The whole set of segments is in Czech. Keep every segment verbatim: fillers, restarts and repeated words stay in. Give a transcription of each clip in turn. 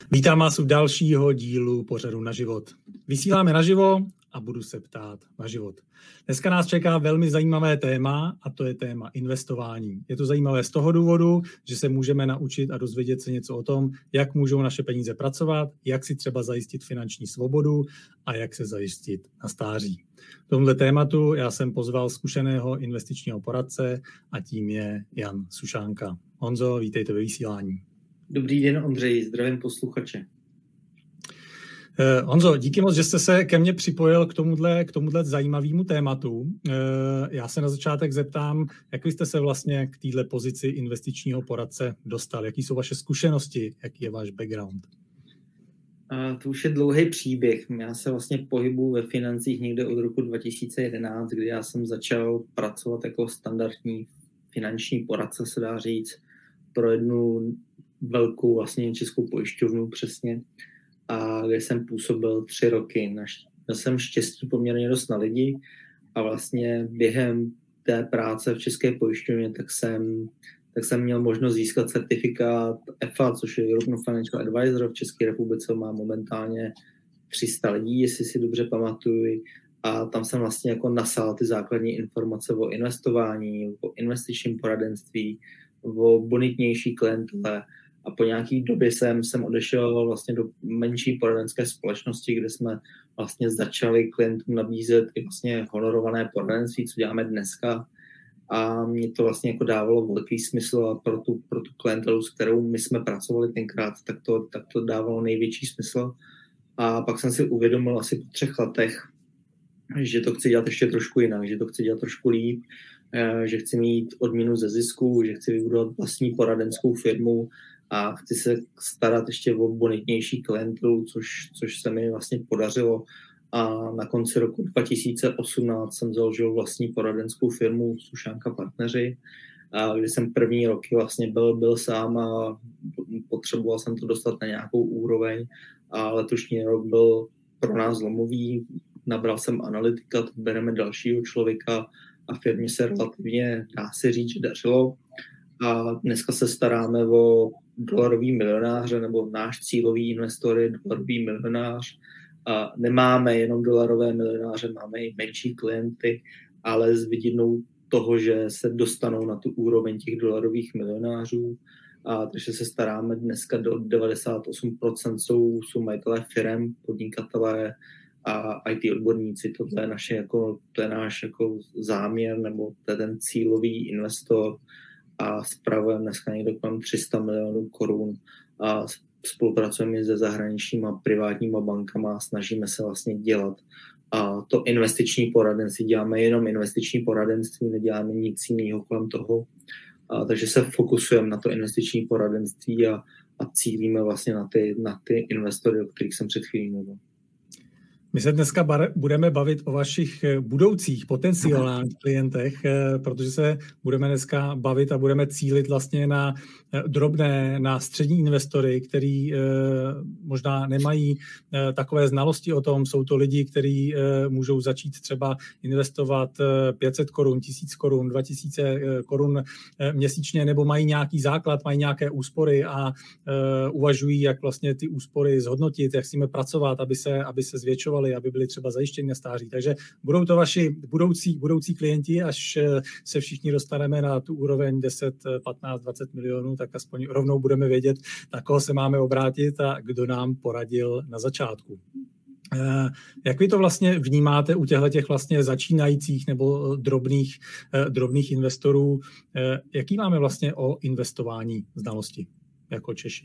Vítám vás u dalšího dílu pořadu Na život. Vysíláme naživo a budu se ptát na život. Dneska nás čeká velmi zajímavé téma a to je téma investování. Je to zajímavé z toho důvodu, že se můžeme naučit a dozvědět se něco o tom, jak můžou naše peníze pracovat, jak si třeba zajistit finanční svobodu a jak se zajistit na stáří. K tomuto tématu já jsem pozval zkušeného investičního poradce a tím je Jan Sušánka. Honzo, vítejte ve vysílání. Dobrý den, Ondřej, zdravím posluchače. Uh, Honzo, díky moc, že jste se ke mně připojil k tomuhle, k tomuhle zajímavému tématu. Uh, já se na začátek zeptám, jak vy jste se vlastně k téhle pozici investičního poradce dostal? Jaký jsou vaše zkušenosti? Jaký je váš background? Uh, to už je dlouhý příběh. Já se vlastně pohybuji ve financích někde od roku dva tisíce jedenáct, kdy já jsem začal pracovat jako standardní finanční poradce, se dá říct, pro jednu velkou vlastně českou pojišťovnu přesně, a kde jsem působil tři roky. Měl jsem štěstí poměrně dost na lidi a vlastně během té práce v české pojišťovně tak jsem, tak jsem měl možnost získat certifikát E F A, což je European Financial Advisor. V České republice má momentálně tři sta lidí, jestli si dobře pamatuju, a tam jsem vlastně jako nasál ty základní informace o investování, o investičním poradenství, o bonitnější klientele. A po nějaký době jsem, jsem odešel vlastně do menší poradenské společnosti, kde jsme vlastně začali klientům nabízet i vlastně honorované poradenství, co děláme dneska. A mě to vlastně jako dávalo velký smysl a pro tu, pro tu klientelu, s kterou my jsme pracovali tenkrát, tak to, tak to dávalo největší smysl. A pak jsem si uvědomil asi po třech letech, že to chci dělat ještě trošku jinak, že to chci dělat trošku líp, že chci mít odměnu ze zisku, že chci vybudovat vlastní poradenskou firmu a chci se starat ještě o bonitnější klientelu, což, což se mi vlastně podařilo. A na konci roku dva tisíce osmnáct jsem založil vlastní poradenskou firmu Sušánka partneři, a kdy jsem první roky vlastně byl, byl sám a potřeboval jsem to dostat na nějakou úroveň. A letošní rok byl pro nás zlomový. Nabral jsem analytika, tak bereme dalšího člověka a firmě se relativně, dá se říct, že dařilo. A dneska se staráme o dolarový milionáře, nebo náš cílový investor je dolarový milionář. A nemáme jenom dolarové milionáře, máme i menší klienty, ale s vididnou toho, že se dostanou na tu úroveň těch dolarových milionářů. A takže se staráme dneska do devadesát osm procent jsou, jsou majitelé firem, podnikatelé a í té odborníci. To je, naše jako, to je náš jako záměr, nebo to je ten cílový investor. A spravujeme dneska někde kolem tři sta milionů korun a spolupracujeme se zahraničníma privátníma bankama a snažíme se vlastně dělat a to investiční poradenství. Děláme jenom investiční poradenství, neděláme nic jiného kolem toho. A takže se fokusujeme na to investiční poradenství a, a cílíme vlastně na ty, na ty investory, o kterých jsem před chvílí mluvil. My se dneska bar- budeme bavit o vašich budoucích potenciálních klientech, protože se budeme dneska bavit a budeme cílit vlastně na drobné, na střední investory, který eh, možná nemají eh, takové znalosti o tom. Jsou to lidi, kteří eh, můžou začít třeba investovat eh, pět set korun, tisíc korun, dva tisíce eh, korun eh, měsíčně, nebo mají nějaký základ, mají nějaké úspory a eh, uvažují, jak vlastně ty úspory zhodnotit, jak s nimi pracovat, aby se, aby se zvětšovaly, aby byli třeba zajištěni na stáří. Takže budou to vaši budoucí, budoucí klienti, až se všichni dostaneme na tu úroveň deset, patnáct, dvacet milionů, tak aspoň rovnou budeme vědět, na koho se máme obrátit a kdo nám poradil na začátku. Jak vy to vlastně vnímáte u těchto těch vlastně začínajících nebo drobných, drobných investorů? Jaký máme vlastně o investování znalosti jako Češi?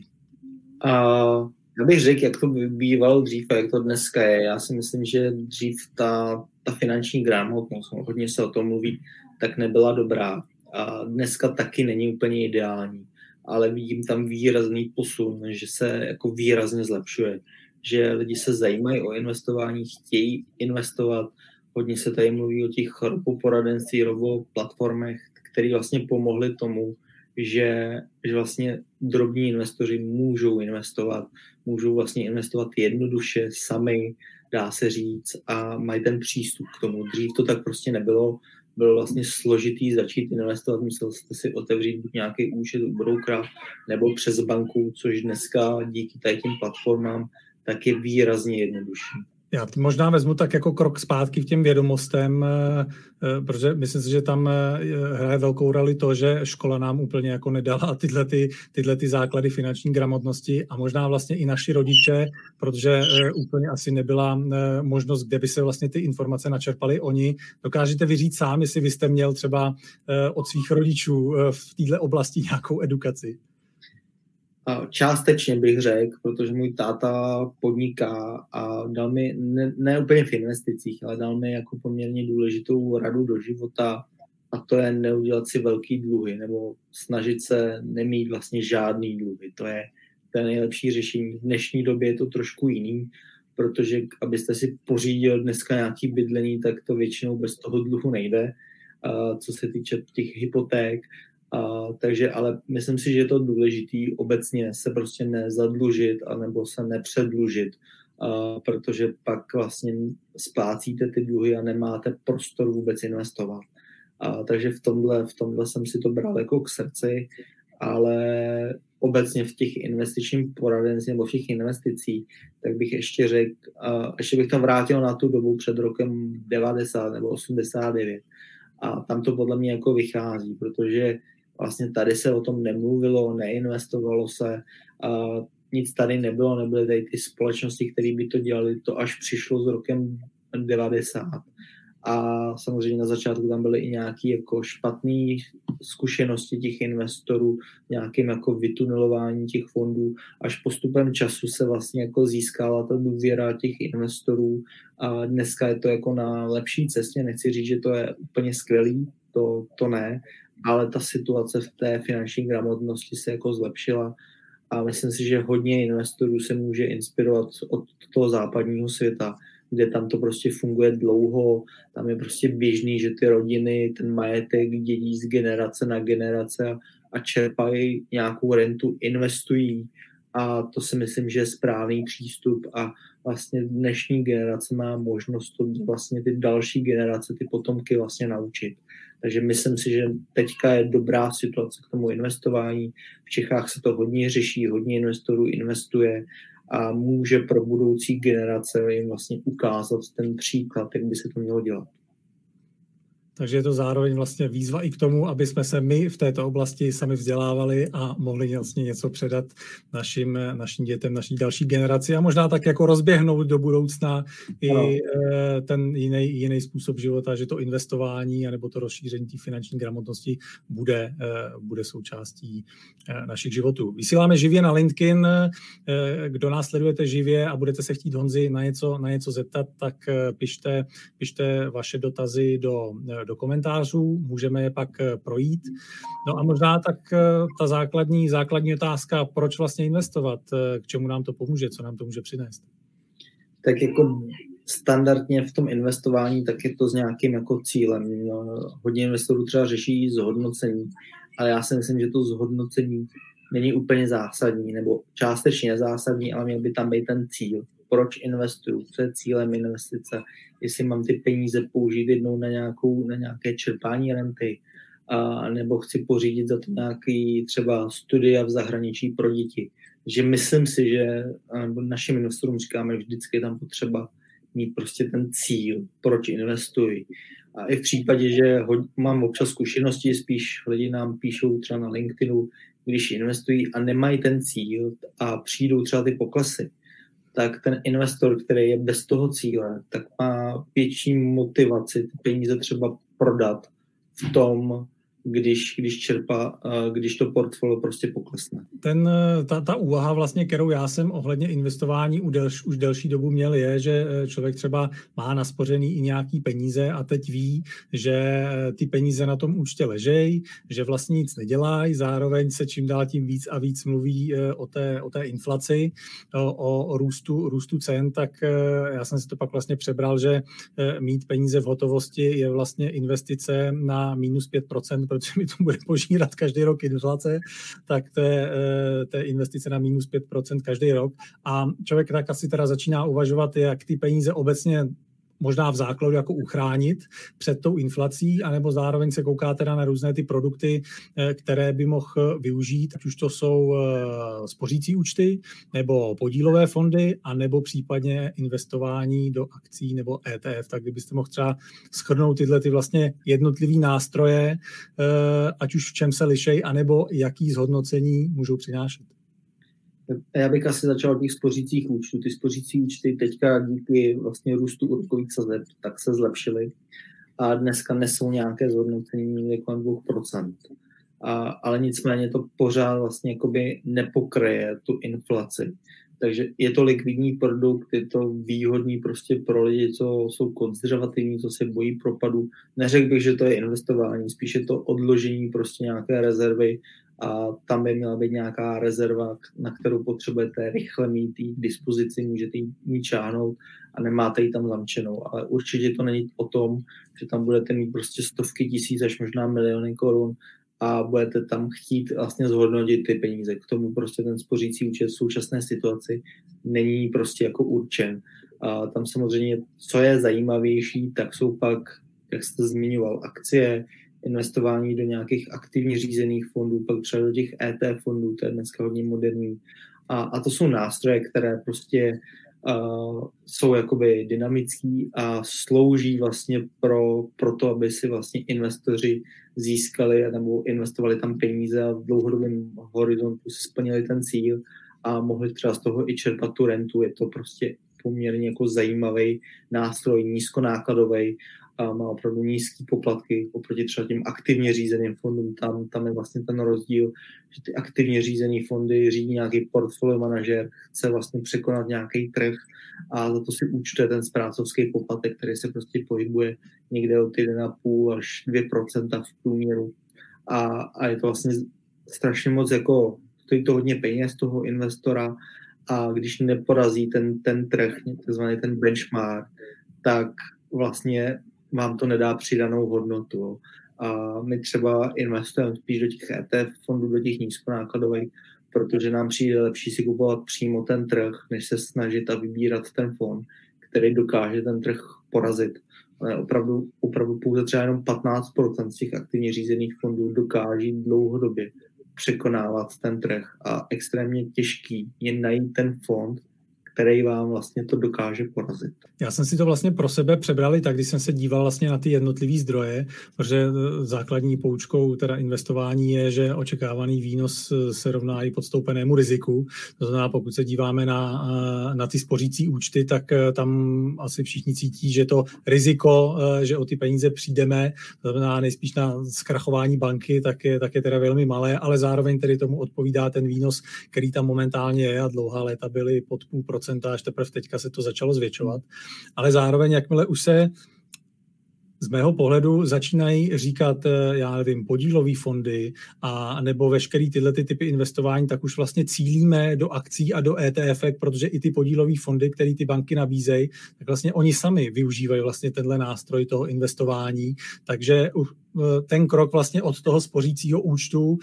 Uh... Já bych řekl, jak to bývalo dřív a jak to dneska je. Já si myslím, že dřív ta, ta finanční gramotnost, hodně se o tom mluví, tak nebyla dobrá. A dneska taky není úplně ideální, ale vidím tam výrazný posun, že se jako výrazně zlepšuje. Že lidi se zajímají o investování, chtějí investovat. Hodně se tady mluví o těch roboporadenství, roboplatformech, které vlastně pomohly tomu, že, že vlastně drobní investoři můžou investovat, můžou vlastně investovat jednoduše, sami, dá se říct, a mají ten přístup k tomu. Dřív to tak prostě nebylo. bylo vlastně složitý začít investovat, musel jste si otevřít buď nějaký účet u brokera nebo přes banku, což dneska díky tady těm platformám tak je výrazně jednodušší. Já možná vezmu tak jako krok zpátky k těm vědomostem, protože myslím si, že tam hraje velkou roli to, že škola nám úplně jako nedala tyhle, ty, tyhle ty základy finanční gramotnosti a možná vlastně i naši rodiče, protože úplně asi nebyla možnost, kde by se vlastně ty informace načerpaly oni. Dokážete vy říct sám, jestli vy jste měl třeba od svých rodičů v této oblasti nějakou edukaci? Částečně bych řekl, protože můj táta podniká a dal mi, ne, ne úplně v investicích, ale dal mi jako poměrně důležitou radu do života a to je neudělat si velký dluhy nebo snažit se nemít vlastně žádný dluhy. To je, to je nejlepší řešení. V dnešní době je to trošku jiný, protože abyste si pořídil dneska nějaký bydlení, tak to většinou bez toho dluhu nejde, co se týče těch hypoték. Uh, takže, ale myslím si, že je to důležitý obecně se prostě nezadlužit anebo se nepředlužit, uh, protože pak vlastně splácíte ty dluhy a nemáte prostor vůbec investovat. Uh, takže v tomhle, v tomhle jsem si to bral jako k srdci, ale obecně v těch investičních poradenství nebo v těch investicích, tak bych ještě řekl, uh, ještě bych to vrátil na tu dobu před rokem devadesát nebo osmdesát devět. A tam to podle mě jako vychází, protože vlastně tady se o tom nemluvilo, neinvestovalo se, a nic tady nebylo, nebyly tady ty společnosti, které by to dělali, to až přišlo s rokem devadesát. A samozřejmě na začátku tam byly i nějaké jako špatné zkušenosti těch investorů, nějakým jako vytunelování těch fondů. Až postupem času se vlastně jako získala ta důvěra těch investorů a dneska je to jako na lepší cestě. Nechci říct, že to je úplně skvělý, to, to ne, ale ta situace v té finanční gramotnosti se jako zlepšila a myslím si, že hodně investorů se může inspirovat od toho západního světa, kde tam to prostě funguje dlouho, tam je prostě běžný, že ty rodiny ten majetek dědí z generace na generace a, a čerpají nějakou rentu, investují a to si myslím, že je správný přístup a vlastně dnešní generace má možnost to vlastně ty další generace, ty potomky vlastně naučit. Takže myslím si, že teďka je dobrá situace k tomu investování. V Čechách se to hodně řeší, hodně investorů investuje a může pro budoucí generace jim vlastně ukázat ten příklad, jak by se to mělo dělat. Takže je to zároveň vlastně výzva i k tomu, aby jsme se my v této oblasti sami vzdělávali a mohli vlastně něco předat našim, našim dětem, naší další generaci a možná tak jako rozběhnout do budoucna i no. ten jiný, jiný způsob života, že to investování anebo to rozšíření té finanční gramotnosti bude, bude součástí našich životů. Vysíláme živě na LinkedIn. Kdo nás sledujete živě a budete se chtít Honzi na něco, na něco zeptat, tak pište, pište vaše dotazy do do komentářů, můžeme je pak projít. No a možná tak ta základní, základní otázka, proč vlastně investovat, k čemu nám to pomůže, co nám to může přinést? Tak jako standardně v tom investování, tak je to s nějakým jako cílem. No, hodně investorů třeba řeší zhodnocení, ale já si myslím, že to zhodnocení není úplně zásadní, nebo částečně zásadní, ale měl by tam být ten cíl. Proč investuju, co je cílem investice, jestli mám ty peníze použít jednou na, nějakou, na nějaké čerpání renty, a, nebo chci pořídit za to nějaký třeba studia v zahraničí pro děti. Že myslím si, že našim investorům říkáme, vždycky je tam potřeba mít prostě ten cíl, proč investuji. A i v případě, že ho, mám občas zkušenosti, spíš lidi nám píšou třeba na LinkedInu, když investují a nemají ten cíl a přijdou třeba ty poklesy, tak ten investor, který je bez toho cíle, tak má větší motivaci ty peníze třeba prodat v tom, když, když čerpá, když to portfolio prostě poklesne. Ten, ta, ta úvaha vlastně, kterou já jsem ohledně investování už delší, už delší dobu měl, je, že člověk třeba má naspořený i nějaký peníze a teď ví, že ty peníze na tom účtě ležejí, že vlastně nic nedělají, zároveň se čím dál tím víc a víc mluví o té, o té inflaci, o, o růstu, růstu cen, tak já jsem si to pak vlastně přebral, že mít peníze v hotovosti je vlastně investice na minus pět procent, protože mi to bude požírat každý rok inflace, tak to je, to je investice na minus pět procent každý rok. A člověk tak asi teda začíná uvažovat, jak ty peníze obecně možná v základu jako uchránit před tou inflací, anebo zároveň se kouká teda na různé ty produkty, které by mohl využít, ať už to jsou spořící účty, nebo podílové fondy, anebo případně investování do akcí nebo E T F. Tak kdybyste mohl třeba shrnout tyhle ty vlastně jednotlivý nástroje, ať už v čem se lišej, anebo jaký zhodnocení můžou přinášet. Já bych asi začal od těch spořících účtů. Ty spořící účty teďka díky vlastně růstu úrokových sazeb tak se zlepšily a dneska nesou nějaké zhodnocení někde kolem dvě procenta. A, ale nicméně to pořád vlastně jakoby nepokryje tu inflaci. Takže je to likvidní produkt, je to výhodný prostě pro lidi, co jsou konzervativní, co se bojí propadu. Neřekl bych, že to je investování, spíš je to odložení prostě nějaké rezervy a tam by měla být nějaká rezerva, na kterou potřebujete rychle mít k dispozici, můžete ji mít čáhnout a nemáte ji tam zamčenou. Ale určitě to není o tom, že tam budete mít prostě stovky tisíc až možná miliony korun a budete tam chtít vlastně zhodnotit ty peníze. K tomu prostě ten spořící účet v současné situaci není prostě jako určen. A tam samozřejmě, co je zajímavější, tak jsou pak, jak jste zmiňoval, akcie, investování do nějakých aktivně řízených fondů, pak třeba do těch E T F fondů, to je dneska hodně moderní. A, a to jsou nástroje, které prostě uh, jsou jakoby dynamický a slouží vlastně pro, pro to, aby si vlastně investoři získali nebo investovali tam peníze a v dlouhodobém horizontu si splnili ten cíl a mohli třeba z toho i čerpat tu rentu. Je to prostě poměrně jako zajímavý nástroj, nízkonákladový, a má opravdu nízký poplatky oproti třeba těm aktivně řízeným fondům. Tam, tam je vlastně ten rozdíl, že ty aktivně řízený fondy řídí nějaký portfolio manažer, chce vlastně překonat nějaký trh a za to si účtuje ten správcovský poplatek, který se prostě pohybuje někde od jedna celá pět až dvě procenta v průměru. A, a je to vlastně strašně moc jako, stojí to hodně peněz toho investora a když neporazí ten, ten trh, takzvaný ten benchmark, tak vlastně vám to nedá přidanou hodnotu. A my třeba investujeme spíš do těch E T F fondů, do těch nízkonákladových, protože nám přijde lepší si kupovat přímo ten trh, než se snažit a vybírat ten fond, který dokáže ten trh porazit. Ale opravdu, opravdu pouze třeba jenom patnáct procent z těch aktivně řízených fondů dokáží dlouhodobě překonávat ten trh a extrémně těžký je najít ten fond, který vám vlastně to dokáže porazit. Já jsem si to vlastně pro sebe přebral i tak, když jsem se díval vlastně na ty jednotlivý zdroje, protože základní poučkou teda investování je, že očekávaný výnos se rovná i podstoupenému riziku. To znamená, pokud se díváme na, na ty spořící účty, tak tam asi všichni cítí, že to riziko, že o ty peníze přijdeme, to znamená nejspíš na zkrachování banky, tak je, tak je teda velmi malé, ale zároveň tedy tomu odpovídá ten výnos, který tam momentálně je a dlouhá léta byly pod půl procenta, až teprve teďka se to začalo zvětšovat. Ale zároveň, jakmile už se z mého pohledu začínají říkat, já nevím, podílové fondy a nebo veškerý tyhle ty typy investování, tak už vlastně cílíme do akcí a do E T F, protože i ty podílové fondy, které ty banky nabízejí, tak vlastně oni sami využívají vlastně tenhle nástroj toho investování, takže ten krok vlastně od toho spořícího účtu,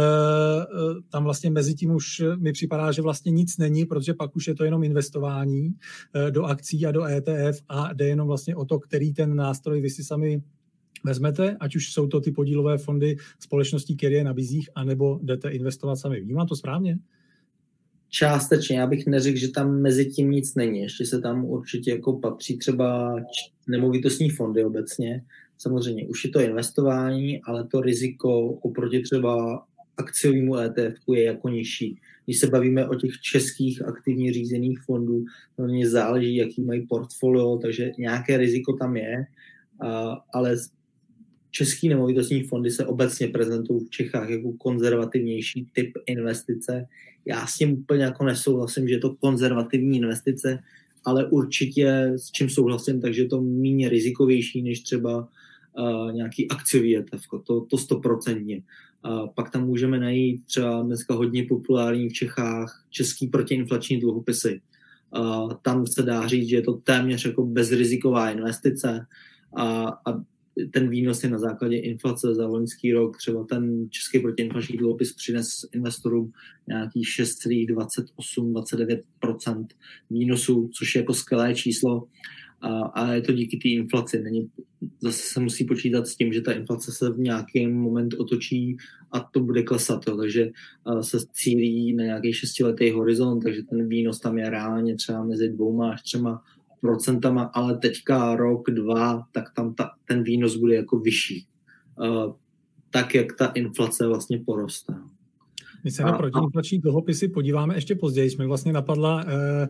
tam vlastně mezi tím už mi připadá, že vlastně nic není, protože pak už je to jenom investování do akcí a do E T F a jde jenom vlastně o to, který ten nástroj vy si sami vezmete, ať už jsou to ty podílové fondy společností, které je nabízí, anebo jdete investovat sami. Vnímám to správně? Částečně, já bych neřekl, že tam mezi tím nic není. Ještě se tam určitě jako patří třeba nemovitostní fondy obecně. Samozřejmě už je to investování, ale to riziko oproti třeba akciovému E T F je jako nižší. Když se bavíme o těch českých aktivně řízených fondů, to mě záleží, jaký mají portfolio, takže nějaké riziko tam je, ale český nemovitostní fondy se obecně prezentují v Čechách jako konzervativnější typ investice. Já s tím úplně jako nesouhlasím, že je to konzervativní investice, ale určitě s čím souhlasím, takže je to méně rizikovější než třeba uh, nějaký akciový E T F, to, to stoprocentně. Uh, pak tam můžeme najít třeba dneska hodně populární v Čechách český protiinflační dluhopisy. Uh, tam se dá říct, že je to téměř jako bezriziková investice a, a ten výnos je na základě inflace za loňský rok. Třeba ten český protiinflační dluhopis přines investorům nějakých šest celá dvacet osm až dvacet devět procent výnosů, což je jako skvělé číslo. a, a je to díky té inflaci. Není, zase se musí počítat s tím, že ta inflace se v nějaký moment otočí a to bude klesat, jo. Takže uh, se cílí na nějaký šestiletý horizont, takže ten výnos tam je reálně třeba mezi dvouma až třema procentama, ale teďka rok, dva, tak tam ta, ten výnos bude jako vyšší. Uh, tak, jak ta inflace vlastně poroste. My se na protiinflační dluhopisy podíváme ještě později. Jsme vlastně napadla uh,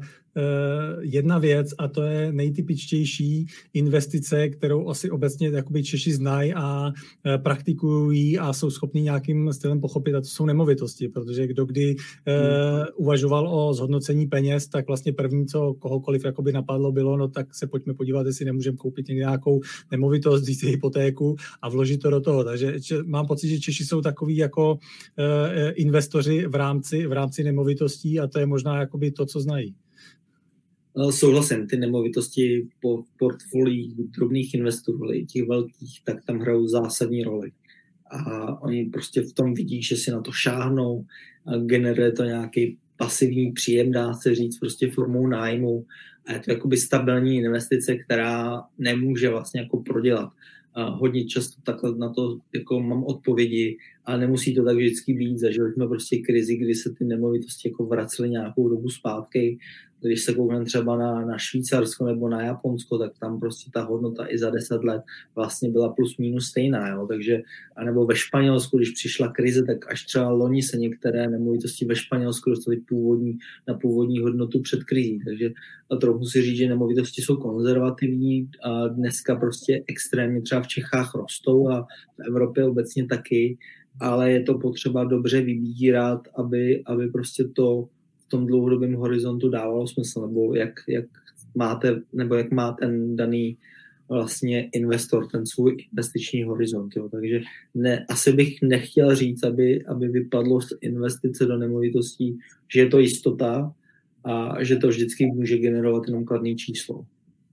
uh, jedna věc a to je nejtypičtější investice, kterou asi obecně jakoby Češi znají a uh, praktikují a jsou schopní nějakým stylem pochopit, a to jsou nemovitosti, protože kdo kdy uh, uvažoval o zhodnocení peněz, tak vlastně první, co kohokoliv jakoby napadlo, bylo, no tak se pojďme podívat, jestli nemůžeme koupit někde nějakou nemovitost, vzít si hypotéku a vložit to do toho. Takže mám pocit, že Češi jsou takový jako uh, investoři v rámci, v rámci nemovitostí a to je možná jakoby to, co znají. Souhlasím, ty nemovitosti po portfoliích drobných investorů, těch velkých, tak tam hrajou zásadní roli. A oni prostě v tom vidí, že si na to šáhnou, a generuje to nějaký pasivní příjem, dá se říct, prostě formou nájmu. A je to jakoby stabilní investice, která nemůže vlastně jako prodělat. A hodně často takhle na to jako mám odpovědi, ale nemusí to tak vždycky být. Zažili jsme prostě krizi, kdy se ty nemovitosti jako vracely nějakou dobu zpátky. Když se koukneme třeba na, na Švýcarsko nebo na Japonsko, tak tam prostě ta hodnota i za deset let vlastně byla plus minus stejná. Jo? Takže, anebo ve Španělsku, když přišla krize, tak až třeba loni se některé nemovitosti ve Španělsku dostaly původní, na původní hodnotu před krizí. Takže a trochu si říct, že nemovitosti jsou konzervativní a dneska prostě extrémně třeba v Čechách rostou a v Evropě obecně taky, ale je to potřeba dobře vybírat, aby, aby prostě to v tom dlouhodobém horizontu dávalo smysl, nebo jak, jak máte, nebo jak má ten daný vlastně investor, ten svůj investiční horizont. Jo. Takže ne, asi bych nechtěl říct, aby, aby vypadlo z investice do nemovitostí, že je to jistota a že to vždycky může generovat jenom kladné číslo.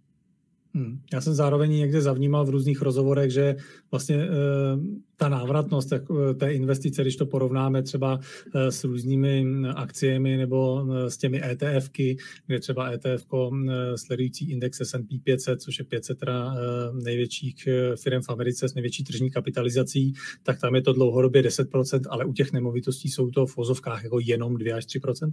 Hmm. Já jsem zároveň někde zavnímal v různých rozhovorech, že vlastně e, ta návratnost tak, té investice, když to porovnáme třeba e, s různými akciemi nebo e, s těmi ETFky, kde třeba ETFko e, sledující index S and P pět set, což je pět set teda, e, největších firm v Americe s největší tržní kapitalizací, tak tam je to dlouhodobě deset procent, ale u těch nemovitostí jsou to v vozovkách jako jenom dva až tři procenta.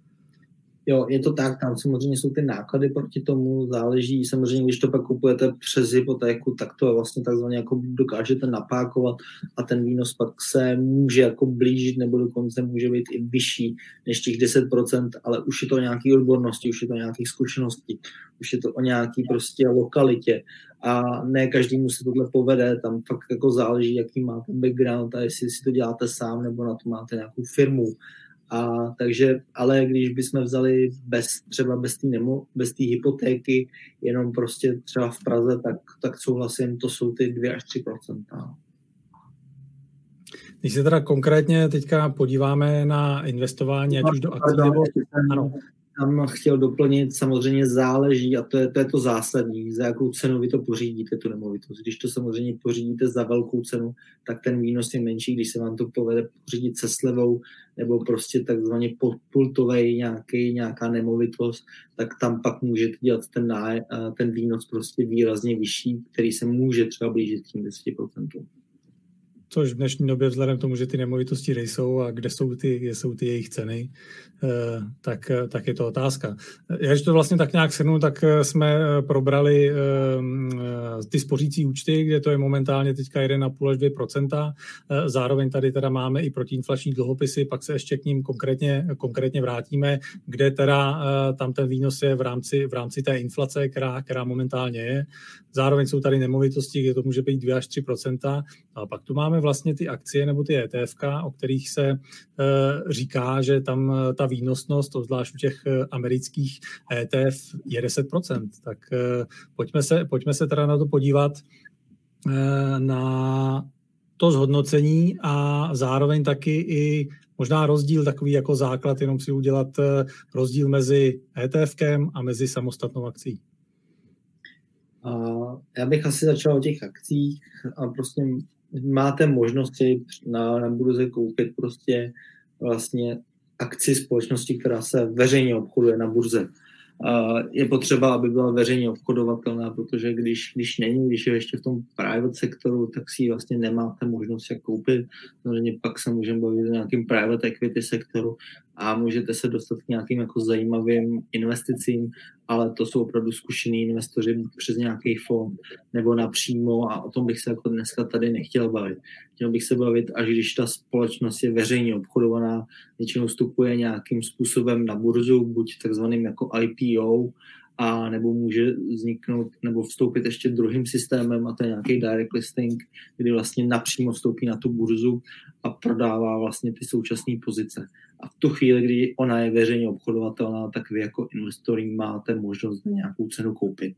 Jo, je to tak, tam samozřejmě jsou ty náklady proti tomu, záleží, samozřejmě, když to pak kupujete přes hypotéku, tak to vlastně takzvaně jako dokážete napákovat a ten výnos pak se může jako blížit nebo dokonce může být i vyšší než těch deset procent, ale už je to o nějaký odbornosti, už je to o nějakých zkušeností, už je to o nějaký prostě lokalitě a ne každému se tohle povede, tam fakt jako záleží, jaký máte background a jestli si to děláte sám nebo na to máte nějakou firmu. A takže, ale když bychom vzali bez, třeba bez té nemo, bez té hypotéky, jenom prostě třeba v Praze, tak, tak souhlasím, to jsou ty dva až tři procenta. Když se teda konkrétně teďka podíváme na investování, ať už do akcí nebo... Ano. Tam chtěl doplnit, samozřejmě záleží, a to je, to je to zásadní, za jakou cenu vy to pořídíte, tu nemovitost. Když to samozřejmě pořídíte za velkou cenu, tak ten výnos je menší, když se vám to povede pořídit se slevou, nebo prostě takzvaně podpultovej nějaký, nějaká nemovitost, tak tam pak můžete dělat ten, náj, ten výnos prostě výrazně vyšší, který se může třeba blížit k těm deset procent. Což v dnešní době vzhledem k tomu, že ty nemovitosti nejsou a kde jsou ty, kde jsou ty jejich ceny, tak, tak je to otázka. Já, když to vlastně tak nějak shrnu, tak jsme probrali ty spořící účty, kde to je momentálně teďka jedna celá pět až dvě procenta. Zároveň tady teda máme i protiinflační dluhopisy, pak se ještě k ním konkrétně, konkrétně vrátíme, kde teda tam ten výnos je v rámci, v rámci té inflace, která, která momentálně je. Zároveň jsou tady nemovitosti, kde to může být dva až tři procenta. A pak tu máme vlastně ty akcie nebo ty ETFka, o kterých se e, říká, že tam ta výnosnost, zvlášť u těch amerických E T F, je deset procent. Tak e, pojďme, se, pojďme se teda na to podívat e, na to zhodnocení a zároveň taky i možná rozdíl, takový jako základ, jenom si udělat e, rozdíl mezi ETFkem a mezi samostatnou akcí. Uh, já bych asi začal o těch akcích a prostě máte možnost si na, na burze koupit prostě vlastně akci společnosti, která se veřejně obchoduje na burze. je potřeba, aby byla veřejně obchodovatelná, protože když, když není, když je ještě v tom private sektoru, tak si vlastně nemáte možnost jak koupit. Samozřejmě pak se můžeme bavit o nějakým private equity sektoru a můžete se dostat k nějakým jako zajímavým investicím, ale to jsou opravdu zkušení investoři přes nějaký fond nebo napřímo a o tom bych se jako dneska tady nechtěl bavit. Chtěl bych se bavit, až když ta společnost je veřejně obchodovaná, většinou vstupuje nějakým způsobem na burzu, buď takzvaným jako I P O, a nebo může vzniknout nebo vstoupit ještě druhým systémem, a to je nějaký direct listing, kdy vlastně napřímo vstoupí na tu burzu a prodává vlastně ty současné pozice. A v tu chvíli, kdy ona je veřejně obchodovatelná, tak vy jako investor máte možnost na nějakou cenu koupit.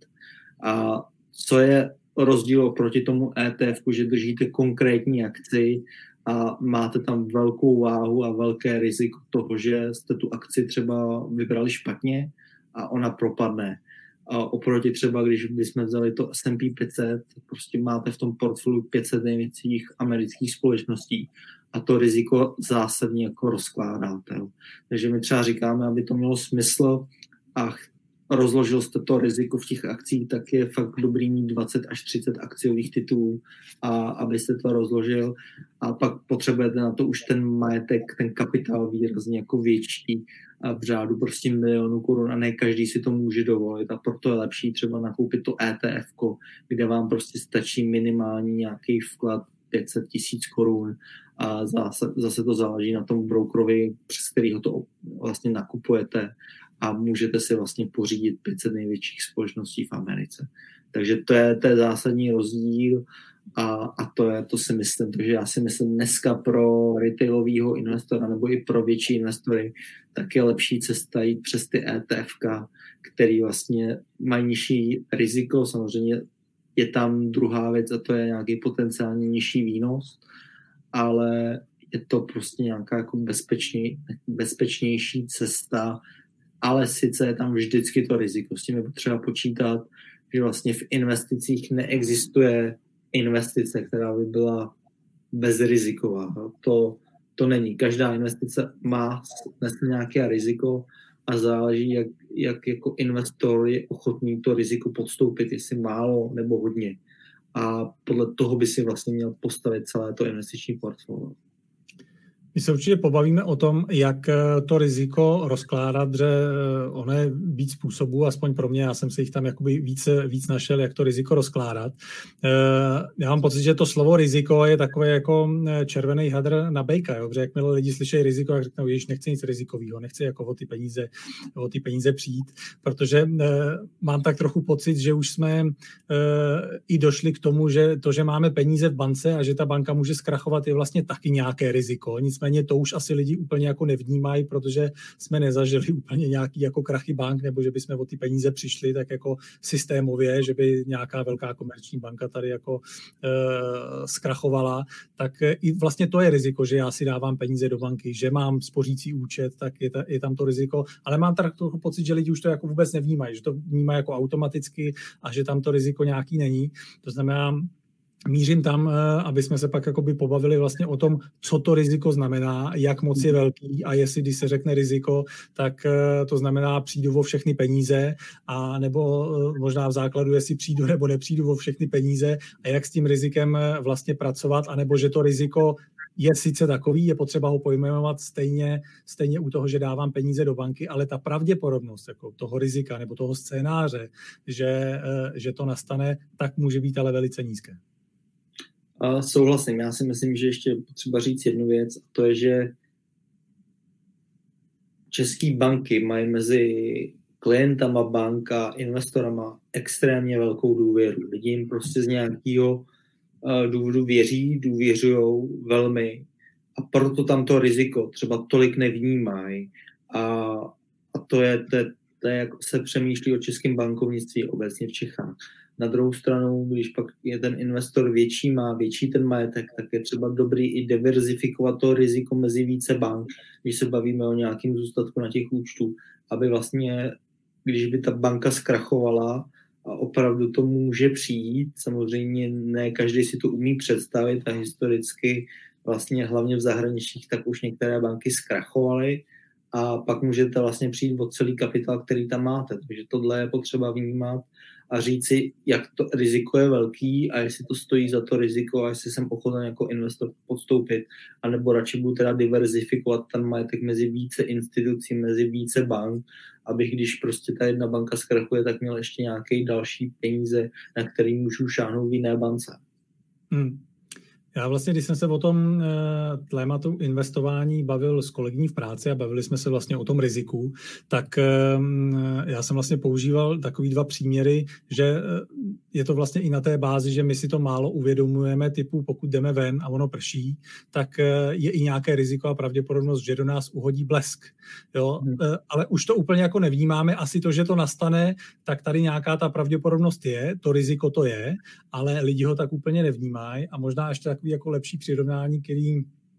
A co je rozdíl oproti tomu E T F, že držíte konkrétní akci a máte tam velkou váhu a velké riziko toho, že jste tu akci třeba vybrali špatně a ona propadne. A oproti třeba, když bychom vzali to S and P pět set, prostě máte v tom portfoliu pět set největších amerických společností a to riziko zásadně jako rozkládáte. Takže my třeba říkáme, aby to mělo smysl a rozložil jste to riziko v těch akcích, tak je fakt dobrý mít dvacet až třicet akciových titulů, a abyste to rozložil, a pak potřebujete na to už ten majetek, ten kapitál výrazně jako větší a v řádu prostě milionů korun a ne každý si to může dovolit, a proto je lepší třeba nakoupit to E T F, kde vám prostě stačí minimální nějaký vklad pět set tisíc korun a zase, zase to záleží na tom brokerovi, přes kterýho to vlastně nakupujete, a můžete si vlastně pořídit pět set největších společností v Americe. Takže to je, to je zásadní rozdíl a, a to, je, to si myslím. Takže já si myslím dneska pro retailového investora nebo i pro větší investory, tak je lepší cesta jít přes ty E T F, který vlastně mají nižší riziko. Samozřejmě je tam druhá věc a to je nějaký potenciálně nižší výnos, ale je to prostě nějaká jako bezpečněj, bezpečnější cesta, ale sice je tam vždycky to riziko. S tím je potřeba počítat, že vlastně v investicích neexistuje investice, která by byla bezriziková. To, to není. Každá investice má nese nějaké riziko a záleží, jak, jak jako investor je ochotný to riziko podstoupit, jestli málo nebo hodně. A podle toho by si vlastně měl postavit celé to investiční portfolio. My se určitě pobavíme o tom, jak to riziko rozkládat, že ono je víc způsobů, aspoň pro mě, já jsem si jich tam jakoby víc, víc našel, jak to riziko rozkládat. Já mám pocit, že to slovo riziko je takové jako červený hadr na bejka, jo? Protože jakmile lidi slyší riziko, jak řeknou, ježiš, nechci nic rizikového, nechci jako o ty peníze, o ty peníze přijít, protože mám tak trochu pocit, že už jsme i došli k tomu, že to, že máme peníze v bance a že ta banka může zkrachovat, je vlastně taky nějaké riziko. Nicméně to už asi lidi úplně jako nevnímají, protože jsme nezažili úplně nějaký jako krachy bank, nebo že bychom o ty peníze přišli tak jako systémově, že by nějaká velká komerční banka tady jako e, zkrachovala, tak i vlastně to je riziko, že já si dávám peníze do banky, že mám spořící účet, tak je, ta, je tam to riziko, ale mám tak trochu pocit, že lidi už to jako vůbec nevnímají, že to vnímají jako automaticky a že tam to riziko nějaký není. To znamená, mířím tam, aby jsme se pak jakoby pobavili vlastně o tom, co to riziko znamená, jak moc je velký a jestli, když se řekne riziko, tak to znamená přijdu o všechny peníze a nebo možná v základu, jestli přijdu nebo nepřijdu o všechny peníze a jak s tím rizikem vlastně pracovat, anebo že to riziko je sice takový, je potřeba ho pojmenovat stejně, stejně u toho, že dávám peníze do banky, ale ta pravděpodobnost jako toho rizika nebo toho scénáře, že, že to nastane, tak může být ale velice nízké. A souhlasím, já si myslím, že ještě potřeba říct jednu věc, a to je, že české banky mají mezi klientama bank a investorama extrémně velkou důvěru. Lidi jim prostě z nějakého důvodu věří, důvěřují velmi a proto tam to riziko třeba tolik nevnímají. A, a to je, to, je, to je, jak se přemýšlí o českém bankovnictví obecně v Čechách. Na druhou stranu, když pak je ten investor větší, má větší ten majetek, tak je třeba dobrý i diverzifikovat to riziko mezi více bank, když se bavíme o nějakém zůstatku na těch účtů, aby vlastně, když by ta banka zkrachovala, a opravdu to může přijít, samozřejmě ne každý si to umí představit a historicky vlastně hlavně v zahraničích tak už některé banky zkrachovaly a pak můžete vlastně přijít o celý kapitál, který tam máte. Takže tohle je potřeba vnímat a říct si, jak to riziko je velký a jestli to stojí za to riziko a jestli jsem ochoten jako investor podstoupit, anebo radši budu teda diverzifikovat ten majetek mezi více institucí, mezi více bank, abych, když prostě ta jedna banka zkrachuje, tak měl ještě nějaké další peníze, na který můžu šáhnout v jiné bance. Hmm. Já vlastně, když jsem se o tom tématu investování bavil s kolegyní v práci a bavili jsme se vlastně o tom riziku, tak já jsem vlastně používal takový dva příměry, že je to vlastně i na té bázi, že my si to málo uvědomujeme, typu pokud jdeme ven a ono prší, tak je i nějaké riziko a pravděpodobnost, že do nás uhodí blesk. Jo? Hmm. Ale už to úplně jako nevnímáme, asi to, že to nastane, tak tady nějaká ta pravděpodobnost je, to riziko to je, ale lidi ho tak úplně nevnímají a možná ještě takový jako lepší přirovnání, který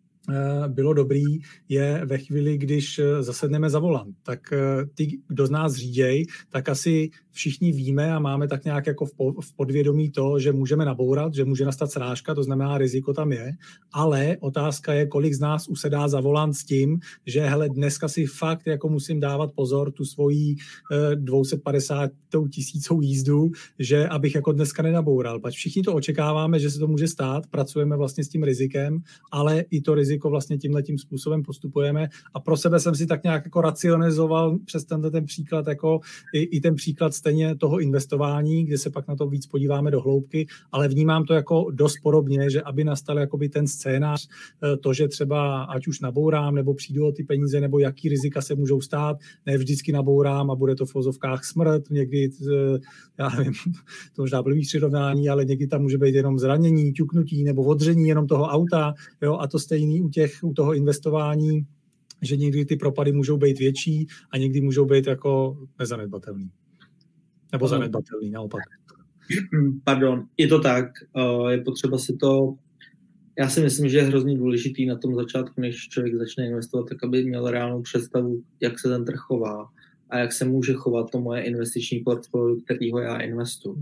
bylo dobrý, je ve chvíli, když zasedneme za volant. Tak ty, kdo z nás říděj, tak asi všichni víme a máme tak nějak jako v podvědomí to, že můžeme nabourat, že může nastat srážka, to znamená, riziko tam je, ale otázka je, kolik z nás usedá za volant s tím, že hele, dneska si fakt jako musím dávat pozor tu svoji dvě stě padesát tisícovou jízdu, že abych jako dneska nenaboural. Pač všichni to očekáváme, že se to může stát, pracujeme vlastně s tím rizikem, ale i to riziko vlastně tímhletím způsobem postupujeme a pro sebe jsem si tak nějak jako racionalizoval přes tenhle ten příklad, jako i, i ten příklad stejně toho investování, kde se pak na to víc podíváme do hloubky, ale vnímám to jako dost podobně, že aby nastal jakoby ten scénář, to, že třeba ať už nabourám, nebo přijdu o ty peníze, nebo jaký rizika se můžou stát, ne vždycky nabourám a bude to v vozovkách smrt, někdy, já nevím, to možná blbý přirovnání, ale někdy tam může být jenom zranění, ťuknutí nebo odření jenom toho auta, jo, a to stejný u těch, u toho investování, že někdy ty propady můžou být větší a někdy můžou být jako nezanedbatelný. Nebo zanedbatelný, naopak. Pardon, je to tak, je potřeba si to, já si myslím, že je hrozně důležitý na tom začátku, než člověk začne investovat, tak aby měl reálnou představu, jak se ten trh chová a jak se může chovat to moje investiční portfolio, kterýho já investuju.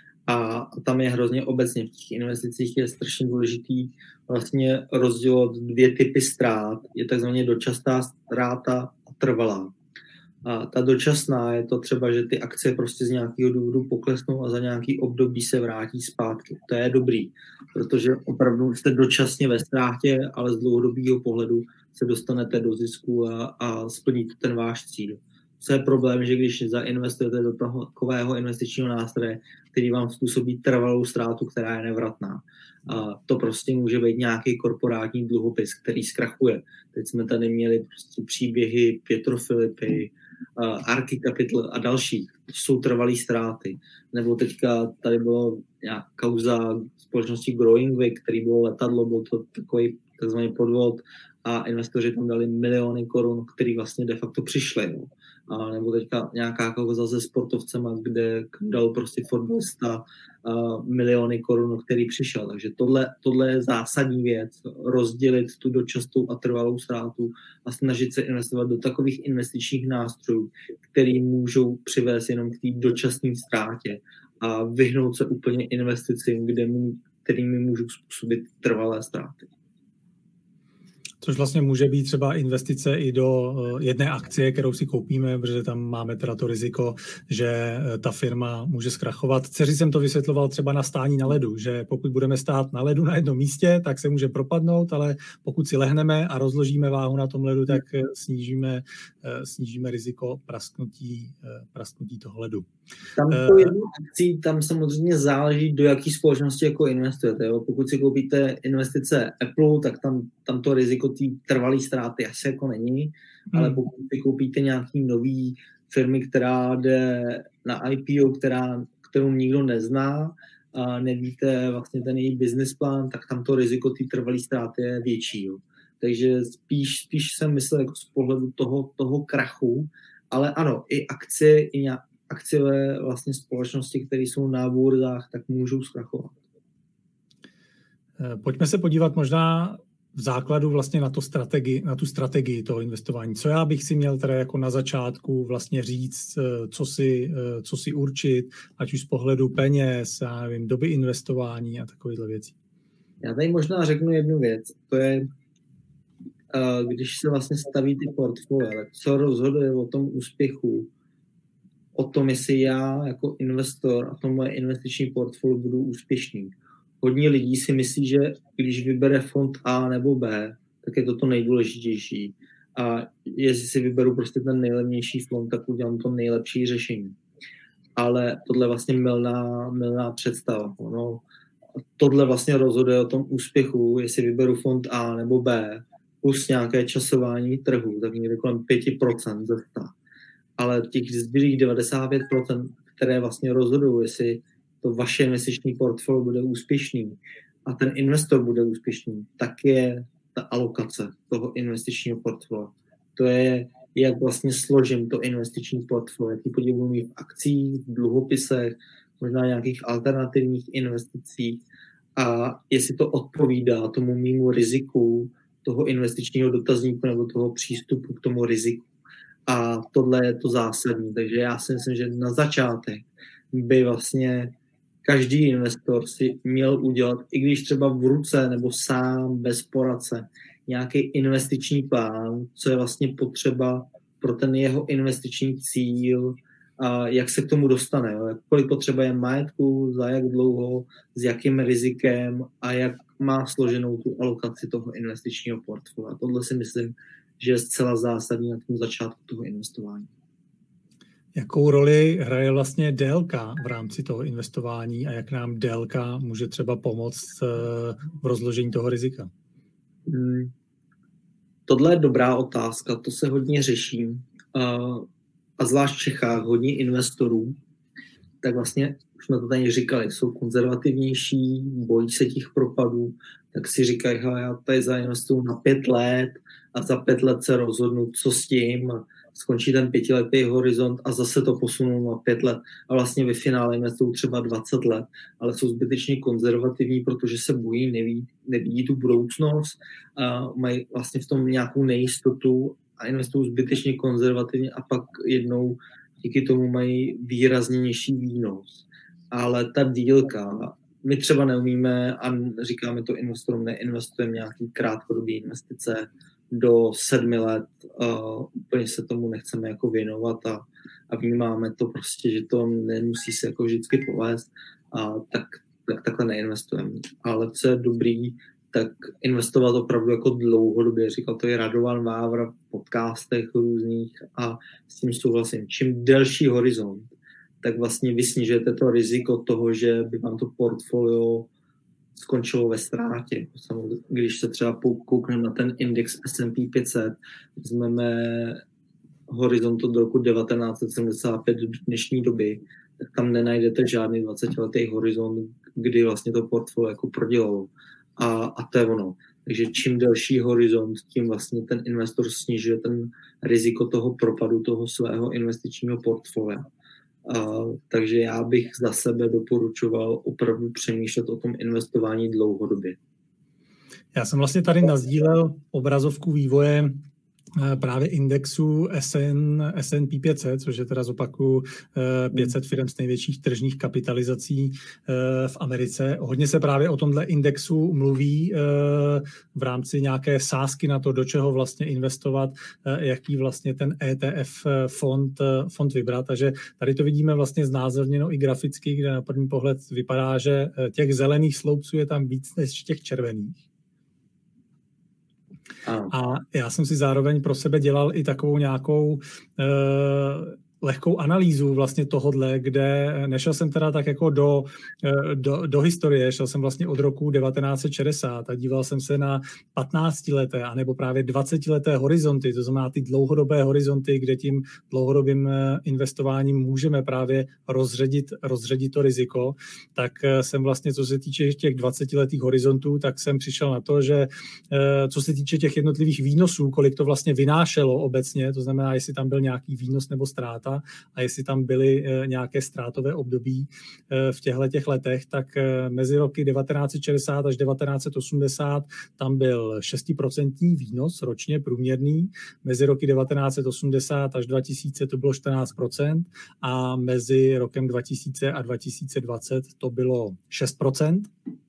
A tam je hrozně obecně v těch investicích je strašně důležitý vlastně rozdělovat dvě typy ztrát. Je takzvaně dočasná ztráta a trvalá. A ta dočasná je to třeba, že ty akcie prostě z nějakého důvodu poklesnou a za nějaký období se vrátí zpátky. To je dobrý, protože opravdu jste dočasně ve ztrátě, ale z dlouhodobého pohledu se dostanete do zisku a, a splníte ten váš cíl. Co je problém, že když zainvestujete do takového investičního nástroje, který vám způsobí trvalou ztrátu, která je nevratná. A to prostě může být nějaký korporátní dluhopis, který zkrachuje. Teď jsme tady měli prostě příběhy Pietrofilipy, Arky Capital a další. To jsou trvalé ztráty. Nebo teďka tady bylo nějaká kauza společnosti Growingway, který bylo letadlo, byl to takový takzvaný podvod a investoři tam dali miliony korun, který vlastně de facto přišli. Jo. A nebo teďka nějaká kauza se sportovcema, kde dal prostě fotbalista uh, miliony korun, který přišel. Takže tohle, tohle je zásadní věc, rozdělit tu dočasnou a trvalou ztrátu a snažit se investovat do takových investičních nástrojů, který můžou přivést jenom k té dočasné ztrátě a vyhnout se úplně investicím, kde mu, kterými můžou způsobit trvalé ztráty. Což vlastně může být třeba investice i do jedné akcie, kterou si koupíme, protože tam máme teda to riziko, že ta firma může zkrachovat. Dceři jsem to vysvětloval třeba na stání na ledu, že pokud budeme stát na ledu na jednom místě, tak se může propadnout, ale pokud si lehneme a rozložíme váhu na tom ledu, tak snížíme, snížíme riziko prasknutí, prasknutí toho ledu. Tam to jednou akcí, tam samozřejmě záleží, do jaký společnosti jako investujete. Jo? Pokud si koupíte investice Apple, tak tam, tam to riziko té trvalé ztráty asi jako není, hmm. ale pokud si koupíte nějaký nový firmy, která jde na I P O, která, kterou nikdo nezná, a nevíte vlastně ten její business plán, tak tam to riziko té trvalé ztráty je větší. Jo? Takže spíš, spíš jsem myslel jako z pohledu toho, toho krachu, ale ano, i akcie, i nějak akciové vlastně společnosti, které jsou na burzách, tak můžou zkrachovat. Pojďme se podívat možná v základu vlastně na, to strategii, na tu strategii toho investování. Co já bych si měl teda jako na začátku vlastně říct, co si, co si určit, ať už z pohledu peněz, já nevím, doby investování a takovýhle věcí. Já tady možná řeknu jednu věc. To je když se vlastně staví ty portfolia, co rozhoduje o tom úspěchu, o tom, jestli já jako investor a to moje investiční portfolio budu úspěšný. Hodně lidí si myslí, že když vybere fond A nebo B, tak je to to nejdůležitější. A jestli si vyberu prostě ten nejlevnější fond, tak udělám to nejlepší řešení. Ale tohle je vlastně mylná, mylná představa. No, tohle vlastně rozhoduje o tom úspěchu, jestli vyberu fond A nebo B, plus nějaké časování trhu, tak někde kolem pět procent ze sta. Ale těch zbylých devadesát pět procent, které vlastně rozhodují, jestli to vaše investiční portfolio bude úspěšný a ten investor bude úspěšný, tak je ta alokace toho investičního portfolia. To je, jak vlastně složím to investiční portfolio, jaký podíl budu mít v akcích, v dluhopisech, možná nějakých alternativních investicích a jestli to odpovídá tomu mému riziku toho investičního dotazníku nebo toho přístupu k tomu riziku. A tohle je to zásadní. Takže já si myslím, že na začátek by vlastně každý investor si měl udělat, i když třeba v ruce nebo sám bez poradce, nějaký investiční plán, co je vlastně potřeba pro ten jeho investiční cíl, a jak se k tomu dostane, jo? Kolik potřebuje majetku, za jak dlouho, s jakým rizikem a jak má složenou tu alokaci toho investičního portfolia. Tohle si myslím, že je zcela zásadní na tom začátku toho investování. Jakou roli hraje vlastně délka v rámci toho investování a jak nám délka může třeba pomoct v rozložení toho rizika? Hmm. Tohle je dobrá otázka, to se hodně řeší. A zvlášť v Čechách hodně investorů, tak vlastně, už jsme to tady říkali, jsou konzervativnější, bojí se těch propadů, tak si říkají, hele, já tady zainvestuju na pět let a za pět let se rozhodnu, co s tím, skončí ten pětiletý horizont a zase to posunu na pět let a vlastně ve finále investují třeba dvacet let, ale jsou zbytečně konzervativní, protože se bojí, neví, nevidí tu budoucnost, a mají vlastně v tom nějakou nejistotu a investují zbytečně konzervativně a pak jednou díky tomu mají výrazně nižší výnos. Ale ta dílka, my třeba neumíme a říkáme to investorům, neinvestujeme nějaký krátkodobý investice do sedmi let, uh, úplně se tomu nechceme jako věnovat a, a vnímáme to prostě, že to nemusí se jako vždycky povést, a tak, tak takhle neinvestujeme. Ale co je dobrý, tak investovat opravdu jako dlouhodobě. Říkal to i Radovan Vávra v podcastech různých a s tím souhlasím. Čím delší horizont, tak vlastně vy snižujete to riziko toho, že by vám to portfolio skončilo ve ztrátě. Když se třeba koukneme na ten index S and P pět set, vezmeme horizont od roku devatenáct set sedmdesát pět do dnešní doby, tak tam nenajdete žádný dvacetiletý horizont, kdy vlastně to portfolio jako prodělalo. A, a to je ono. Takže čím delší horizont, tím vlastně ten investor snižuje ten riziko toho propadu toho svého investičního portfolia. Uh, takže já bych za sebe doporučoval opravdu přemýšlet o tom investování dlouhodobě. Já jsem vlastně tady nasdílel obrazovku vývoje právě indexu S and P pět set, což je teda zopakuju pět set firm z největších tržních kapitalizací v Americe. Hodně se právě o tomhle indexu mluví v rámci nějaké sázky na to, do čeho vlastně investovat, jaký vlastně ten E T F fond, fond vybrat. Takže tady to vidíme vlastně znázorněno i graficky, kde na první pohled vypadá, že těch zelených sloupců je tam víc než těch červených. A já jsem si zároveň pro sebe dělal i takovou nějakou eh, lehkou analýzu vlastně tohodle, kde nešel jsem teda tak jako do, do, do historie, šel jsem vlastně od roku devatenáct set šedesát a díval jsem se na patnáctileté anebo právě dvacetileté horizonty, to znamená ty dlouhodobé horizonty, kde tím dlouhodobým investováním můžeme právě rozředit, rozředit to riziko, tak jsem vlastně, co se týče těch dvacetiletých horizontů, tak jsem přišel na to, že co se týče těch jednotlivých výnosů, kolik to vlastně vynášelo obecně, to znamená, jestli tam byl nějaký výnos nebo ztráta, a jestli tam byly nějaké ztrátové období v těchto těch letech, tak mezi roky devatenáct set šedesát až devatenáct set osmdesát tam byl šestiprocentní výnos ročně průměrný, mezi roky devatenáct set osmdesát až dva tisíce to bylo čtrnáct procent a mezi rokem dva tisíce a dva tisíce dvacet to bylo šest procent.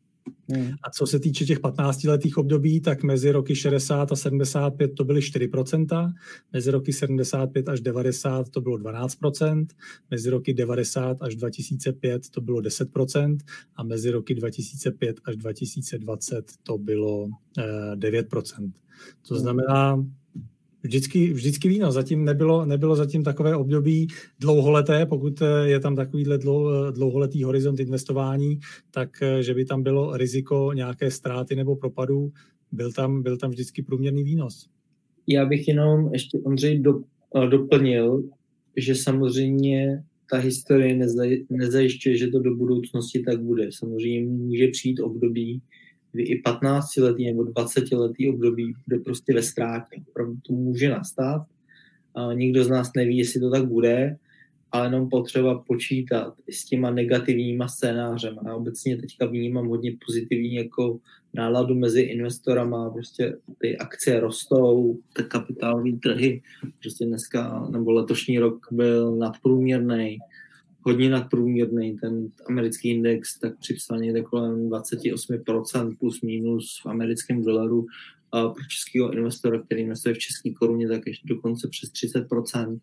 Hmm. A co se týče těch patnáctiletých období, tak mezi roky šedesát a sedmdesát pět to byly čtyři procenta, mezi roky sedmdesát pět až devadesát to bylo dvanáct procent, mezi roky devadesát až dva tisíce pět to bylo deset procent a mezi roky dva tisíce pět až dva tisíce dvacet to bylo eh, devět procent. To znamená, Vždycky, vždycky výnos. Zatím nebylo, nebylo zatím takové období dlouholeté, pokud je tam takovýhle dlouholetý horizont investování, tak že by tam bylo riziko nějaké ztráty nebo propadu, byl tam, byl tam vždycky průměrný výnos. Já bych jenom ještě, Ondřej, do, doplnil, že samozřejmě ta historie nezaj, nezajišťuje, že to do budoucnosti tak bude. Samozřejmě může přijít období, kdy i patnáctiletý nebo dvacetiletý období bude prostě ve ztrátě. Opravdu to může nastat. A nikdo z nás neví, jestli to tak bude, ale jenom potřeba počítat s těma negativníma scénářema. Já obecně teďka vnímám hodně pozitivní jako náladu mezi investorama, prostě ty akcie rostou, ty kapitálové trhy, prostě dneska nebo letošní rok byl nadprůměrný, hodně nadprůměrný, ten americký index tak připsal někde kolem dvacet osm procent plus minus v americkém dolaru, a pro českého investora, který investuje v české koruně, tak ještě dokonce přes třicet procent.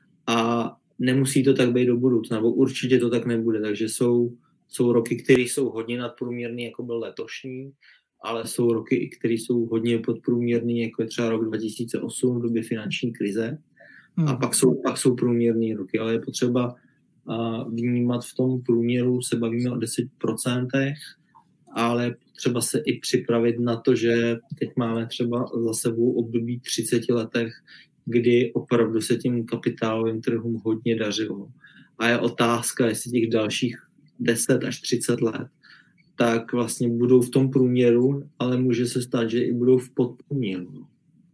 A nemusí to tak být do budoucna, nebo určitě to tak nebude, takže jsou, jsou roky, které jsou hodně nadprůměrný, jako byl letošní, ale jsou roky, které jsou hodně podprůměrný, jako je třeba rok dva tisíce osm v době finanční krize, hmm. a pak jsou, pak jsou průměrný roky, ale je potřeba a vnímat v tom průměru, se bavíme o deset procent, ale třeba se i připravit na to, že teď máme třeba za sebou období třicet letech, kdy opravdu se těm kapitálovým trhům hodně dařilo. A je otázka, jestli těch dalších deset až třicet let, tak vlastně budou v tom průměru, ale může se stát, že i budou v podprůměru.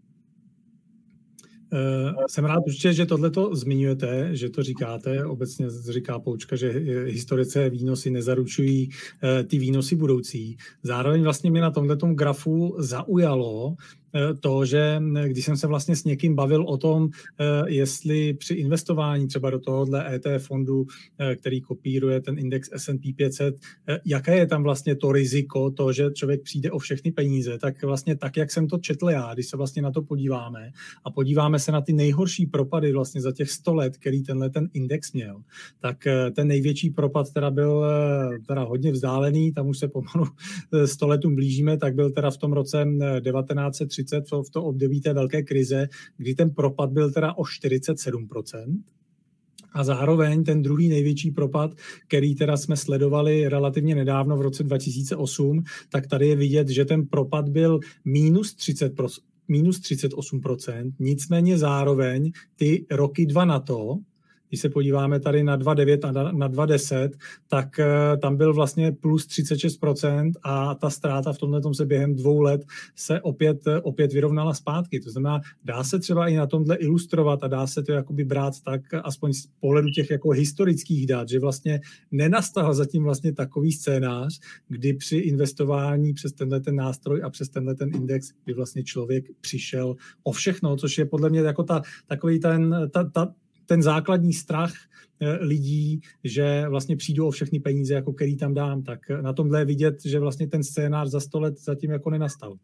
Uh, jsem rád určitě, že tohleto zmiňujete, že to říkáte. Obecně říká poučka, že historické výnosy nezaručují uh, ty výnosy budoucí. Zároveň vlastně mě na tomhletom grafu zaujalo to, že když jsem se vlastně s někým bavil o tom, jestli při investování třeba do tohohle E T F fondu, který kopíruje ten index S and P pět set, jaké je tam vlastně to riziko, to, že člověk přijde o všechny peníze, tak vlastně tak, jak jsem to četl já, když se vlastně na to podíváme a podíváme se na ty nejhorší propady vlastně za těch sto let, který tenhle ten index měl, tak ten největší propad teda byl teda hodně vzdálený, tam už se pomalu sto letům blížíme, tak byl teda v tom roce devatenáct set třicet v to období té velké krize, kdy ten propad byl teda o čtyřicet sedm procent. A zároveň ten druhý největší propad, který teda jsme sledovali relativně nedávno v roce dva tisíce osm, tak tady je vidět, že ten propad byl minus třicet procent, minus třicet osm procent, nicméně zároveň ty roky dva na to, když se podíváme tady na dva devět a na dva deset, tak uh, tam byl vlastně plus třicet šest procent a ta ztráta v tomhletom se během dvou let se opět, opět vyrovnala zpátky. To znamená, dá se třeba i na tomhle ilustrovat a dá se to jakoby brát tak, aspoň z pohledu těch jako historických dat, že vlastně nenastal zatím vlastně takový scénář, kdy při investování přes tenhle ten nástroj a přes tenhle ten index by vlastně člověk přišel o všechno, což je podle mě jako ta, takový ten, ta, ta ten základní strach lidí, že vlastně přijdu o všechny peníze, jako který tam dám, tak na tomhle je vidět, že vlastně ten scénář za sto let zatím jako nenastal.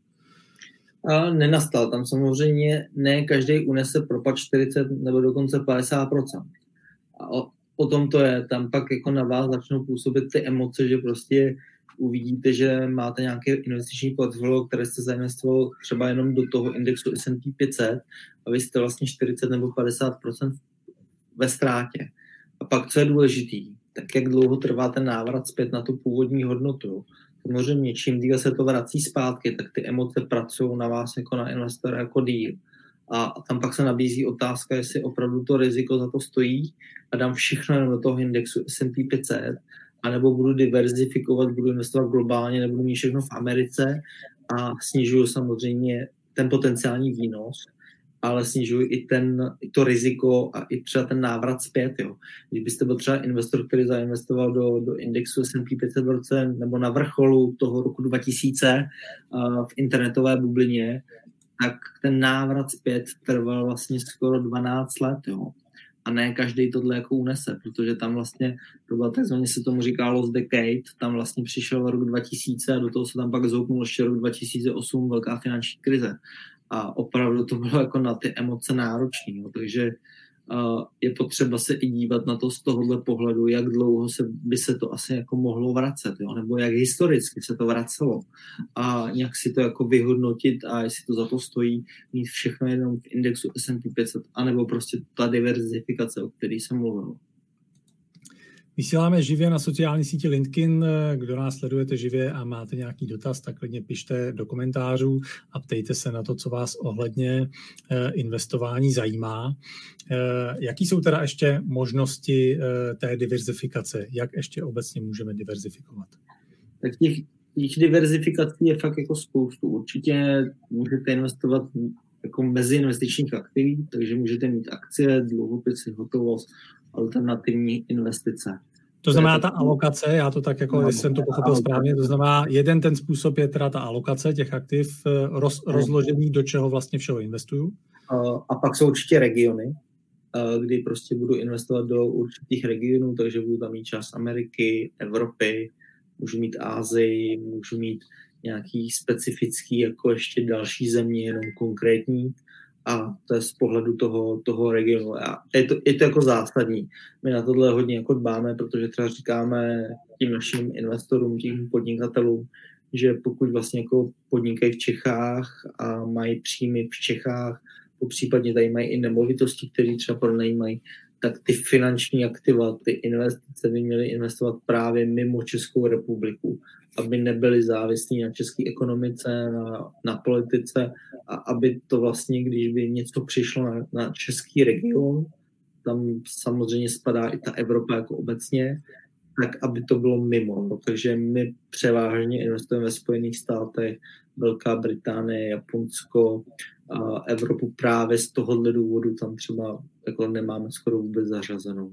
A nenastal. Tam samozřejmě ne každý unese propad čtyřicet nebo dokonce padesát procent. A o, o tom to je. Tam pak jako na vás začnou působit ty emoce, že prostě uvidíte, že máte nějaké investiční portfolio, které jste zainvestoval třeba jenom do toho indexu S and P pět set a vy jste vlastně čtyřicet nebo padesát procent ve ztrátě. A pak, co je důležitý, tak jak dlouho trvá ten návrat zpět na tu původní hodnotu. Samozřejmě, čím díl se to vrací zpátky, tak ty emoce pracují na vás jako na investora jako díl. A tam pak se nabízí otázka, jestli opravdu to riziko za to stojí a dám všechno jenom do toho indexu S and P pět set, anebo budu diverzifikovat, budu investovat globálně, nebudu mít všechno v Americe a snižuju samozřejmě ten potenciální výnos, ale snižuji i, ten, i to riziko a i třeba ten návrat zpět. Jo. Když byste byl třeba investor, který zainvestoval do, do indexu S and P pět set v roce nebo na vrcholu toho roku dva tisíce uh, v internetové bublině, tak ten návrat zpět trval vlastně skoro dvanáct let. Jo. a ne každý tohle jako unese, protože tam vlastně, to byla takzvaně se tomu říká lost decade, tam vlastně přišel rok dva tisíce a do toho se tam pak zouknul ještě rok dva tisíce osm, velká finanční krize. A opravdu to bylo jako na ty emoce náročné, no, takže uh, je potřeba se i dívat na to z tohohle pohledu, jak dlouho se, by se to asi jako mohlo vracet, jo, nebo jak historicky se to vracelo a nějak si to jako vyhodnotit a jestli to za to stojí mít všechno jenom v indexu S and P pět set, anebo prostě ta diverzifikace, o které jsem mluvil. Vysíláme živě na sociální síti LinkedIn. Kdo nás sledujete živě a máte nějaký dotaz, tak klidně pište do komentářů a ptejte se na to, co vás ohledně investování zajímá. Jaký jsou teda ještě možnosti té diverzifikace? Jak ještě obecně můžeme diverzifikovat? Tak těch, těch diverzifikací je fakt jako spoustu. Určitě můžete investovat jako mezi investičních aktiv, takže můžete mít akcie, dluhopisy, hotovost, alternativní investice. To znamená ta alokace, já to tak jako, jestli jsem to pochopil správně, to znamená jeden ten způsob je teda ta alokace těch aktiv, roz, rozložení, do čeho vlastně všeho investuju. A pak jsou určitě regiony, kdy prostě budu investovat do určitých regionů, takže budu tam mít část Ameriky, Evropy, můžu mít Asii, můžu mít nějaký specifický, jako ještě další země, jenom konkrétní. A to je z pohledu toho, toho regionu. A je to, je to jako zásadní. My na tohle hodně jako dbáme, protože třeba říkáme tím našim investorům, tím podnikatelům, že pokud vlastně jako podnikají v Čechách a mají příjmy v Čechách, popřípadně tady mají i nemovitosti, které třeba pronajímají, tak ty finanční aktiva, ty investice by měly investovat právě mimo Českou republiku, aby nebyly závislí na české ekonomice, na, na politice a aby to vlastně, když by něco přišlo na, na český region, tam samozřejmě spadá i ta Evropa jako obecně, tak aby to bylo mimo. No, takže my převážně investujeme ve Spojených státech, Velká Británie, Japonsko, a Evropu právě z tohohle důvodu tam třeba jako nemáme skoro vůbec zařazenou.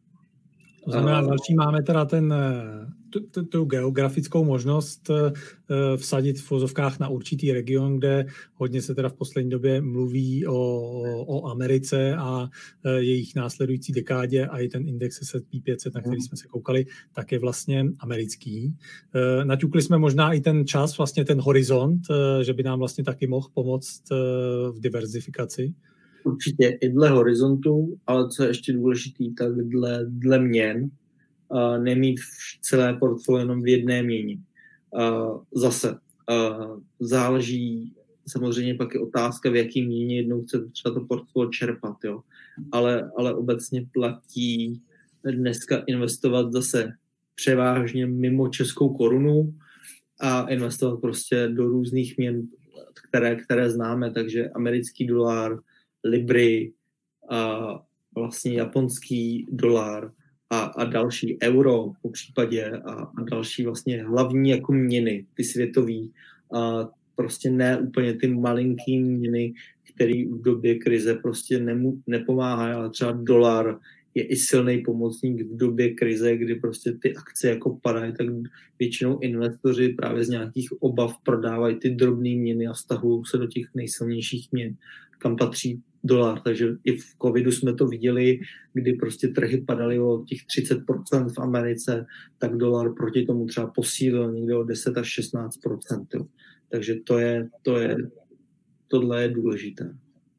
To znamená, další máme teda ten, tu, tu geografickou možnost vsadit v vozovkách na určitý region, kde hodně se teda v poslední době mluví o, o Americe a jejich následující dekádě a i ten index S and P pět set, na který jsme se koukali, tak je vlastně americký. Naťukli jsme možná i ten čas, vlastně ten horizont, že by nám vlastně taky mohl pomoct v diverzifikaci. Určitě i dle horizontu, ale co je ještě důležitý, tak dle, dle měn uh, nemít celé portfolio jenom v jedné měně. Uh, zase uh, záleží, samozřejmě pak je otázka, v jaký měně jednou chcete třeba to portfolio čerpat, jo. Ale, ale obecně platí dneska investovat zase převážně mimo českou korunu a investovat prostě do různých měn, které, které známe, takže americký dolar, libry, a vlastně japonský dolar a, a další euro po případě a, a další vlastně hlavní jako měny, ty světový, a prostě ne úplně ty malinký měny, který v době krize prostě nemu, nepomáhají, ale třeba dolar je i silný pomocník v době krize, kdy prostě ty akcie jako padají, tak většinou investoři právě z nějakých obav prodávají ty drobné měny a stahují se do těch nejsilnějších měn, kam patří dolar. Takže i v covidu jsme to viděli, kdy prostě trhy padaly o těch třicet procent v Americe, tak dolar proti tomu třeba posílil někde o deset až šestnáct procent. Jo. Takže to je, to je, tohle je důležité.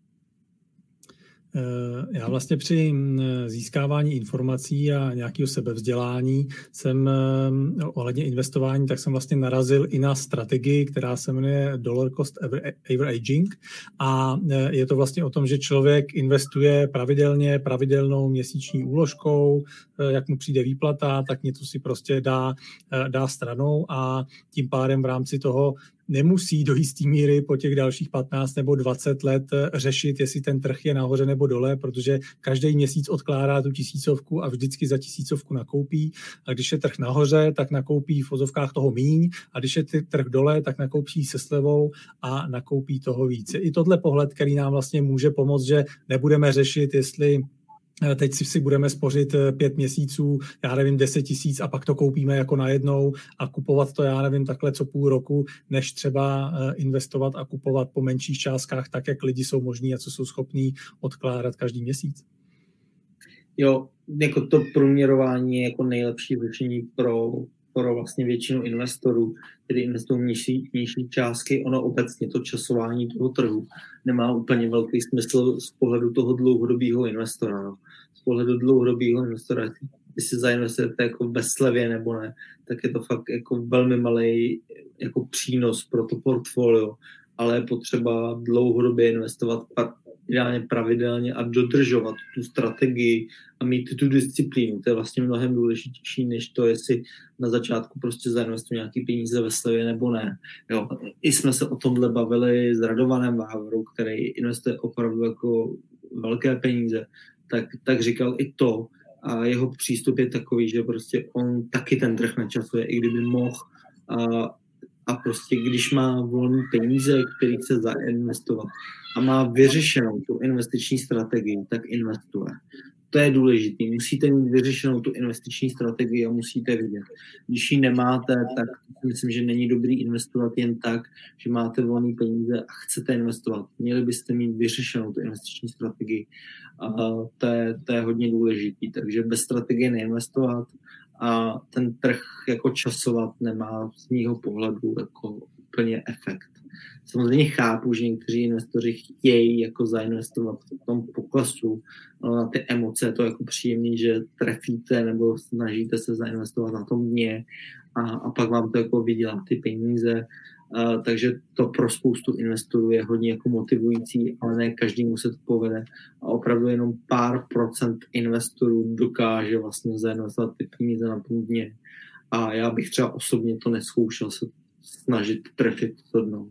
Já vlastně při získávání informací a nějakého sebevzdělání jsem ohledně investování, tak jsem vlastně narazil i na strategii, která se jmenuje Dollar Cost Averaging a je to vlastně o tom, že člověk investuje pravidelně, pravidelnou měsíční úložkou, jak mu přijde výplata, tak něco si prostě dá, dá stranou a tím pádem v rámci toho nemusí do jistý míry po těch dalších patnáct nebo dvacet let řešit, jestli ten trh je nahoře nebo dole, protože každý měsíc odkládá tu tisícovku a vždycky za tisícovku nakoupí. A když je trh nahoře, tak nakoupí v vozovkách toho míň a když je trh dole, tak nakoupí se slevou a nakoupí toho více. I tohle pohled, který nám vlastně může pomoct, že nebudeme řešit, jestli teď si, si budeme spořit pět měsíců, já nevím, deset tisíc a pak to koupíme jako najednou a kupovat to, já nevím, takhle co půl roku, než třeba investovat a kupovat po menších částkách, tak jak lidi jsou možní a co jsou schopní odkládat každý měsíc. Jo, jako to průměrování je jako nejlepší řešení pro, pro vlastně většinu investorů, kteří investují nižší, nižší částky. Ono obecně to časování toho trhu nemá úplně velký smysl z pohledu toho dlouhodobého investora. No. Z pohledu dlouhodobého investora, jestli zainvestujete jako ve slevě nebo ne, tak je to fakt jako velmi malý jako přínos pro to portfolio, ale je potřeba dlouhodobě investovat ideálně pravidelně a dodržovat tu strategii a mít tu disciplínu. To je vlastně mnohem důležitější, než to, jestli na začátku prostě zainvestuji nějaký peníze ve slevě nebo ne. Jo. I jsme se o tomhle bavili s Radovanem Vávorou, který investuje opravdu jako velké peníze, tak, tak říkal i to, a jeho přístup je takový, že prostě on taky ten trh načasuje, i kdyby mohl. A, a prostě když má volné peníze, který chce zainvestovat a má vyřešenou tu investiční strategii, tak investuje. To je důležité. Musíte mít vyřešenou tu investiční strategii a musíte vidět. Když ji nemáte, tak myslím, že není dobrý investovat jen tak, že máte volné peníze a chcete investovat. Měli byste mít vyřešenou tu investiční strategii. A to je, to je hodně důležité. Takže bez strategie neinvestovat a ten trh jako časovat nemá z mýho pohledu jako úplně efekt. Samozřejmě chápu, že někteří investoři chtějí jako zainvestovat v tom poklesu, ale na ty emoce je to jako příjemný, že trefíte nebo snažíte se zainvestovat na tom dně a, a pak vám to jako vydělá ty peníze. Uh, takže to pro spoustu investorů je hodně jako motivující, ale ne každému se to povede a opravdu jenom pár procent investorů dokáže vlastně zainvestovat ty peníze na tom dně. A já bych třeba osobně to neskoušel se snažit trefit to dno.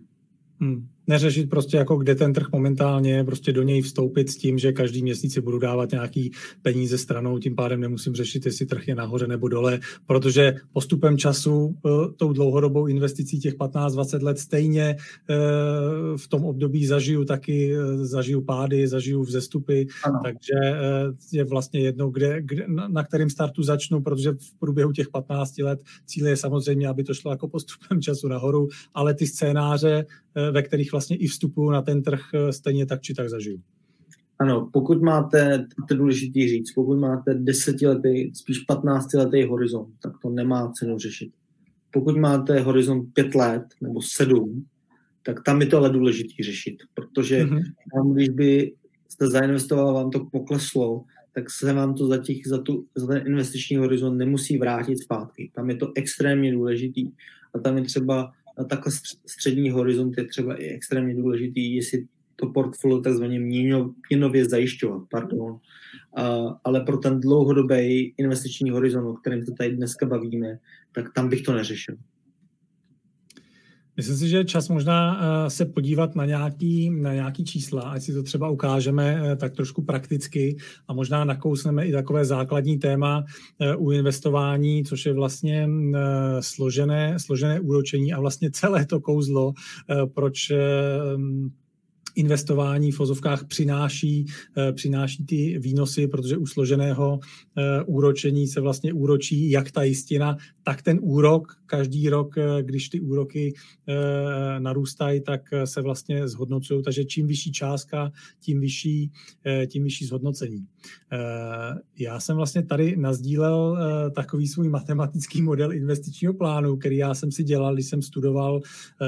Hmm. Neřešit prostě jako kde ten trh momentálně je, prostě do něj vstoupit s tím, že každý měsíc si budu dávat nějaký peníze stranou, tím pádem nemusím řešit, jestli trh je nahoře nebo dole, protože postupem času tou dlouhodobou investicí těch patnáct dvacet let stejně v tom období zažiju taky, zažiju pády, zažiju vzestupy, ano. Takže je vlastně jedno, kde, kde, na kterém startu začnu, protože v průběhu těch patnácti let cíl je samozřejmě, aby to šlo jako postupem času nahoru, ale ty scénáře, ve kterých vlastně i vstupuju na ten trh, stejně tak či tak zažiju. Ano, pokud máte, to je důležitý říct, pokud máte desetiletý, spíš patnáctiletý horizont, tak to nemá cenu řešit. Pokud máte horizont pět let nebo sedm, tak tam je to ale důležitý řešit, protože mm-hmm. tam, když by jste zainvestoval, vám to pokleslo, tak se vám to za, těch, za, tu, za ten investiční horizont nemusí vrátit zpátky. Tam je to extrémně důležitý a tam je třeba a takhle střední horizont je třeba i extrémně důležitý, jestli to portfolio takzvaně měnově zajišťovat, pardon. A, ale pro ten dlouhodobý investiční horizont, o kterém se tady dneska bavíme, tak tam bych to neřešil. Myslím si, že je čas možná se podívat na nějaký, na nějaký čísla, ať si to třeba ukážeme tak trošku prakticky a možná nakousneme i takové základní téma u investování, což je vlastně složené, složené úročení a vlastně celé to kouzlo, proč investování v vozovkách přináší, přináší ty výnosy, protože u složeného úročení se vlastně úročí jak ta jistina, tak ten úrok. Každý rok, když ty úroky narůstají, tak se vlastně zhodnocují. Takže čím vyšší částka, tím vyšší, tím vyšší zhodnocení. Já jsem vlastně tady nasdílel takový svůj matematický model investičního plánu, který já jsem si dělal, když jsem studoval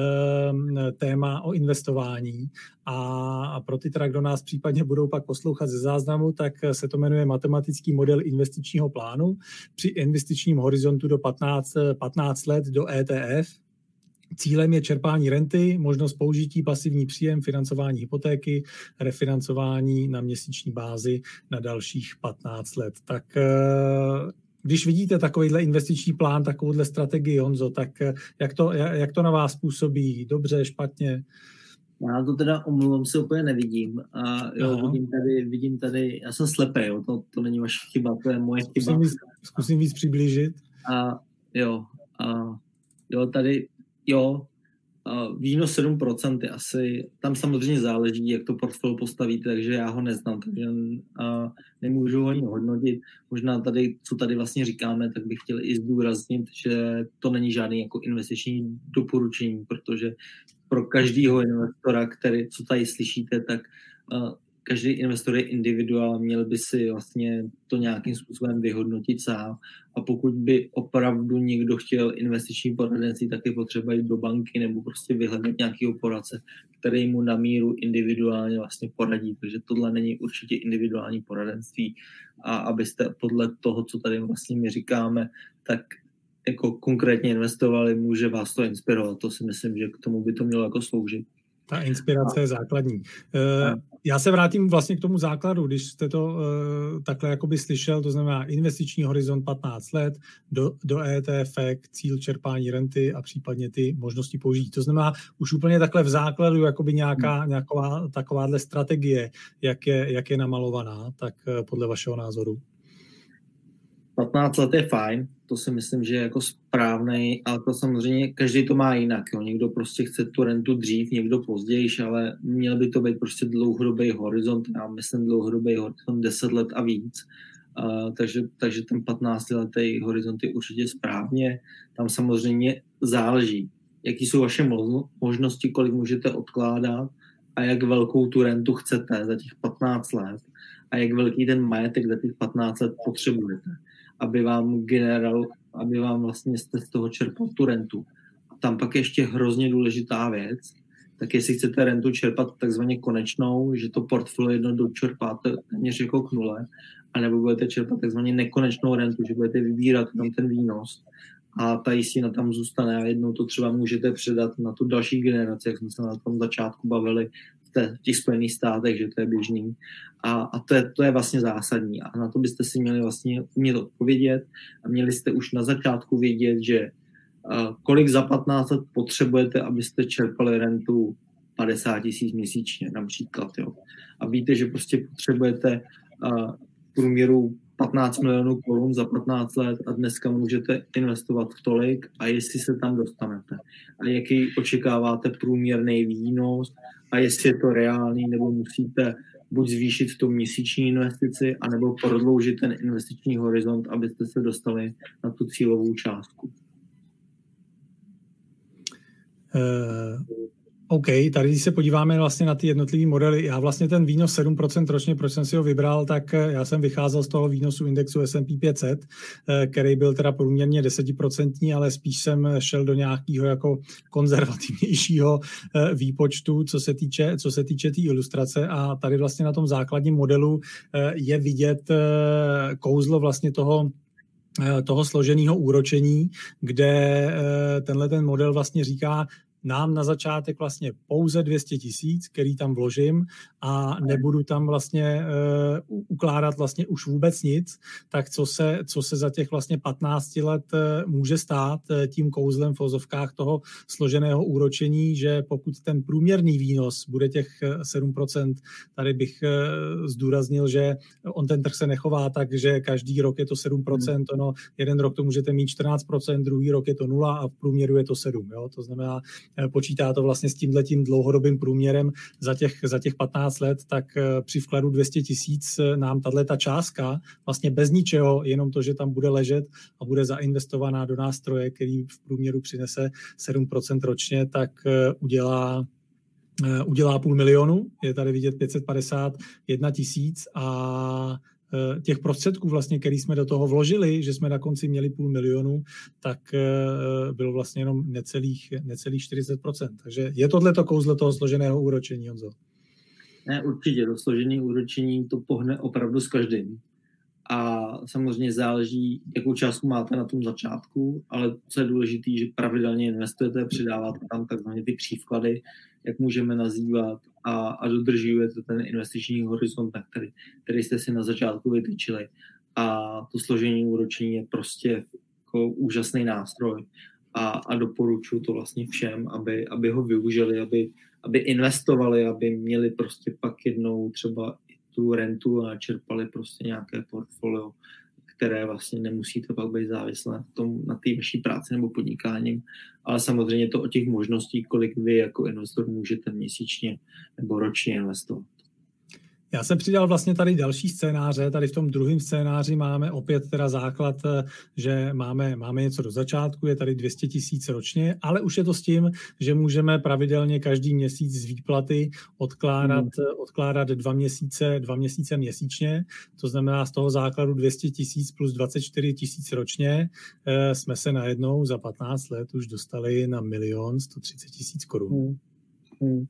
téma o investování. A pro ty, kdo nás případně budou pak poslouchat ze záznamu, tak se to jmenuje matematický model investičního plánu při investičním horizontu do patnáct, patnáct let do E T F. Cílem je čerpání renty, možnost použití, pasivní příjem, financování hypotéky, refinancování na měsíční bázi na dalších patnáct let. Tak když vidíte takovýhle investiční plán, takovouhle strategii, Honzo, tak jak to, jak to na vás působí? Dobře, špatně? Já to teda omluvám se úplně nevidím. A jo, vidím tady, vidím tady, já jsem slepý, jo, to, to není vaše chyba, to je moje chyba. Zkusím víc, zkusím víc přiblížit. A jo, a jo, tady, jo, a výnos sedm procent je asi, tam samozřejmě záleží, jak to portfolio postavíte, takže já ho neznám, takže a nemůžu ho ani hodnotit. Možná tady, co tady vlastně říkáme, tak bych chtěl i zdůraznit, že to není žádný jako investiční doporučení, protože pro každého investora, který, co tady slyšíte, tak uh, každý investor je individuál, měl by si vlastně to nějakým způsobem vyhodnotit sám a pokud by opravdu někdo chtěl investiční poradenství, tak je potřeba jít do banky nebo prostě vyhledat nějakého poradce, který mu na míru individuálně vlastně poradí, takže tohle není určitě individuální poradenství a abyste podle toho, co tady vlastně my říkáme, tak jako konkrétně investovali, může vás to inspirovat, to si myslím, že k tomu by to mělo jako sloužit. Ta inspirace je základní. Já se vrátím vlastně k tomu základu, když jste to takhle jakoby slyšel, to znamená investiční horizont patnáct let, do, do E T F, cíl čerpání renty a případně ty možnosti použít. To znamená už úplně takhle v základu jakoby nějaká, nějaká takováhle strategie, jak je, jak je namalovaná, tak podle vašeho názoru. patnáct let je fajn, to si myslím, že je jako správnej, ale to samozřejmě každý to má jinak. Jo. Někdo prostě chce tu rentu dřív, někdo později, ale měl by to být prostě dlouhodobý horizont, já myslím dlouhodobý horizont deset let a víc. Uh, takže, takže ten patnáctiletý horizont je určitě správně. Tam samozřejmě záleží, jaký jsou vaše možnosti, kolik můžete odkládat a jak velkou tu rentu chcete za těch patnáct let a jak velký ten majetek za těch patnáct let potřebujete, aby vám general, aby vám vlastně jste z toho čerpal tu rentu. A tam pak ještě hrozně důležitá věc, tak jestli chcete rentu čerpat takzvaně konečnou, že to portfolio jedno dočerpáte téměř jako k nule, anebo budete čerpat takzvaně nekonečnou rentu, že budete vybírat tam ten výnos a ta jistina tam zůstane a jednou to třeba můžete předat na tu další generaci, jak jsme se na tom začátku bavili v těch Spojených státech, že to je běžný. A, a to, je, to je vlastně zásadní. A na to byste si měli vlastně umět odpovědět a měli jste už na začátku vědět, že uh, kolik za patnáct let potřebujete, abyste čerpali rentu padesát tisíc měsíčně například. Jo. A víte, že prostě potřebujete uh, v průměru patnáct milionů korun za patnáct let a dneska můžete investovat tolik a jestli se tam dostanete. A jaký očekáváte průměrný výnos a jestli je to reálný, nebo musíte buď zvýšit tu měsíční investici, anebo prodloužit ten investiční horizont, abyste se dostali na tu cílovou částku. Uh... OK, tady když se podíváme vlastně na ty jednotlivé modely, já vlastně ten výnos sedm procent ročně, proč jsem si ho vybral, tak já jsem vycházel z toho výnosu indexu S and P pět set, který byl teda průměrně deset procent, ale spíš jsem šel do nějakého jako konzervativnějšího výpočtu, co se týče, co se týče té tý ilustrace a tady vlastně na tom základním modelu je vidět kouzlo vlastně toho toho složeného úročení, kde tenhle ten model vlastně říká, nám na začátek vlastně pouze dvě stě tisíc, který tam vložím a nebudu tam vlastně uh, ukládat vlastně už vůbec nic, tak co se, co se za těch vlastně patnáct let uh, může stát uh, tím kouzlem v ozovkách toho složeného úročení, že pokud ten průměrný výnos bude těch sedm procent, tady bych uh, zdůraznil, že on ten trh se nechová tak, že každý rok je to sedm procent, hmm. ono, jeden rok to můžete mít čtrnáct procent, druhý rok je to nula a v průměru je to sedm, jo? To znamená, počítá to vlastně s tímhletím dlouhodobým průměrem za těch, za těch patnáct let, tak při vkladu dvě stě tisíc nám tato částka vlastně bez ničeho, jenom to, že tam bude ležet a bude zainvestovaná do nástroje, který v průměru přinese sedm procent ročně, tak udělá udělá půl milionu, je tady vidět pět set padesát jedna tisíc a těch prostředků vlastně, který jsme do toho vložili, že jsme na konci měli půl milionu, tak bylo vlastně jenom necelých, necelých čtyřicet procent. Takže je tohleto kouzlo toho složeného úročení, Honzo? Ne, určitě, to složené úročení to pohne opravdu s každým. A samozřejmě záleží, jakou částku máte na tom začátku, ale co je důležité, že pravidelně investujete, přidáváte tam takzvané ty přívklady, jak můžeme nazývat, a, a dodržujete ten investiční horizont, na který, který jste si na začátku vytyčili. A to složení úročení je prostě jako úžasný nástroj a, a doporučuji to vlastně všem, aby, aby ho využili, aby, aby investovali, aby měli prostě pak jednou třeba tu rentu a čerpali prostě nějaké portfolio, které vlastně nemusíte pak být závislé na tom, na té vaší práci nebo podnikáním, ale samozřejmě to o těch možností, kolik vy jako investor můžete měsíčně nebo ročně investovat. Já jsem přidal vlastně tady další scénáře, tady v tom druhém scénáři máme opět teda základ, že máme, máme něco do začátku, je tady dvě stě tisíc ročně, ale už je to s tím, že můžeme pravidelně každý měsíc z výplaty odkládat, hmm. odkládat dva měsíce, dva měsíce měsíčně, to znamená z toho základu dvě stě tisíc plus dvacet čtyři tisíc ročně eh, jsme se najednou za patnáct let už dostali na milion sto třicet tisíc korun. Hmm. Hmm.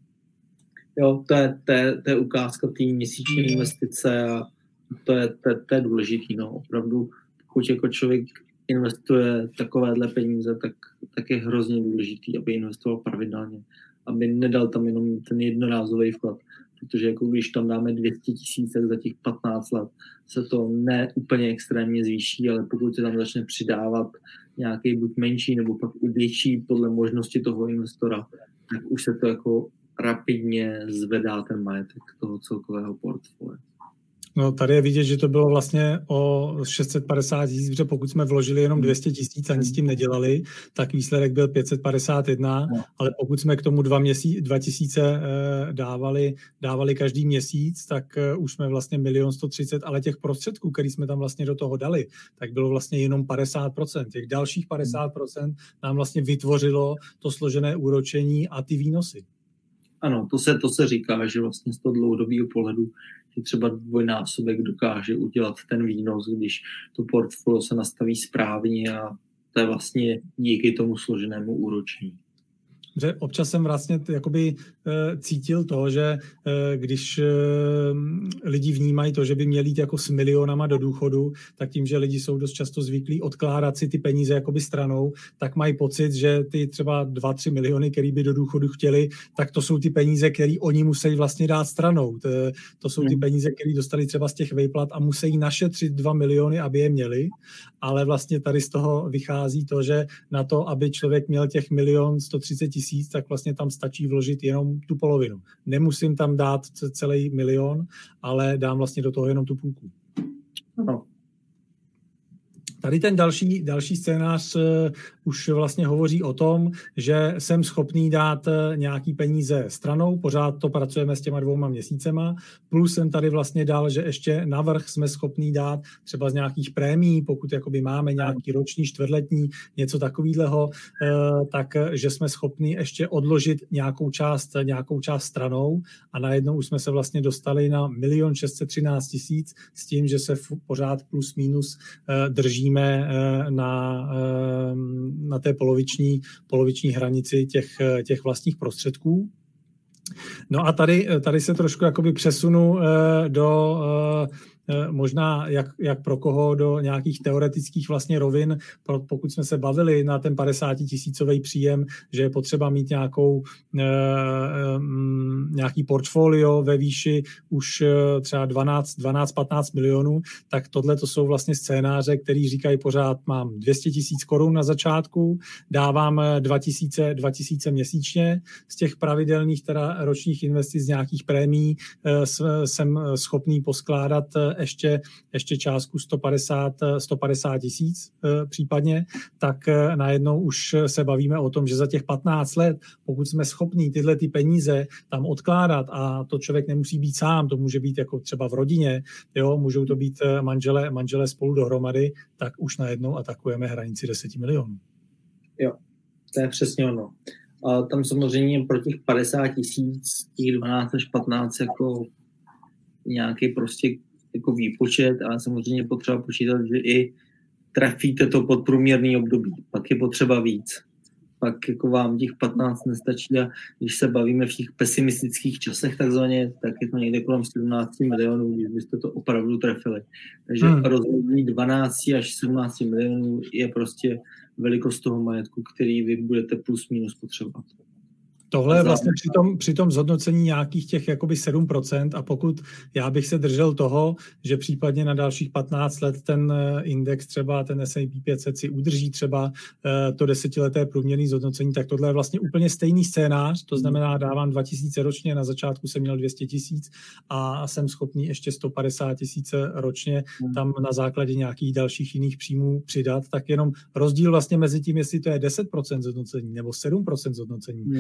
Jo, to je, to, je, to je ukázka té měsíční investice a to je, to, je, to je důležitý. No. Opravdu, pokud jako člověk investuje takovéhle peníze, tak, tak je hrozně důležitý, aby investoval pravidelně, aby nedal tam jenom ten jednorázový vklad, protože jako když tam dáme dvě stě tisíc, tak za těch patnáct let se to ne úplně extrémně zvýší, ale pokud se tam začne přidávat nějaký buď menší nebo pak i větší podle možnosti toho investora, tak už se to jako rapidně zvedá ten majetek toho celkového portfolia. No tady je vidět, že to bylo vlastně o šest set padesát tisíc, protože pokud jsme vložili jenom dvě stě tisíc a nic s tím nedělali, tak výsledek byl pět set padesát jedna, no. Ale pokud jsme k tomu dva, měsíc, dva tisíce eh, dávali, dávali každý měsíc, tak eh, už jsme vlastně milion sto třicet, ale těch prostředků, který jsme tam vlastně do toho dali, tak bylo vlastně jenom padesát procent. Těch dalších padesát procent nám vlastně vytvořilo to složené úročení a ty výnosy. Ano, to se, to se říká, že vlastně z toho dlouhodobého pohledu, že třeba dvojnásobek dokáže udělat ten výnos, když to portfolio se nastaví správně a to je vlastně díky tomu složenému úročení. Že občas jsem vlastně jakoby cítil to, že když lidi vnímají to, že by měli jít jako s milionama do důchodu, tak tím, že lidi jsou dost často zvyklí odkládat si ty peníze jakoby stranou, tak mají pocit, že ty třeba dva, tři miliony, který by do důchodu chtěli, tak to jsou ty peníze, které oni musí vlastně dát stranou. To, to jsou ty peníze, které dostali třeba z těch vejplat a musí našetřit dva miliony, aby je měli, ale vlastně tady z toho vychází to, že na to, aby člověk měl těch milion sto třicet tisíc, tak vlastně tam stačí vložit jenom tu polovinu. Nemusím tam dát celý milion, ale dám vlastně do toho jenom tu půlku. Ano. Tady ten další, další scénář uh, už vlastně hovoří o tom, že jsem schopný dát nějaký peníze stranou, pořád to pracujeme s těma dvouma měsícema, plus jsem tady vlastně dal, že ještě navrch jsme schopný dát třeba z nějakých prémií, pokud jakoby máme nějaký roční, čtvrtletní, něco takového, uh, tak že jsme schopní ještě odložit nějakou část, nějakou část stranou a najednou už jsme se vlastně dostali na milion šest set třináct tisíc s tím, že se pořád plus minus uh, držíme na, na té poloviční, poloviční hranici těch, těch vlastních prostředků. No a tady, tady se trošku jakoby přesunu do možná jak, jak pro koho do nějakých teoretických vlastně rovin, pokud jsme se bavili na ten padesátitisícový příjem, že je potřeba mít nějakou, nějaký portfolio ve výši už třeba dvanáct, dvanáct patnáct milionů, tak tohle to jsou vlastně scénáře, který říkají pořád, mám dvě stě tisíc korun na začátku, dávám dva tisíce měsíčně, z těch pravidelných teda ročních investic z nějakých prémií jsem schopný poskládat ještě, ještě částku sto padesát tisíc e, případně, tak e, najednou už se bavíme o tom, že za těch patnáct let, pokud jsme schopní tyhle ty peníze tam odkládat a to člověk nemusí být sám, to může být jako třeba v rodině, jo, můžou to být manžele, manžele spolu dohromady, tak už najednou atakujeme hranici deset milionů. Jo, to je přesně ono. A tam samozřejmě pro těch padesát tisíc, těch dvanáct až patnáct jako nějaký prostě jako výpočet, ale samozřejmě potřeba počítat, že i trafíte to podprůměrný období. Pak je potřeba víc. Pak jako vám těch patnáct nestačí a když se bavíme v těch pesimistických časech takzvaně, tak je to někde kolem sedmnáct milionů, když byste to opravdu trefili. Takže hmm. rozhodně dvanáct až sedmnáct milionů je prostě velikost toho majetku, který vy budete plus minus potřebovat. Tohle je vlastně při tom, při tom zhodnocení nějakých těch jakoby sedm procent a pokud já bych se držel toho, že případně na dalších patnáct let ten index třeba, ten S and P pět set si udrží třeba to desetileté průměrné zhodnocení, tak tohle je vlastně úplně stejný scénář, to znamená dávám dva tisíce ročně, na začátku jsem měl dvě stě tisíc a jsem schopný ještě sto padesát tisíc ročně tam na základě nějakých dalších jiných příjmů přidat, tak jenom rozdíl vlastně mezi tím, jestli to je deset procent zhodnocení nebo sedm procent zhodnocení, hmm. tak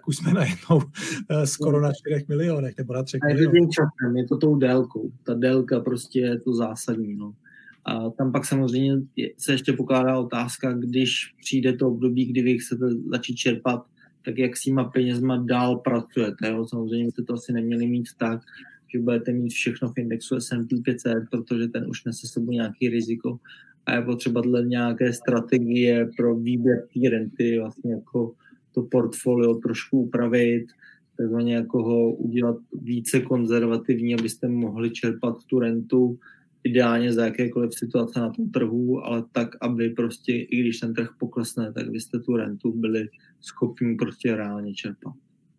tak už jsme najednou skoro na čtyřech milionech nebo na třech a je to milionech. tím časem, je to tou délkou. Ta délka prostě je to zásadní. No. A tam pak samozřejmě se ještě pokládá otázka, když přijde to období, kdy vy chcete začít čerpat, tak jak s těma penězma dál pracujete. Jo? Samozřejmě jste to asi neměli mít tak, že budete mít všechno v indexu S and P pět set, protože ten už nese sebou nějaký riziko a je potřeba dle nějaké strategie pro výběr té renty, vlastně jako to portfolio trošku upravit, takzvaně jako ho udělat více konzervativní, abyste mohli čerpat tu rentu ideálně za jakékoliv situace na tom trhu, ale tak, aby prostě, i když ten trh poklesne, tak vy jste tu rentu byli schopni prostě reálně čerpat.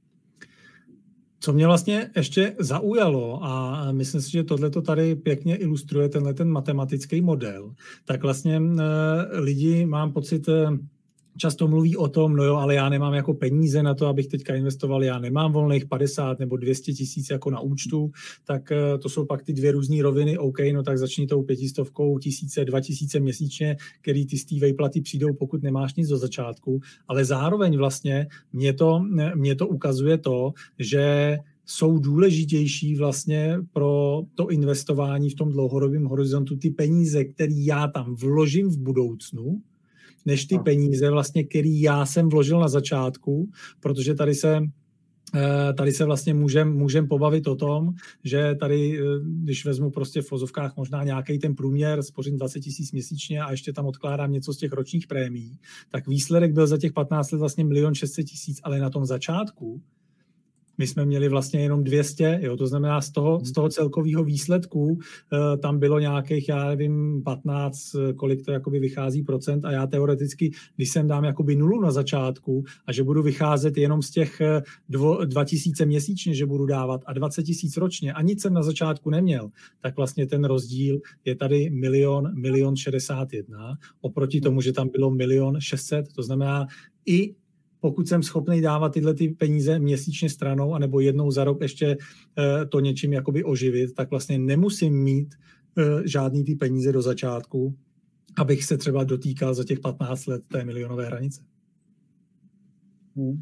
Co mě vlastně ještě zaujalo, a myslím si, že tohle to tady pěkně ilustruje tenhle ten matematický model, tak vlastně e, lidi, mám pocit, e, často mluví o tom, no jo, ale já nemám jako peníze na to, abych teďka investoval, já nemám volných padesát nebo dvě stě tisíc jako na účtu, tak e, to jsou pak ty dvě různé roviny, OK, no tak začni tou pětistovkou, tisíce, dva tisíce měsíčně, který ty z té vejplaty přijdou, pokud nemáš nic do začátku, ale zároveň vlastně mě to, mě to ukazuje to, že jsou důležitější vlastně pro to investování v tom dlouhodobém horizontu ty peníze, které já tam vložím v budoucnu, než ty peníze, vlastně, který já jsem vložil na začátku, protože tady se Tady se vlastně můžem, můžem pobavit o tom, že tady, když vezmu prostě v vozovkách možná nějaký ten průměr, spořím dvacet tisíc měsíčně a ještě tam odkládám něco z těch ročních prémií, tak výsledek byl za těch patnáct let vlastně milion šest set tisíc, ale na tom začátku my jsme měli vlastně jenom dvě stě, jo, to znamená z toho, z toho celkového výsledku e, tam bylo nějakých, já nevím, patnáct, kolik to jakoby vychází procent a já teoreticky, když sem dám jakoby nulu na začátku a že budu vycházet jenom z těch dvo, dva tisíce měsíčně, že budu dávat a dvacet tisíc ročně a nic jsem na začátku neměl, tak vlastně ten rozdíl je tady milion, milion šedesát jedna, oproti tomu, že tam bylo milion šest set, to znamená i pokud jsem schopný dávat tyhle ty peníze měsíčně stranou, anebo jednou za rok ještě to něčím jakoby oživit, tak vlastně nemusím mít žádný ty peníze do začátku, abych se třeba dotýkal za těch patnáct let té milionové hranice. Hmm.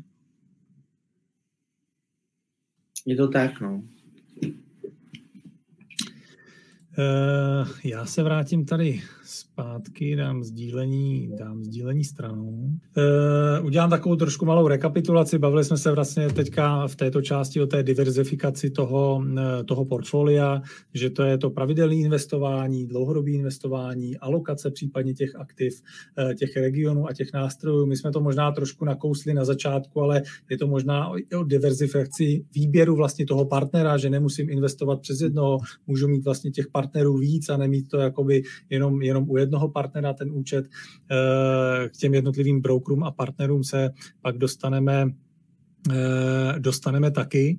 Je to tak, no. Já se vrátím tady zpátky, dám sdílení, dám sdílení stranou. Udělám takovou trošku malou rekapitulaci. Bavili jsme se vlastně teďka v této části o té diverzifikaci toho, toho portfolia, že to je to pravidelné investování, dlouhodobé investování, alokace případně těch aktiv, těch regionů a těch nástrojů. My jsme to možná trošku nakousli na začátku, ale je to možná o diverzifikaci výběru vlastně toho partnera, že nemusím investovat přes jednoho, můžu mít vlastně těch partnerů víc a nemít to jakoby jenom, jenom u jednoho partnera ten účet. K těm jednotlivým brokerům a partnerům se pak dostaneme, dostaneme taky.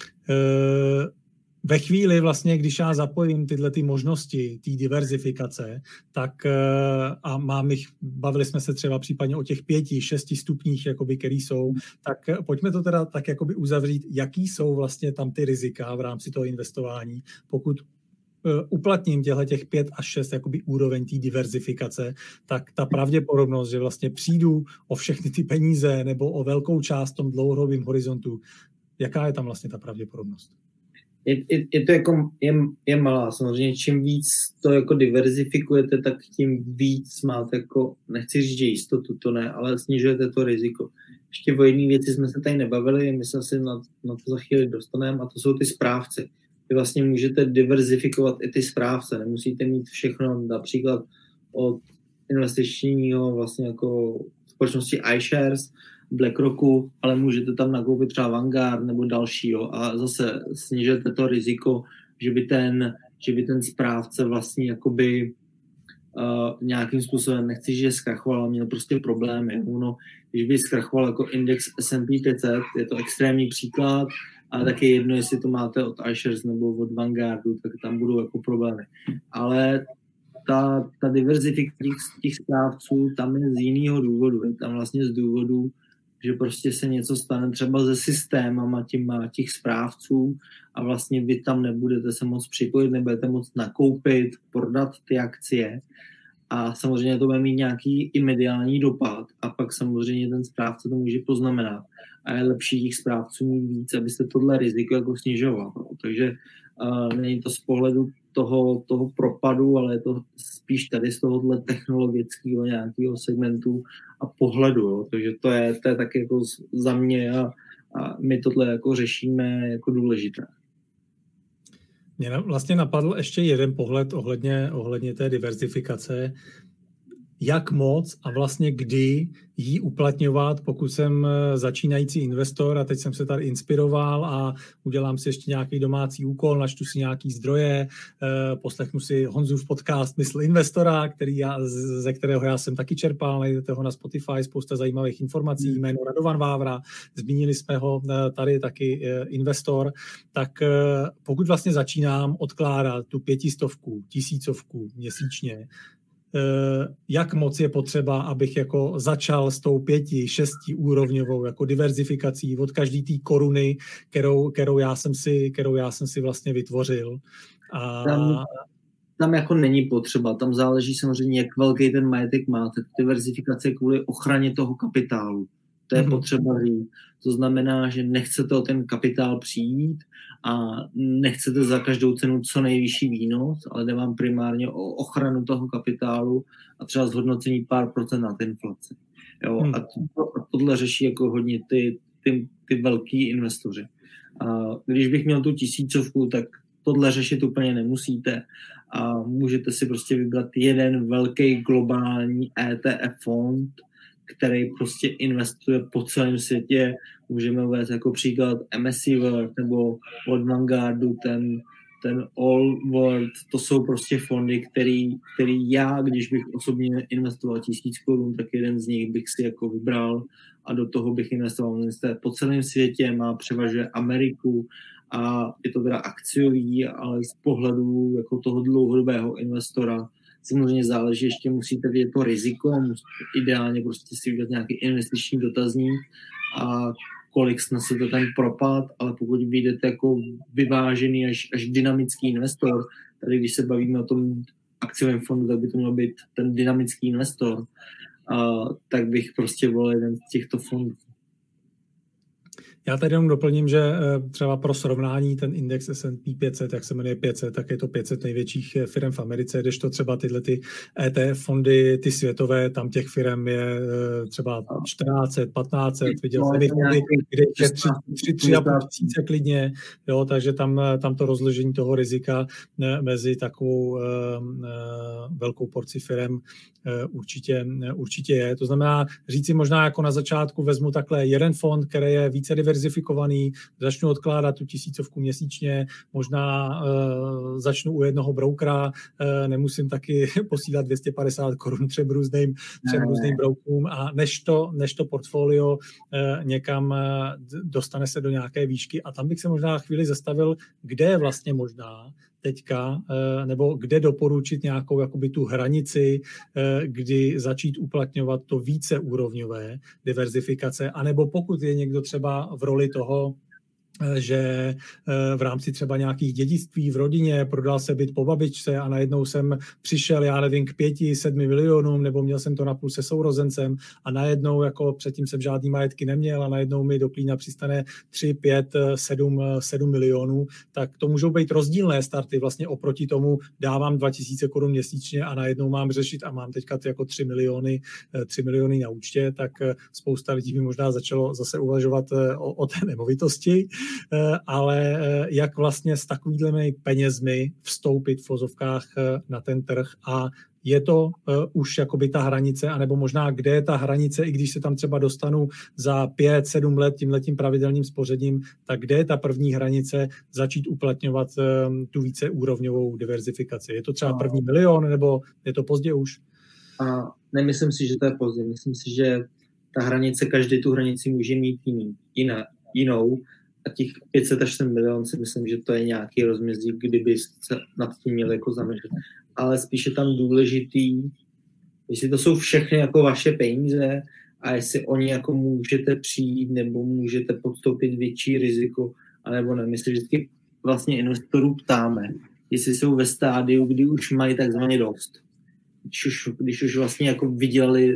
Ve chvíli vlastně, když já zapojím tyhle ty možnosti, té diverzifikace, tak a mám jich, bavili jsme se třeba případně o těch pěti, šesti stupních, jakoby, který jsou, tak pojďme to teda tak jakoby uzavřít, jaký jsou vlastně tam ty rizika v rámci toho investování, pokud uplatním těchto těch pět až šest jakoby úroveň té diverzifikace, tak ta pravděpodobnost, že vlastně přijdu o všechny ty peníze nebo o velkou část v tom dlouhodobém horizontu, jaká je tam vlastně ta pravděpodobnost? Je, je, je to jako, je, je malá, samozřejmě čím víc to jako diverzifikujete, tak tím víc máte jako, nechci říct, že jistotu, to ne, ale snižujete to riziko. Ještě o jedné věci jsme se tady nebavili, my jsme si na, na to za chvíli dostaneme, a to jsou ty správci. Vy vlastně můžete diverzifikovat i ty správce, nemusíte mít všechno například od investičního vlastně jako společnosti iShares, BlackRocku, ale můžete tam nakoupit třeba Vanguard nebo dalšího a zase snižujete to riziko, že by ten, že by ten správce vlastně jakoby uh, nějakým způsobem, nechci, že zkrachoval, ale měl prostě problémy. No, když by zkrachoval jako index S and P pět set, je to extrémní příklad, ale taky jedno, jestli to máte od iShares nebo od Vanguardu, tak tam budou jako problémy. Ale ta, ta diverzifikace těch, těch správců tam je z jiného důvodu. Je tam vlastně z důvodu, že prostě se něco stane třeba se systémama těma těch správců a vlastně vy tam nebudete se moc připojit, nebudete moc nakoupit, prodat ty akcie a samozřejmě to bude mít nějaký i mediální dopad a pak samozřejmě ten správce to může poznamenat. A je lepší těch správců mít víc, abyste tohle riziko jako snižoval. No. Takže uh, není to z pohledu toho, toho propadu, ale je to spíš tady z tohohle technologického nějakého segmentu a pohledu. Jo. Takže to je, to je tak jako za mě a, a my tohle jako řešíme jako důležité. Mě vlastně napadl ještě jeden pohled ohledně, ohledně té diverzifikace. Jak moc a vlastně kdy ji uplatňovat, pokud jsem začínající investor a teď jsem se tady inspiroval a udělám si ještě nějaký domácí úkol, načtu si nějaký zdroje, poslechnu si Honzův podcast Mysl investora, který já, ze kterého já jsem taky čerpal, najdete ho na Spotify, spousta zajímavých informací, jméno Radovan Vávra, zmínili jsme ho tady taky investor, tak pokud vlastně začínám odkládat tu pětistovku, tisícovku měsíčně, jak moc je potřeba, abych jako začal s tou pěti, šesti úrovňovou jako diverzifikací od každý té koruny, kterou, kterou, já jsem si, kterou já jsem si vlastně vytvořil. A... Tam, tam jako není potřeba, tam záleží samozřejmě, jak velký ten majetek máte. Diverzifikace kvůli ochraně toho kapitálu. To je mm-hmm. potřeba říct. To znamená, že nechcete o ten kapitál přijít a nechcete za každou cenu co nejvyšší výnos, ale jde vám primárně o ochranu toho kapitálu a třeba zhodnocení pár procent nad inflaci. Jo? Hmm. A, to, a tohle řeší jako hodně ty, ty, ty velký investoři. A když bych měl tu tisícovku, tak tohle řešit úplně nemusíte a můžete si prostě vybrat jeden velký globální E T F fond, který prostě investuje po celém světě. Můžeme uvést jako příklad M S C World nebo od Vanguardu ten, ten All World. To jsou prostě fondy, který, který já, když bych osobně investoval tisíc korun, tak jeden z nich bych si jako vybral a do toho bych investoval po celém světě, má převažuje Ameriku a je to teda akciový, ale z pohledu jako toho dlouhodobého investora samozřejmě záleží, ještě musíte vědět to riziko, ideálně prostě si udělat nějaký investiční dotazník a kolik snesete ten propad, ale pokud vyjdete jako vyvážený až, až dynamický investor, tady když se bavíme o tom akciovém fondu, tak by to měl být ten dynamický investor, a, tak bych prostě volil jeden z těchto fondů. Já tady jenom doplním, že třeba pro srovnání ten index S and P pět set, jak se jmenuje pět set, tak je to pět set největších firm v Americe, kdežto třeba tyhle ty E T F fondy, ty světové, tam těch firm je třeba čtrnáct set, patnáct set, viděl jsem jich fondy, kde je tři, tři a půl tisíce klidně, jo, takže tam, tam to rozložení toho rizika mezi takovou uh, uh, velkou porci firm uh, určitě, určitě je. To znamená říci možná jako na začátku vezmu takhle jeden fond, který je více diverzifikovaný, začnu odkládat tu tisícovku měsíčně, možná uh, začnu u jednoho broukera, uh, nemusím taky posílat dvě stě padesát korun třem různým, třem různým broukům a než to, než to portfolio uh, někam uh, dostane se do nějaké výšky a tam bych se možná chvíli zastavil, kde je vlastně možná teďka, nebo kde doporučit nějakou jakoby tu hranici, kdy začít uplatňovat to víceúrovňové diverzifikace, anebo pokud je někdo třeba v roli toho, že v rámci třeba nějakých dědictví v rodině prodal se byt po babičce a najednou jsem přišel, já nevím, k pěti, sedmi milionům, nebo měl jsem to napůl se sourozencem a najednou, jako předtím jsem žádný majetky neměl a najednou mi do klína přistane tři, pět, sedm, sedm milionů, tak to můžou být rozdílné starty vlastně oproti tomu dávám dva tisíce korun měsíčně a najednou mám řešit a mám teďka jako tři miliony, tři miliony na účtě, tak spousta lidí by možná začalo zase uvažovat o, o té nemovitosti, ale jak vlastně s takovými penězmi vstoupit v vozovkách na ten trh a je to uh, už jakoby ta hranice, anebo možná kde je ta hranice, i když se tam třeba dostanu za pět, sedm let tímhletím pravidelným spořením, tak kde je ta první hranice začít uplatňovat um, tu víceúrovňovou diverzifikaci? Je to třeba první milion, nebo je to pozdě už? A nemyslím si, že to je pozdě. Myslím si, že ta hranice, každý tu hranici může mít jiný, jiná, jinou. A těch pět set až ten milion si myslím, že to je nějaký rozmezí, kdyby se nad tím měli jako zamýšlet. Ale spíše tam důležitý, jestli to jsou všechny jako vaše peníze a jestli oni jako můžete přijít nebo můžete podstoupit větší riziko, anebo ne. My se vždycky vlastně investorů ptáme, jestli jsou ve stádiu, kdy už mají takzvaně dost. Když už, když už vlastně jako vydělali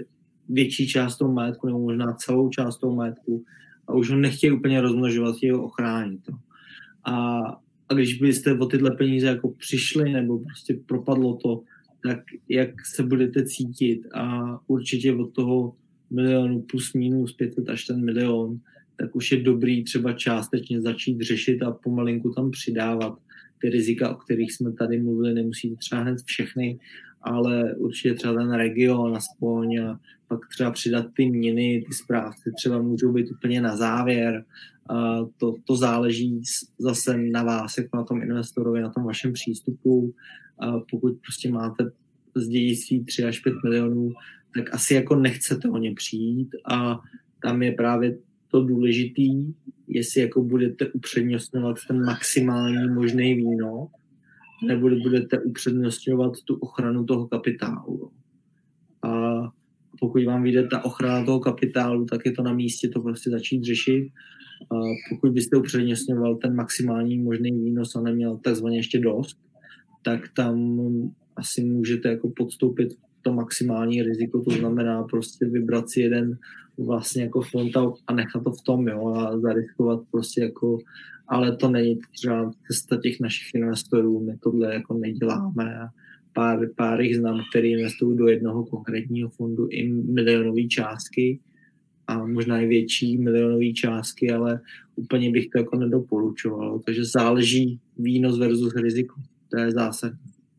větší část toho majetku, nebo možná celou část toho majetku a už ho nechtějí úplně rozmnožovat, chtějí ho ochránit. No. A, a když byste o tyhle peníze jako přišli, nebo prostě propadlo to, tak jak se budete cítit a určitě od toho milionu plus minus pět set až ten milion, tak už je dobrý třeba částečně začít řešit a pomalinku tam přidávat ty rizika, o kterých jsme tady mluvili, nemusíte třeba hned všechny, ale určitě třeba ten region aspoň a pak třeba přidat ty měny, ty správci třeba můžou být úplně na závěr. A to, to záleží zase na vás, jako na tom investorovi, na tom vašem přístupu. A pokud prostě máte z dědictví tři až pět milionů, tak asi jako nechcete o ně přijít a tam je právě to důležitý, jestli jako budete upřednostňovat ten maximální možný výnos, nebo budete upřednostňovat tu ochranu toho kapitálu. A pokud vám vyjde ta ochrana toho kapitálu, tak je to na místě to prostě začít řešit. A pokud byste upřednostňoval ten maximální možný výnos a neměl takzvaně ještě dost, tak tam asi můžete jako podstoupit to maximální riziko, to znamená prostě vybrat si jeden vlastně jako fond a nechat to v tom, jo, a zariskovat prostě jako, ale to není třeba cesta těch našich investorů, my tohle jako neděláme a pár, pár jich znám, který investují do jednoho konkrétního fondu i milionové částky a možná i větší milionové částky, ale úplně bych to jako nedoporučoval, takže záleží výnos versus riziko, to je zásadní.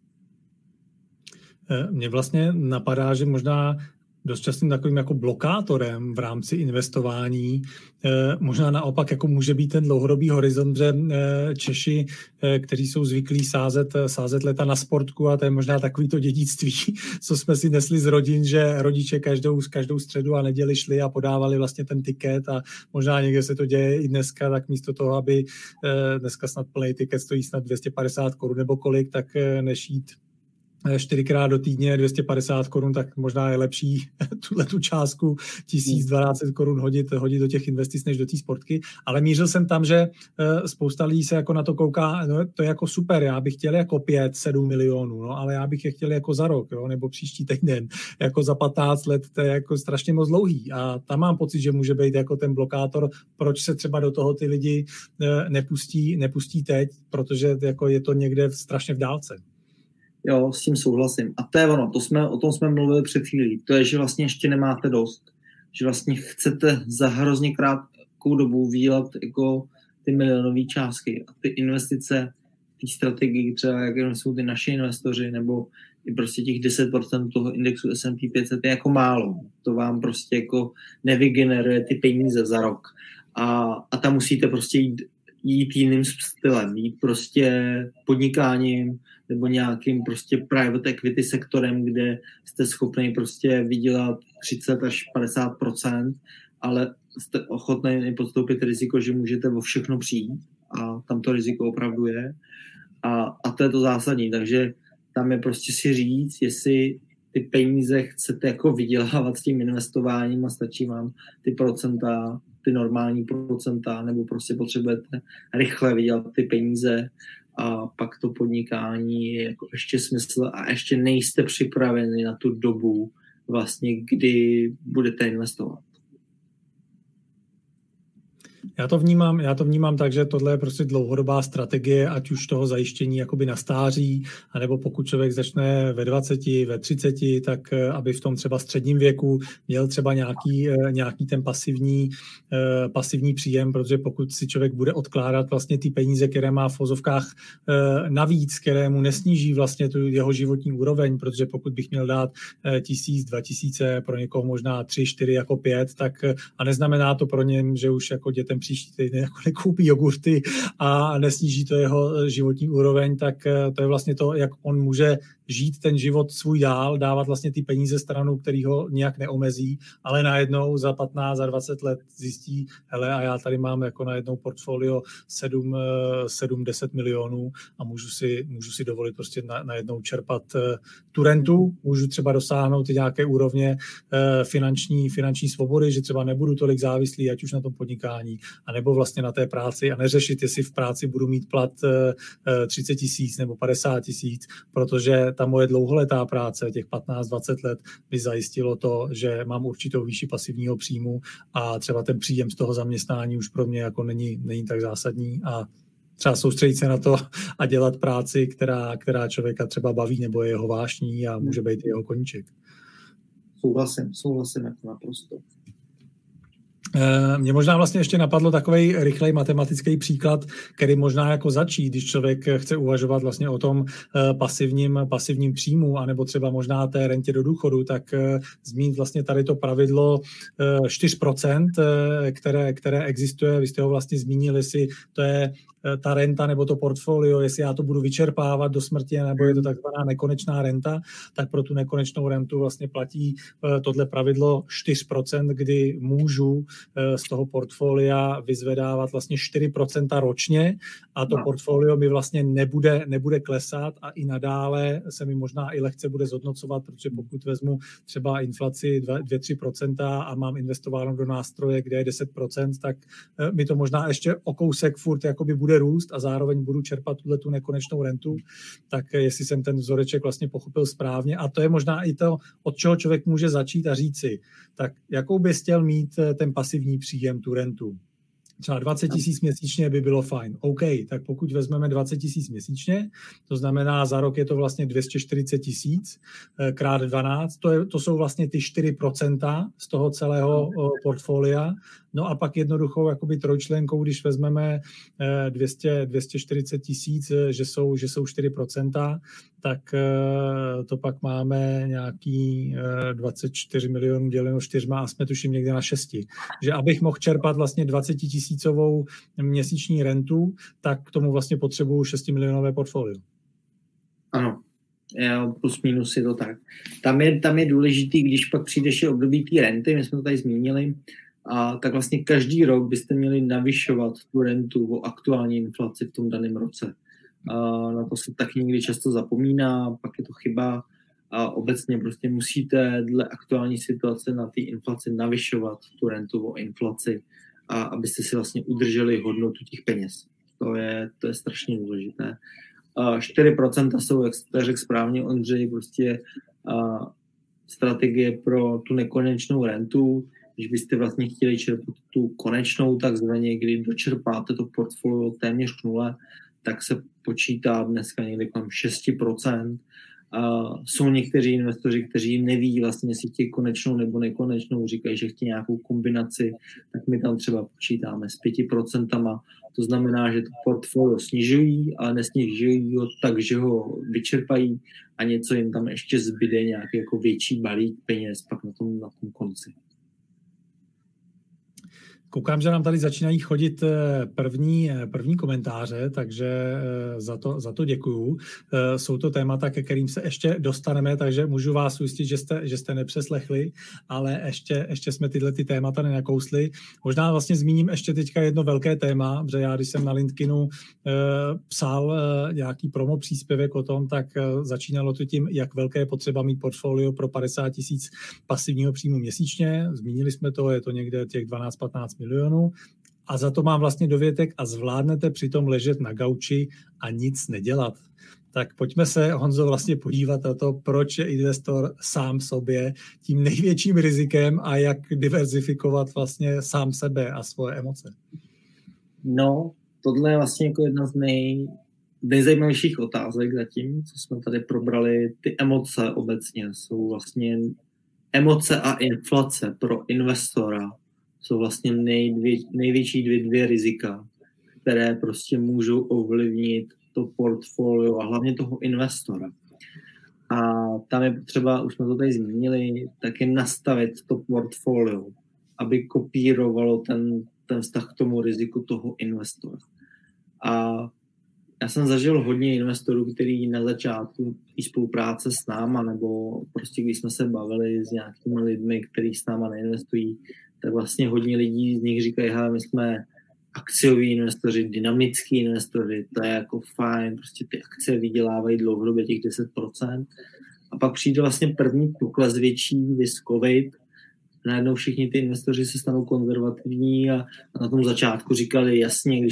Mně vlastně napadá, že možná dost častým takovým jako blokátorem v rámci investování možná naopak jako může být ten dlouhodobý horizont, že Češi, kteří jsou zvyklí sázet, sázet leta na sportku a to je možná takový to dědictví, co jsme si nesli z rodin, že rodiče každou, každou středu a neděli šli a podávali vlastně ten tiket a možná někde se to děje i dneska, tak místo toho, aby dneska snad plný tiket stojí snad dvě stě padesát korun nebo kolik, tak než jít čtyřikrát do týdně dvě stě padesát korun, tak možná je lepší tuhle tu částku tisíc dvě stě korun hodit, hodit do těch investic než do té sportky. Ale mířil jsem tam, že spousta lidí se jako na to kouká, no to je jako super, já bych chtěl jako pět, sedm milionů, no ale já bych je chtěl jako za rok, jo, nebo příští týden, jako za patnáct let, to je jako strašně moc dlouhý. A tam mám pocit, že může být jako ten blokátor, proč se třeba do toho ty lidi nepustí, nepustí teď, protože jako je to někde strašně v dálce. Jo, s tím souhlasím. A to je ono, to jsme, o tom jsme mluvili před chvílí. To je, že vlastně ještě nemáte dost. Že vlastně chcete za hrozně krátkou dobu vydělat jako ty milionové částky. A ty investice, ty strategii, třeba jak jsou ty naši investoři, nebo i prostě těch deset procent toho indexu S and P pět set je jako málo. To vám prostě jako nevygeneruje ty peníze za rok. A, a tam musíte prostě jít, jít jiným stylem, jít prostě podnikáním, nebo nějakým prostě private equity sektorem, kde jste schopni prostě vydělat třicet až padesát procent, ale jste ochotný podstoupit riziko, že můžete o všechno přijít a tam to riziko opravdu je. A, a to je to zásadní, takže tam je prostě si říct, jestli ty peníze chcete jako vydělávat s tím investováním a stačí vám ty procenta, ty normální procenta, nebo prostě potřebujete rychle vydělat ty peníze a pak to podnikání je jako ještě smysl a ještě nejste připraveni na tu dobu vlastně, kdy budete investovat. Já to vnímám, já to vnímám tak, že tohle je prostě dlouhodobá strategie, ať už toho zajištění jakoby na stáří, anebo pokud člověk začne ve dvaceti, ve třiceti, tak aby v tom třeba středním věku měl třeba nějaký, nějaký ten pasivní, pasivní příjem, protože pokud si člověk bude odkládat vlastně ty peníze, které má v vozovkách navíc, které mu nesníží vlastně tu jeho životní úroveň, protože pokud bych měl dát tisíc, dva tisíce, pro někoho možná tři, čtyři jako pět, tak a neznamená to pro něm, že už jako dětem příští týden jako nekoupí jogurty a nesníží to jeho životní úroveň, tak to je vlastně to, jak on může žít ten život svůj dál, dávat vlastně ty peníze stranou, který ho nějak neomezí, ale najednou za patnáct, za dvacet let zjistí, hele, a já tady mám jako najednou portfolio sedm, sedm deset milionů a můžu si, můžu si dovolit prostě na, najednou čerpat tu rentu, můžu třeba dosáhnout i nějaké úrovně finanční, finanční svobody, že třeba nebudu tolik závislý, ať už na tom podnikání, anebo vlastně na té práci a neřešit, jestli v práci budu mít plat třicet tisíc nebo padesát tisíc, protože ta moje dlouholetá práce, těch patnáct dvacet let, by zajistilo to, že mám určitou výši pasivního příjmu a třeba ten příjem z toho zaměstnání už pro mě jako není, není tak zásadní a třeba soustředit se na to a dělat práci, která, která člověka třeba baví nebo je jeho vášní a může být jeho koníček. Souhlasím, souhlasím jako naprosto. Mně možná vlastně ještě napadlo takový rychlej matematický příklad, který možná jako začít, když člověk chce uvažovat vlastně o tom pasivním, pasivním příjmu, anebo třeba možná té rentě do důchodu, tak zmínit vlastně tady to pravidlo čtyři procenta, které, které existuje. Vy jste ho vlastně zmínili, jestli to je ta renta nebo to portfolio, jestli já to budu vyčerpávat do smrti, nebo je to takzvaná nekonečná renta, tak pro tu nekonečnou rentu vlastně platí tohle pravidlo čtyři procenta, kdy můžu z toho portfolia vyzvedávat vlastně čtyři procenta ročně a to no. portfolio mi vlastně nebude, nebude klesat a i nadále se mi možná i lehce bude zhodnocovat, protože pokud vezmu třeba inflaci dva až tři procenta a mám investováno do nástroje, kde je deset procent, tak mi to možná ještě o kousek furt jakoby bude růst a zároveň budu čerpat tuhle tu nekonečnou rentu, tak jestli jsem ten vzoreček vlastně pochopil správně a to je možná i to, od čeho člověk může začít a říci, tak jakou bys chtěl mít ten pasivní příjem, tu rentu. Třeba dvacet tisíc měsíčně by bylo fajn. OK, tak pokud vezmeme dvacet tisíc měsíčně, to znamená za rok je to vlastně dvě stě čtyřicet tisíc krát dvanáct, to, je, to jsou vlastně ty čtyři procenta z toho celého portfolia. No a pak jednoduchou jakoby trojčlenkou, když vezmeme dvě stě, dvě stě čtyřicet tisíc, že jsou, že jsou čtyři procenta, tak to pak máme nějaký dvacet čtyři milionů děleno čtyřma a jsme tuším někde na šesti. Že abych mohl čerpat vlastně dvacet tisícovou měsíční rentu, tak k tomu vlastně potřebuju šestimilionové portfolio. Ano, plus minus je to tak. Tam je, tam je důležitý, když pak přijdeš období té renty, my jsme to tady zmínili, a tak vlastně každý rok byste měli navyšovat tu rentu o aktuální inflaci v tom daném roce. A na to se taky někdy často zapomíná, pak je to chyba a obecně prostě musíte dle aktuální situace na té inflaci navyšovat tu rentu o inflaci, a abyste si vlastně udrželi hodnotu těch peněz. To je, to je strašně důležité. A čtyři procenta jsou, jak jste řekl správně, Ondřej, prostě a strategie pro tu nekonečnou rentu. Když byste vlastně chtěli čerpat tu konečnou, takzvaně, kdy dočerpáte to portfolio téměř k nule, tak se počítá dneska někde kolem šest procent. Uh, jsou někteří investoři, kteří neví vlastně, jestli chtějí konečnou nebo nekonečnou, říkají, že chtějí nějakou kombinaci, tak my tam třeba počítáme s pěti procentama. To znamená, že to portfolio snižují, ale nesnižují ho tak, že ho vyčerpají a něco jim tam ještě zbyde, nějaký jako větší balík peněz pak na tom, na tom konci. Koukám, že nám tady začínají chodit první, první komentáře, takže za to, za to děkuju. Jsou to témata, ke kterým se ještě dostaneme, takže můžu vás ujistit, že jste, že jste nepřeslechli, ale ještě, ještě jsme tyhle ty témata nenakousli. Možná vlastně zmíním ještě teďka jedno velké téma, protože já, když jsem na LinkedInu psal nějaký promo příspěvek o tom, tak začínalo to tím, jak velké je potřeba mít portfolio pro padesát tisíc pasivního příjmu měsíčně. Zmínili jsme to, je to někde těch dvanáct patnáct milionů a za to mám vlastně dovětek a zvládnete přitom ležet na gauči a nic nedělat. Tak pojďme se, Honzo, vlastně podívat na to, proč je investor sám sobě tím největším rizikem a jak diverzifikovat vlastně sám sebe a svoje emoce. No, tohle je vlastně jako jedna z nej, nejzajímavějších otázek zatím, co jsme tady probrali. Ty emoce obecně jsou vlastně emoce a inflace pro investora jsou vlastně nejdvě, největší dvě, dvě rizika, které prostě můžou ovlivnit to portfolio a hlavně toho investora. A tam je potřeba, už jsme to tady zmínili, taky nastavit to portfolio, aby kopírovalo ten, ten vztah k tomu riziku toho investora. A já jsem zažil hodně investorů, kteří na začátku i spolupráce s náma, nebo prostě když jsme se bavili s nějakými lidmi, kteří s náma neinvestují, tak vlastně hodně lidí z nich říkají, hele, my jsme akcioví investoři, dynamický investoři, to je jako fajn, prostě ty akcie vydělávají dlouhodobě těch deset procent. A pak přijde vlastně první pokles větší, vys covid, najednou všichni ty investoři se stanou konzervativní a na tom začátku říkali, jasně, když to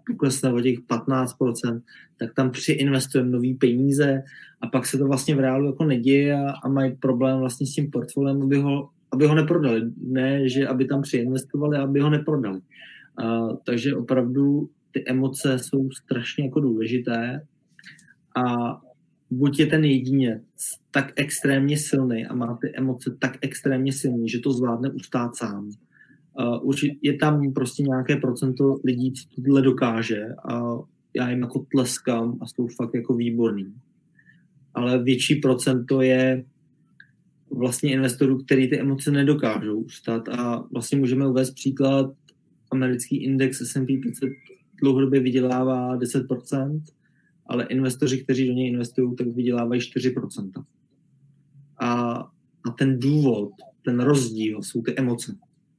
poklesne o těch patnáct procent, tak tam přiinvestujeme nový peníze a pak se to vlastně v reálu jako neděje a, a mají problém vlastně s tím portfoliem, aby ho, aby ho neprodali. Ne, že aby tam přiinvestovali, aby ho neprodali. A, takže opravdu ty emoce jsou strašně jako důležité a buď je ten jedinec tak extrémně silný a má ty emoce tak extrémně silný, že to zvládne ustát sám. Uh, už je tam prostě nějaké procento lidí, co tohle dokáže a já jim jako tleskám a jsou fakt jako výborný. Ale větší procento je vlastně investorů, který ty emoce nedokážou ustát a vlastně můžeme uvést příklad, americký index S and P pět set dlouhodobě vydělává deset procent, ale investoři, kteří do něj investují, tak vydělávají čtyři procenta. A, a ten důvod, ten rozdíl jsou ty emoce.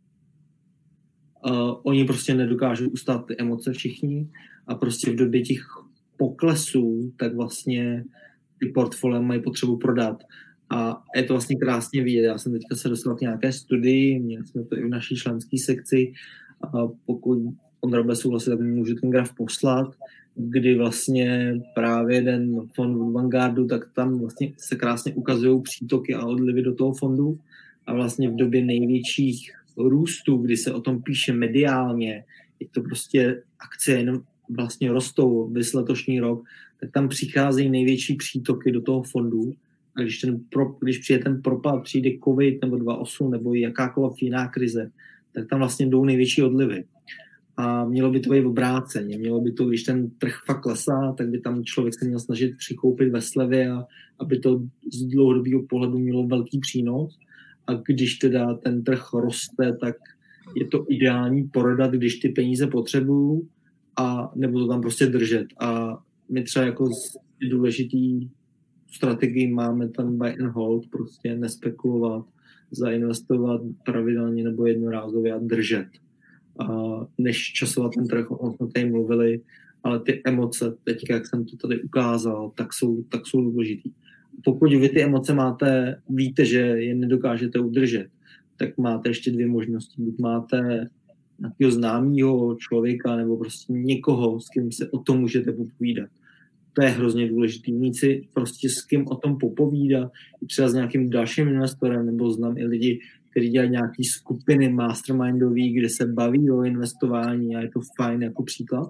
Uh, oni prostě nedokážou ustát ty emoce všichni a prostě v době těch poklesů tak vlastně ty portfolia mají potřebu prodat. A je to vlastně krásně vidět. Já jsem teďka se dostal k nějaké studii, měli jsme to i v naší členské sekci. A pokud Ondra bude souhlasit, tak můžu ten graf poslat, kdy vlastně právě ten fond Vanguardu, tak tam vlastně se krásně ukazují přítoky a odlivy do toho fondu. A vlastně v době největších růstu, kdy se o tom píše mediálně, je to prostě akcie jenom vlastně rostou vys letošní rok, tak tam přicházejí největší přítoky do toho fondu. A když, ten pro, když přijde ten propad, přijde covid nebo dva osm nebo jakákoliv jiná krize, tak tam vlastně jdou největší odlivy. A mělo by to být obráceně. Mělo by to, když ten trh fakt klesá, tak by tam člověk se měl snažit přikoupit ve slevě, a aby to z dlouhodobého pohledu mělo velký přínos. A když teda ten trh roste, tak je to ideální prodat, když ty peníze potřebuju, a nebo to tam prostě držet. A my třeba jako důležitý strategii máme tam buy and hold, prostě nespekulovat, zainvestovat pravidelně nebo jednorázově a držet. A než časovat ten trh, o tom jsme tady mluvili, ale ty emoce, teďka, jak jsem to tady ukázal, tak jsou, tak jsou důležitý. Pokud vy ty emoce máte, víte, že je nedokážete udržet, tak máte ještě dvě možnosti. Buď máte nějakého známého člověka nebo prostě někoho, s kým se o tom můžete popovídat. To je hrozně důležitý. Mít si prostě s kým o tom popovídat, třeba s nějakým dalším investorem, nebo znám i lidi, kteří dělají nějaké skupiny mastermindové, kde se baví o investování a je to fajn jako příklad.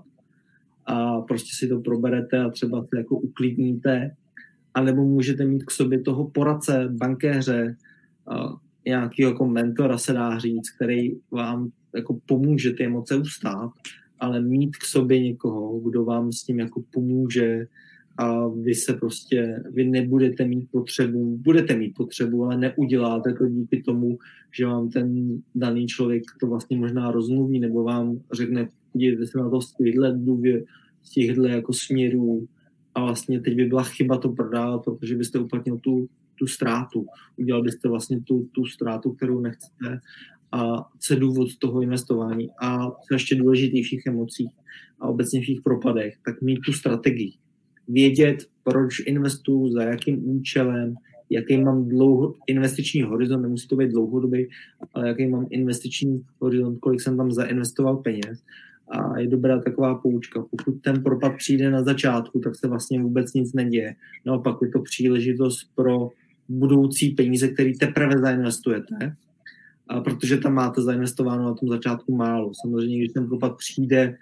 A prostě si to proberete a třeba se jako uklidníte. A nebo můžete mít k sobě toho poradce, bankéře, nějakého jako mentora, se dá říct, který vám jako pomůže ty emoce ustát, ale mít k sobě někoho, kdo vám s tím jako pomůže a vy se prostě, vy nebudete mít potřebu, budete mít potřebu, ale neuděláte to díky tomu, že vám ten daný člověk to vlastně možná rozmluví, nebo vám řekne, podívejte se na to z těchto důvě, z těchto jako směrů a vlastně teď by byla chyba to prodávat, protože byste uplatnil tu, tu ztrátu. Udělal byste vlastně tu, tu ztrátu, kterou nechcete. A co je důvod toho investování a co ještě důležitý v těch emocích a obecně v těch propadech, tak mít tu strategii. Vědět, proč investuju, za jakým účelem, jaký mám dlouho, investiční horizont, nemusí to být dlouhodobý, ale jaký mám investiční horizont, kolik jsem tam zainvestoval peněz. A je dobrá taková poučka. Pokud ten propad přijde na začátku, tak se vlastně vůbec nic neděje. Naopak je to příležitost pro budoucí peníze, které teprve zainvestujete, a protože tam máte zainvestováno na tom začátku málo. Samozřejmě, když ten propad přijde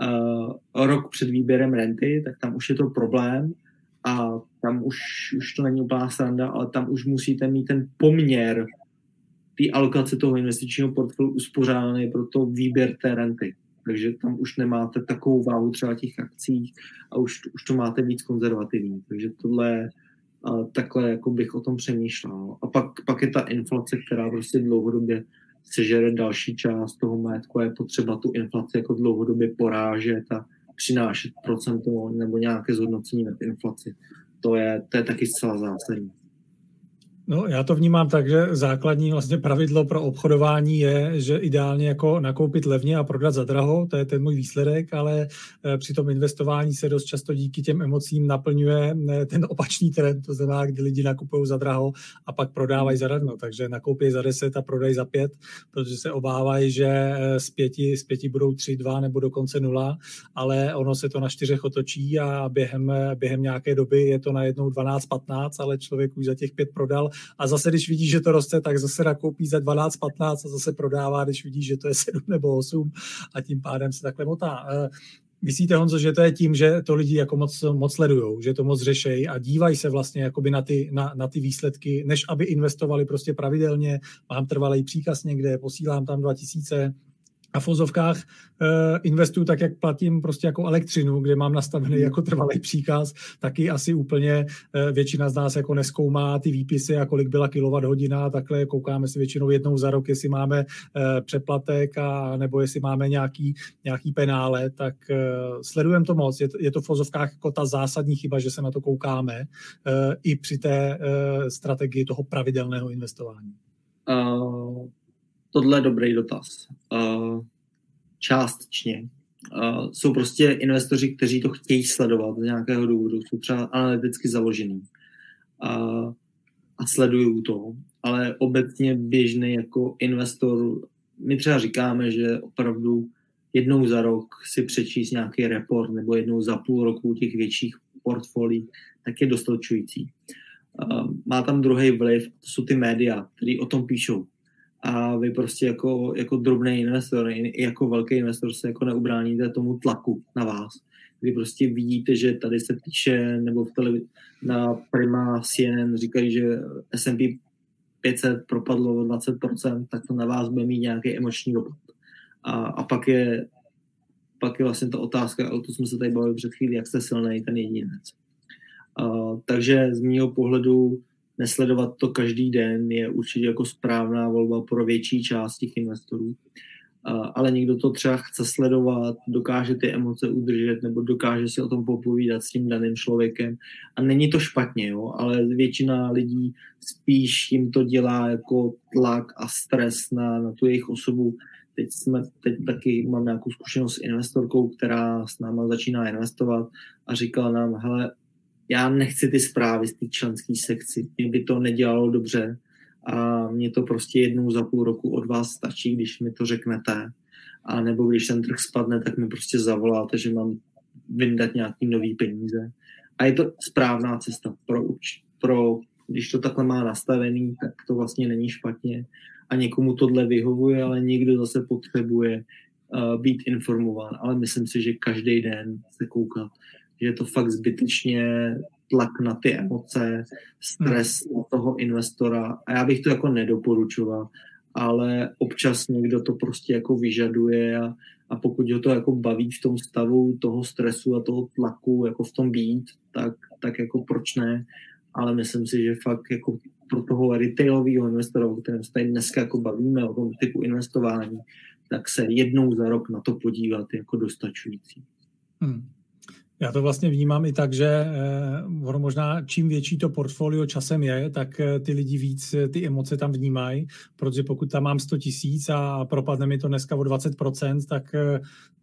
uh, rok před výběrem renty, tak tam už je to problém a tam už, už to není úplná sranda, ale tam už musíte mít ten poměr té alokace toho investičního portfoliu uspořádaný pro to výběr té renty. Takže tam už nemáte takovou váhu třeba těch akcích a už, už to máte víc konzervativní. Takže tohle a takhle jako bych o tom přemýšlel. A pak, pak je ta inflace, která prostě dlouhodobě sežere další část toho majetku a je potřeba tu inflaci jako dlouhodobě porážet a přinášet procento nebo nějaké zhodnocení nad inflaci. To je, to je taky zcela zásadní. No, já to vnímám tak, že základní vlastně pravidlo pro obchodování je, že ideálně jako nakoupit levně a prodat za draho, to je ten můj výsledek, ale při tom investování se dost často díky těm emocím naplňuje ten opačný trend, to znamená, kdy lidi nakupují za draho a pak prodávají za radno, takže nakoupí za deset a prodají za pět, protože se obávají, že z pěti, z pěti budou tři, dva nebo dokonce nula, ale ono se to na čtyřech otočí a během, během nějaké doby je to najednou dvanáct patnáct, ale člověk už za těch pět prodal. A zase, když vidí, že to roste, tak zase nakoupí za dvanáct patnáct a zase prodává, když vidí, že to je sedm nebo osm a tím pádem se takhle motá. Myslíte, Honzo, že to je tím, že to lidi jako moc, moc sledujou, že to moc řešejí a dívají se vlastně jakoby na ty, na, na ty výsledky, než aby investovali prostě pravidelně, mám trvalý příkaz někde, posílám tam dva tisíce, a v ozovkách uh, investuju tak, jak platím prostě jako elektřinu, kde mám nastavený jako trvalý příkaz, taky asi úplně uh, většina z nás jako nezkoumá ty výpisy a kolik byla kilowatthodina, takhle koukáme si většinou jednou za rok, jestli máme uh, přeplatek a nebo jestli máme nějaký, nějaký penále, tak uh, sledujeme to moc. Je to, je to v ozovkách jako ta zásadní chyba, že se na to koukáme uh, i při té uh, strategii toho pravidelného investování. Uh... Tohle je dobrý dotaz. Uh, částečně. Uh, jsou prostě investoři, kteří to chtějí sledovat z nějakého důvodu, jsou třeba analyticky založený uh, a sledují to, ale obecně běžný jako investor, my třeba říkáme, že opravdu jednou za rok si přečíst nějaký report nebo jednou za půl roku těch větších portfolií, tak je dostačující. Uh, má tam druhý vliv, to jsou ty média, který o tom píšou. A vy prostě jako, jako drobný investor, jako velký investor se jako neubráníte tomu tlaku na vás. Vy prostě vidíte, že tady se píše, nebo v televizi na Prima C N N říkají, že S and P pět set propadlo o dvacet procent, tak to na vás bude mít nějaký emoční dopad. A, a pak je pak je vlastně ta otázka, ale to jsme se tady bavili před chvíli, jak jste silnej ten jedinec. Uh, takže z mýho pohledu nesledovat to každý den je určitě jako správná volba pro větší část těch investorů. Uh, ale někdo to třeba chce sledovat, dokáže ty emoce udržet nebo dokáže si o tom popovídat s tím daným člověkem. A není to špatně, jo? Ale většina lidí spíš jim to dělá jako tlak a stres na, na tu jejich osobu. Teď, jsme, teď taky mám nějakou zkušenost s investorkou, která s náma začíná investovat a říkala nám, hele, já nechci ty zprávy z té členské sekci, mě by to nedělalo dobře a mně to prostě jednou za půl roku od vás stačí, když mi to řeknete, a nebo když ten trh spadne, tak mi prostě zavoláte, že mám vyndat nějaký nový peníze. A je to správná cesta pro, pro když to takhle má nastavený, tak to vlastně není špatně a někomu tohle vyhovuje, ale někdo zase potřebuje uh, být informován, ale myslím si, že každý den se koukat, že je to fakt zbytečně tlak na ty emoce, stres hmm. na toho investora a já bych to jako nedoporučoval, ale občas někdo to prostě jako vyžaduje a, a pokud ho to jako baví v tom stavu toho stresu a toho tlaku jako v tom být, tak, tak jako proč ne, ale myslím si, že fakt jako pro toho retailového investora, o kterém se tady dneska jako bavíme, o tom typu investování, tak se jednou za rok na to podívat je jako dostačující. Hmm. Já to vlastně vnímám i tak, že eh, možná čím větší to portfolio časem je, tak eh, ty lidi víc eh, ty emoce tam vnímají, protože pokud tam mám sto tisíc a propadne mi to dneska o dvacet procent, tak eh,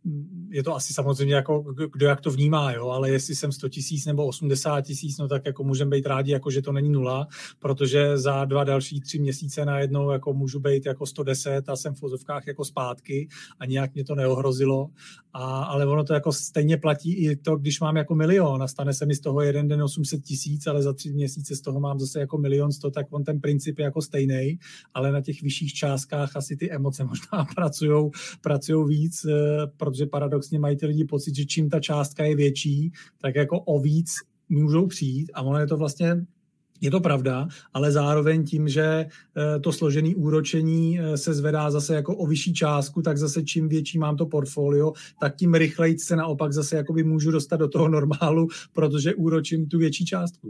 je to asi samozřejmě jako kdo jak to vnímá, jo? Ale jestli jsem sto tisíc nebo osmdesát tisíc, no tak jako můžeme být rádi, jako že to není nula, protože za dva další tři měsíce najednou jako můžu být jako sto deset a jsem v vozovkách jako zpátky a nějak mě to neohrozilo, a, ale ono to jako stejně platí i to, když mám jako milion a stane se mi z toho jeden den osm set tisíc, ale za tři měsíce z toho mám zase jako milion sto, tak on ten princip je jako stejný, ale na těch vyšších částkách asi ty emoce možná pracujou, pracujou víc, protože paradoxně mají ty lidi pocit, že čím ta částka je větší, tak jako o víc můžou přijít a ono je to vlastně, je to pravda, ale zároveň tím, že to složené úročení se zvedá zase jako o vyšší částku, tak zase čím větší mám to portfolio, tak tím rychleji se naopak zase jakoby můžu dostat do toho normálu, protože úročím tu větší částku.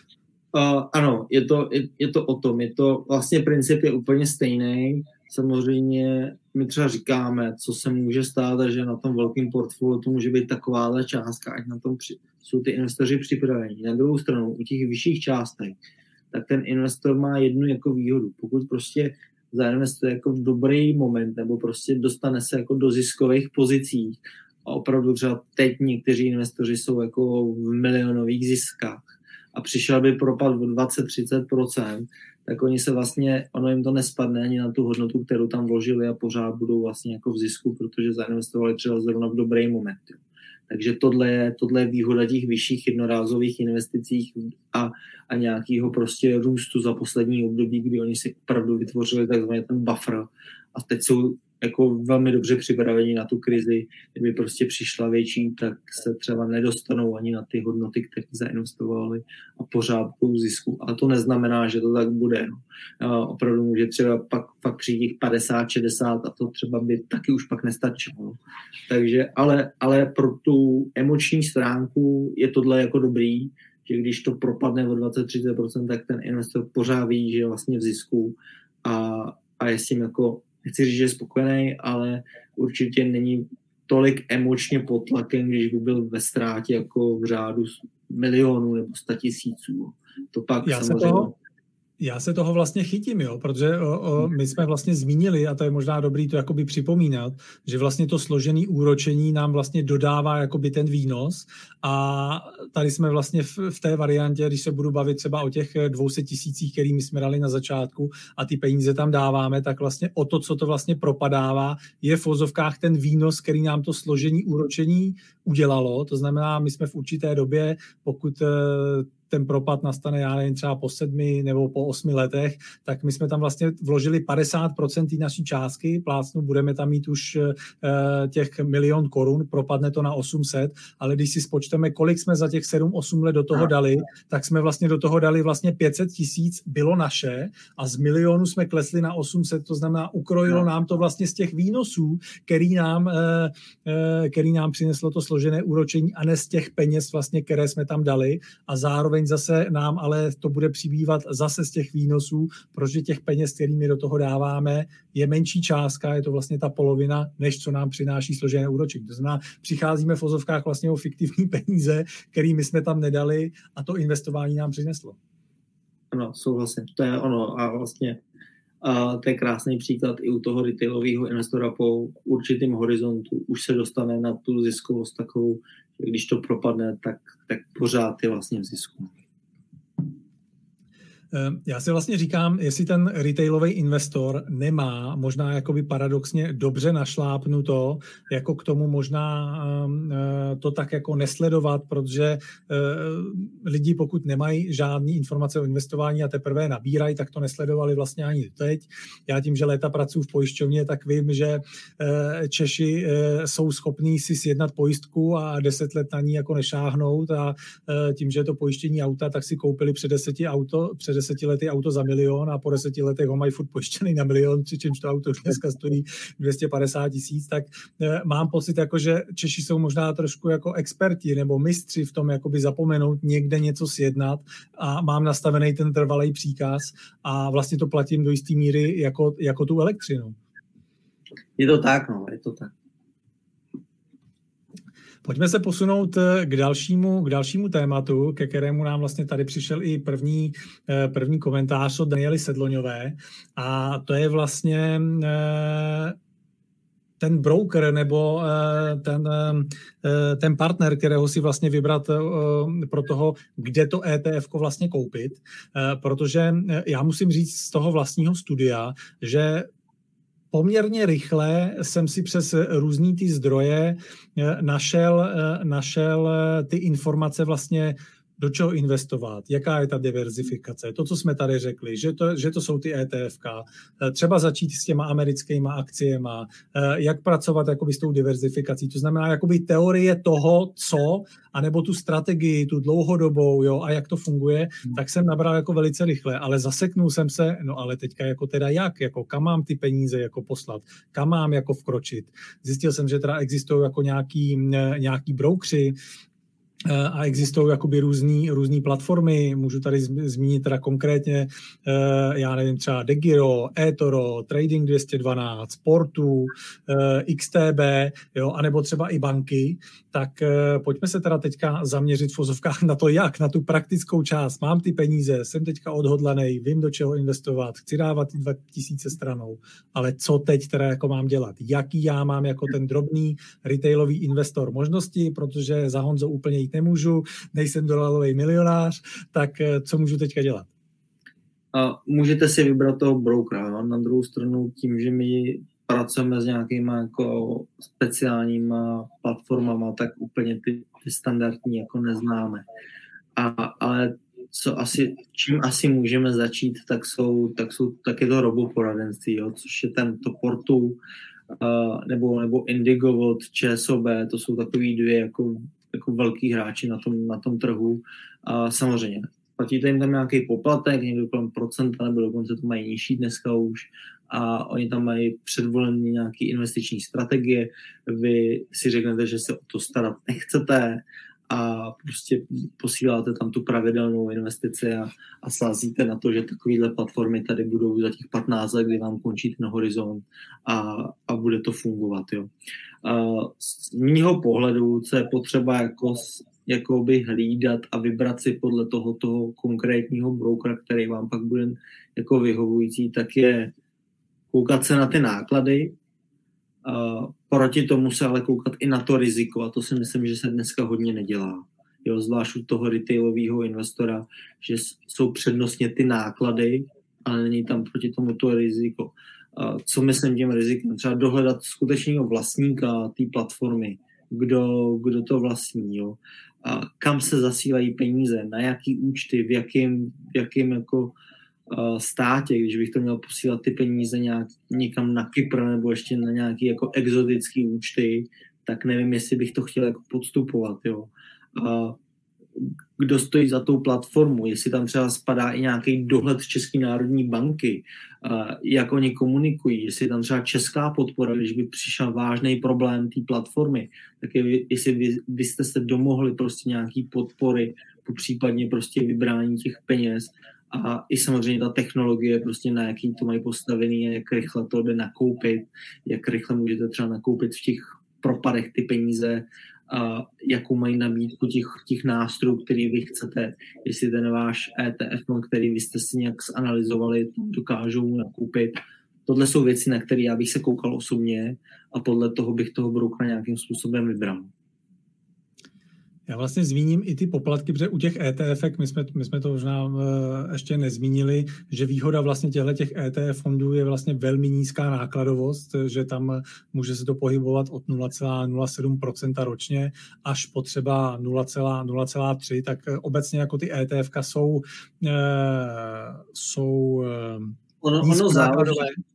Uh, ano, je to, je, je to o tom. Je to, vlastně princip je úplně stejný. Samozřejmě my třeba říkáme, co se může stát, a že na tom velkém portfoliu to může být takováhle částka, ať na tom při, jsou ty investoři připraveni. Na druhou stranu, u těch vyšších částek tak ten investor má jednu jako výhodu. Pokud prostě zainvestuje jako v dobrý moment nebo prostě dostane se jako do ziskových pozicí a opravdu třeba teď někteří investoři jsou jako v milionových ziskách a přišel by propad o dvacet až třicet procent, tak oni se vlastně, ono jim to nespadne ani na tu hodnotu, kterou tam vložili a pořád budou vlastně jako v zisku, protože zainvestovali třeba zrovna v dobrý moment. Jo. Takže tohle je, tohle je výhoda těch vyšších jednorázových investicích a, a nějakého prostě růstu za poslední období, kdy oni si opravdu vytvořili takzvaný ten buffer a teď jsou jako velmi dobře připraveni na tu krizi. Kdyby prostě přišla větší, tak se třeba nedostanou ani na ty hodnoty, které zainvestovali a pořád budou zisku. Ale to neznamená, že to tak bude. No. A opravdu může třeba pak, pak přijít těch padesát, šedesát a to třeba by taky už pak nestačilo. Takže, ale, ale pro tu emoční stránku je tohle jako dobrý, že když to propadne o dvacet až třicet procent, tak ten investor pořád ví, že je vlastně v zisku a, a je s tím jako nechci říct, že je spokojený, ale určitě není tolik emočně pod tlakem, když by byl ve ztrátě jako v řádu milionů nebo statisíců. To pak Já samozřejmě... Se toho, já se toho vlastně chytím, jo, protože o, o, my jsme vlastně zmínili, a to je možná dobrý to jakoby připomínat, že vlastně to složené úročení nám vlastně dodává jakoby ten výnos a tady jsme vlastně v, v té variantě, když se budu bavit třeba o těch dvou set tisících, který my jsme dali na začátku a ty peníze tam dáváme, tak vlastně o to, co to vlastně propadává, je v vozovkách ten výnos, který nám to složení úročení udělalo. To znamená, my jsme v určité době, pokud ten propad nastane, já nevím, třeba po sedmi nebo po osmi letech, tak my jsme tam vlastně vložili padesát procent naší částky, plácnu, budeme tam mít už uh, těch milion korun, propadne to na osm set, ale když si spočteme, kolik jsme za těch sedm osm let do toho dali, tak jsme vlastně do toho dali vlastně pět set tisíc, bylo naše a z milionu jsme klesli na osm set, to znamená, ukrojilo nám to vlastně z těch výnosů, který nám, uh, uh, který nám přineslo to složené úročení a ne z těch peněz vlastně, které jsme tam dali a zároveň zase nám ale to bude přibývat zase z těch výnosů, protože těch peněz, kterými do toho dáváme, je menší částka, je to vlastně ta polovina, než co nám přináší složené úročení. To znamená, přicházíme v vozovkách vlastně o fiktivní peníze, kterými jsme tam nedali a to investování nám přineslo. Ano, souhlasím. To je ono a vlastně a to je krásný příklad i u toho retailového investora po určitým horizontu. Už se dostane na tu ziskovost takovou, že když to propadne, tak, tak pořád je vlastně v zisku. Já si vlastně říkám, jestli ten retailový investor nemá možná jakoby paradoxně dobře našlápnuto, jako k tomu možná to tak jako nesledovat, protože lidi, pokud nemají žádný informace o investování a teprve nabírají, tak to nesledovali vlastně ani teď. Já tím, že léta pracuji v pojišťovně, tak vím, že Češi jsou schopní si sjednat pojistku a deset let na ní jako nešáhnout a tím, že je to pojištění auta, tak si koupili před deseti auto, před deseti lety auto za milion a po deseti letech ho mají furt pojištěný na milion, přičemž to auto dneska stojí dvě stě padesát tisíc, tak e, mám pocit, jako, že Češi jsou možná trošku jako experti nebo mistři v tom jakoby zapomenout někde něco sjednat a mám nastavený ten trvalý příkaz a vlastně to platím do jisté míry jako, jako tu elektřinu. Je to tak, no, je to tak. Pojďme se posunout k dalšímu, k dalšímu tématu, ke kterému nám vlastně tady přišel i první, první komentář od Daniely Sedloňové a to je vlastně ten broker nebo ten, ten partner, kterého si vlastně vybrat pro toho, kde to é té efko vlastně koupit, protože já musím říct z toho vlastního studia, že poměrně rychle jsem si přes různý ty zdroje našel, našel ty informace vlastně, do čeho investovat, jaká je ta diverzifikace, to, co jsme tady řekli, že to, že to jsou ty é té efka, třeba začít s těma americkýma akciema, jak pracovat jakoby s tou diverzifikací, to znamená jakoby teorie toho, co, anebo tu strategii, tu dlouhodobou, jo, a jak to funguje, hmm. tak jsem nabral jako velice rychle, ale zaseknul jsem se, no ale teďka jako teda jak, jako kam mám ty peníze jako poslat, kam mám jako vkročit. Zjistil jsem, že teda existují jako nějaký, nějaký broukři, a existují jakoby různý, různý platformy, můžu tady zmínit teda konkrétně, já nevím, třeba Degiro, eToro, Trading dvě stě dvanáct, Portu, X T B, jo, anebo třeba i banky, tak pojďme se teda teďka zaměřit v vozovkách na to, jak, na tu praktickou část. Mám ty peníze, jsem teďka odhodlaný, vím, do čeho investovat, chci dávat ty dva tisíce stranou, ale co teď teda jako mám dělat? Jaký já mám jako ten drobný retailový investor možnosti, protože za Honzo úplně jít nemůžu, nejsem dolarový milionář, tak co můžu teďka dělat? A můžete si vybrat toho brokera. No? Na druhou stranu tím, že my pracujeme s nějakýma jako speciálníma platformama, tak úplně ty, ty standardní jako neznáme. A, ale co asi, čím asi můžeme začít, tak jsou, tak jsou tak je to roboporadenství, jo? Což je ten to Portu, uh, nebo, nebo Indigo od ČSOB, to jsou takový dvě jako, jako velký hráči na tom, na tom trhu. A samozřejmě, platíte jim tam nějaký poplatek, někdo kolem procenta, nebo dokonce to mají nižší dneska už, a oni tam mají předvolené nějaké investiční strategie, vy si řeknete, že se o to starat nechcete a prostě posíláte tam tu pravidelnou investici a, a sázíte na to, že takovéhle platformy tady budou za těch patnáct let, kdy vám končí ten horizont a, a bude to fungovat. Jo. A z mýho pohledu, co je potřeba jako jakoby hlídat a vybrat si podle toho, toho konkrétního brokera, který vám pak bude jako vyhovující, tak je koukat se na ty náklady, a proti tomu se ale koukat i na to riziko, a to si myslím, že se dneska hodně nedělá. Jo, zvlášť u toho retailového investora, že jsou přednostně ty náklady, ale není tam proti tomu to riziko. A co myslím tím rizikem? Třeba dohledat skutečného vlastníka té platformy, kdo, kdo to vlastní, jo? A kam se zasílají peníze, na jaký účty, v jakém, v jakém jako státě, když bych to měl posílat ty peníze nějak, někam na Kypr nebo ještě na nějaké jako exotické účty, tak nevím, jestli bych to chtěl jako podstupovat. Jo. A kdo stojí za tou platformu, jestli tam třeba spadá i nějaký dohled České národní banky, a jak oni komunikují, jestli tam třeba česká podpora, když by přišel vážný problém té platformy, tak je, jestli vy, vy jste se domohli prostě nějaký podpory, případně prostě vybrání těch peněz. A i samozřejmě ta technologie, prostě na jaký to mají postavený, jak rychle to jde nakoupit, jak rychle můžete třeba nakoupit v těch propadech ty peníze, a jakou mají nabídku těch, těch nástrojů, který vy chcete, jestli ten váš E T F, který vy jste si nějak zanalyzovali, dokážou nakoupit. Tohle jsou věci, na které já bych se koukal osobně a podle toho bych toho brokera nějakým způsobem vybral. Já vlastně zmíním i ty poplatky, protože u těch E T F, my jsme, my jsme to možná uh, ještě nezmínili, že výhoda vlastně těchto těch E T F fondů je vlastně velmi nízká nákladovost, že tam může se to pohybovat od nula celá nula sedm procenta ročně až po třeba nula celá nula tři, tak obecně jako ty E T F jsou, uh, jsou uh, ono, ono záleží.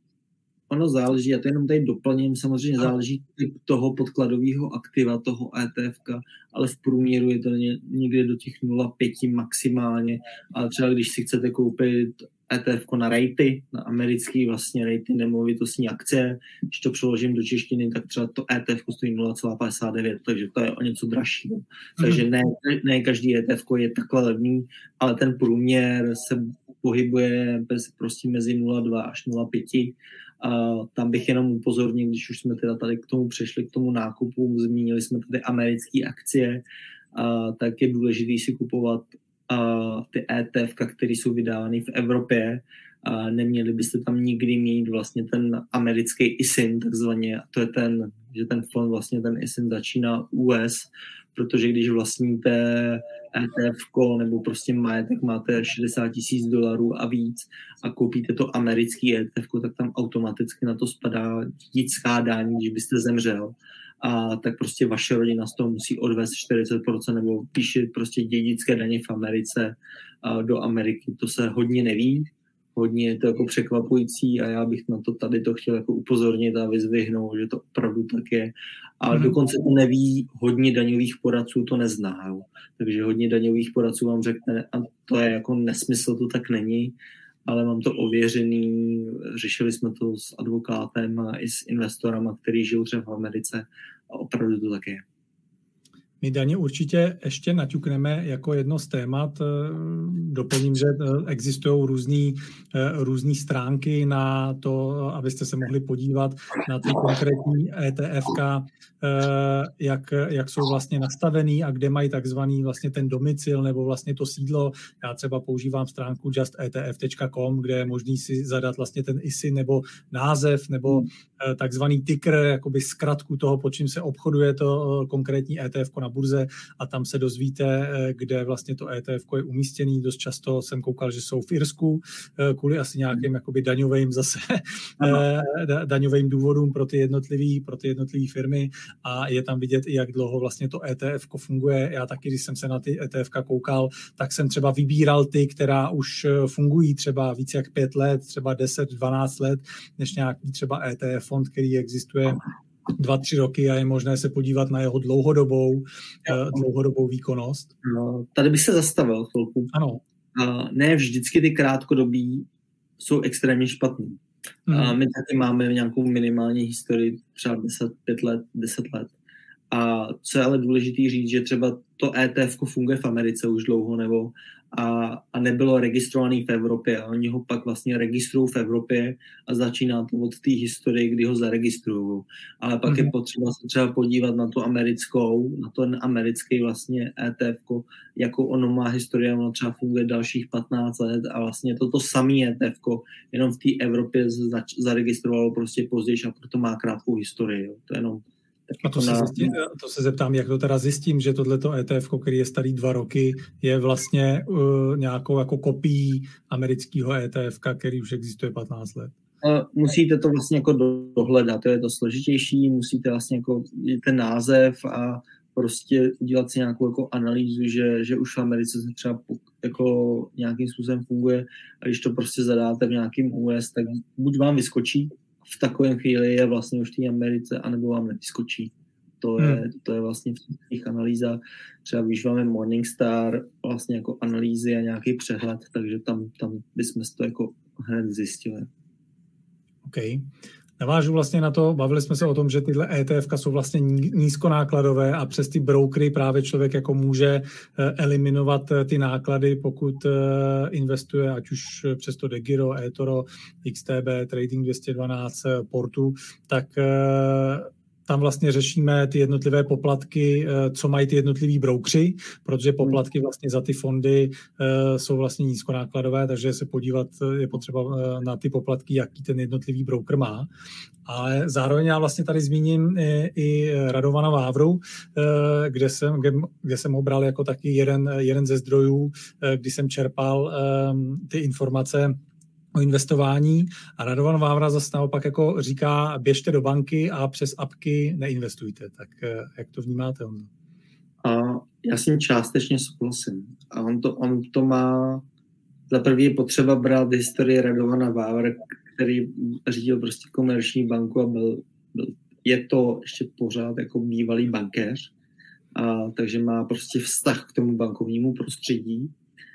Ono záleží, já to jenom tady doplním, samozřejmě záleží typ toho podkladového aktiva, toho E T F ka, ale v průměru je to někde do těch nula celá pět maximálně, ale třeba když si chcete koupit E T F ko na rejty, na americký vlastně rejty, nemovitostní akcie, když to přeložím do češtiny, tak třeba to E T F ko stojí nula celá padesát devět, takže to je o něco dražší. Mm. Takže ne, ne každý E T F ko je takhle levný, ale ten průměr se pohybuje bez, prostě mezi nula celá dva až nula celá pět. Uh, tam bych jenom upozornil, když už jsme teda tady k tomu přešli, k tomu nákupu, zmínili jsme tady americké akcie, uh, tak je důležité si kupovat uh, ty E T F ka, které jsou vydávány v Evropě. Uh, neměli byste tam nikdy mít vlastně ten americký I S I N, takzvaně, to je ten, že ten fond vlastně ten I S I N začíná U S, protože když vlastníte E T F ko nebo prostě majetek, máte šedesát tisíc dolarů a víc a koupíte to americký E T F ko, tak tam automaticky na to spadá dědická daň, když byste zemřel. A tak prostě vaše rodina z toho musí odvést čtyřicet procent nebo píše prostě dědické daně v Americe do Ameriky. To se hodně neví, hodně je to jako překvapující a já bych na to tady to chtěl jako upozornit a vyzvihnout, že to opravdu tak je. A mm. dokonce to neví, hodně daňových poradců to nezná. Jo. Takže hodně daňových poradců vám řekne, a to je jako nesmysl, to tak není, ale mám to ověřený, řešili jsme to s advokátem a i s investorama, kteří žijou třeba v Americe a opravdu to tak je. My daně určitě ještě naťukneme jako jedno z témat. Doplním, že existují různý, různý stránky na to, abyste se mohli podívat na ty konkrétní E T F ka, jak, jak jsou vlastně nastavený a kde mají takzvaný vlastně ten domicil nebo vlastně to sídlo. Já třeba používám stránku just e t f tečka com, kde je možný si zadat vlastně ten I S I N nebo název nebo takzvaný ticker, jakoby zkratku toho, po čím se obchoduje to konkrétní E T F ko na burze a tam se dozvíte, kde vlastně to E T F ko je umístěný. Dost často jsem koukal, že jsou v Irsku kvůli asi nějakým jakoby daňovým zase daňovým důvodům pro ty jednotlivý, pro ty jednotlivý firmy a je tam vidět i jak dlouho vlastně to E T F ko funguje. Já taky, když jsem se na ty E T F ka koukal, tak jsem třeba vybíral ty, která už fungují třeba víc jak pět let, třeba deset, dvanáct let, než nějaký třeba E T F fond, který existuje dva, tři roky a je možné se podívat na jeho dlouhodobou, dlouhodobou výkonnost. No, tady bych se zastavil chvilku. Ano. Ne vždycky ty krátkodobí jsou extrémně špatný. Hmm. My taky máme nějakou minimální historii, třeba deset, pět let, deset let. A co je ale důležité říct, že třeba to E T F ko funguje v Americe už dlouho nebo a, a nebylo registrovaný v Evropě. A oni ho pak vlastně registrují v Evropě a začíná to od té historie, kdy ho zaregistrují. Ale pak mm-hmm. je potřeba se třeba podívat na tu americkou, na ten americký vlastně E T F ko, jakou ono má historii, ono třeba funguje dalších patnáct let a vlastně toto samé E T F ko jenom v té Evropě zač- zaregistrovalo prostě později a proto má krátkou historii. Jo. To je jenom A to se, zjistím, to se zeptám, jak to teda zjistím, že tohleto E T F ko, který je starý dva roky, je vlastně uh, nějakou jako kopií amerického E T F ka, který už existuje patnáct let. Musíte to vlastně jako dohledat, to je to složitější, musíte vlastně jako ten název a prostě udělat si nějakou jako analýzu, že, že už v Americe se třeba jako nějakým způsobem funguje a když to prostě zadáte v nějakým U S, tak buď vám vyskočí, v takovém chvíli je vlastně už v té Americe, anebo vám nevyskočí. To je, hmm. to je vlastně v těch analýzách. Třeba když máme Morningstar vlastně jako analýzy a nějaký přehled, takže tam, tam bychom to jako hned zjistili. OK. Navážu vlastně na to, bavili jsme se o tom, že tyhle E T F ka jsou vlastně nízkonákladové a přes ty brokery právě člověk jako může eliminovat ty náklady, pokud investuje, ať už přes to DeGiro, eToro, X T B, Trading dvě stě dvanáct, Portu, tak tam vlastně řešíme ty jednotlivé poplatky, co mají ty jednotliví broukři, protože poplatky vlastně za ty fondy jsou vlastně nízkonákladové, takže se podívat je potřeba na ty poplatky, jaký ten jednotlivý broker má. Ale zároveň já vlastně tady zmíním i, i Radovana Vávru, kde jsem, kde, kde jsem ho bral jako taky jeden, jeden ze zdrojů, kdy jsem čerpal ty informace o investování a Radovan Vávra zase naopak jako říká, běžte do banky a přes apky neinvestujte. Tak jak to vnímáte? On? A já s tím částečně souhlasím. A on to, on to má, za prvý je potřeba brát historii Radovana Vávra, který řídil prostě Komerční banku a byl, byl je to ještě pořád jako bývalý bankéř, a, takže má prostě vztah k tomu bankovnímu prostředí.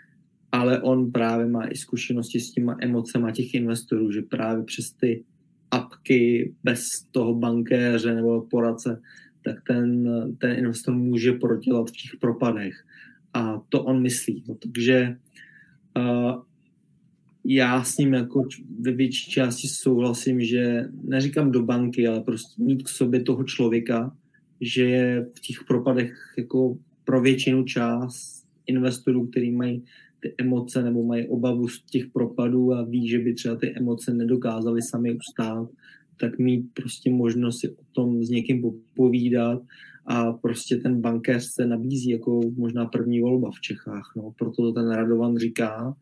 Ale on právě má i zkušenosti s těma emocema těch investorů, že právě přes ty apky bez toho bankéře nebo poradce, tak ten, ten investor může prodělat v těch propadech. A to on myslí. No, takže uh, já s ním jako ve větší části souhlasím, že neříkám do banky, ale prostě mít k sobě toho člověka, že je v těch propadech jako pro většinu část investorů, který mají ty emoce nebo mají obavu z těch propadů a ví, že by třeba ty emoce nedokázali sami ustát, tak mít prostě možnost si o tom s někým povídat a prostě ten bankéř se nabízí jako možná první volba v Čechách. No. Proto to ten Radovan říká,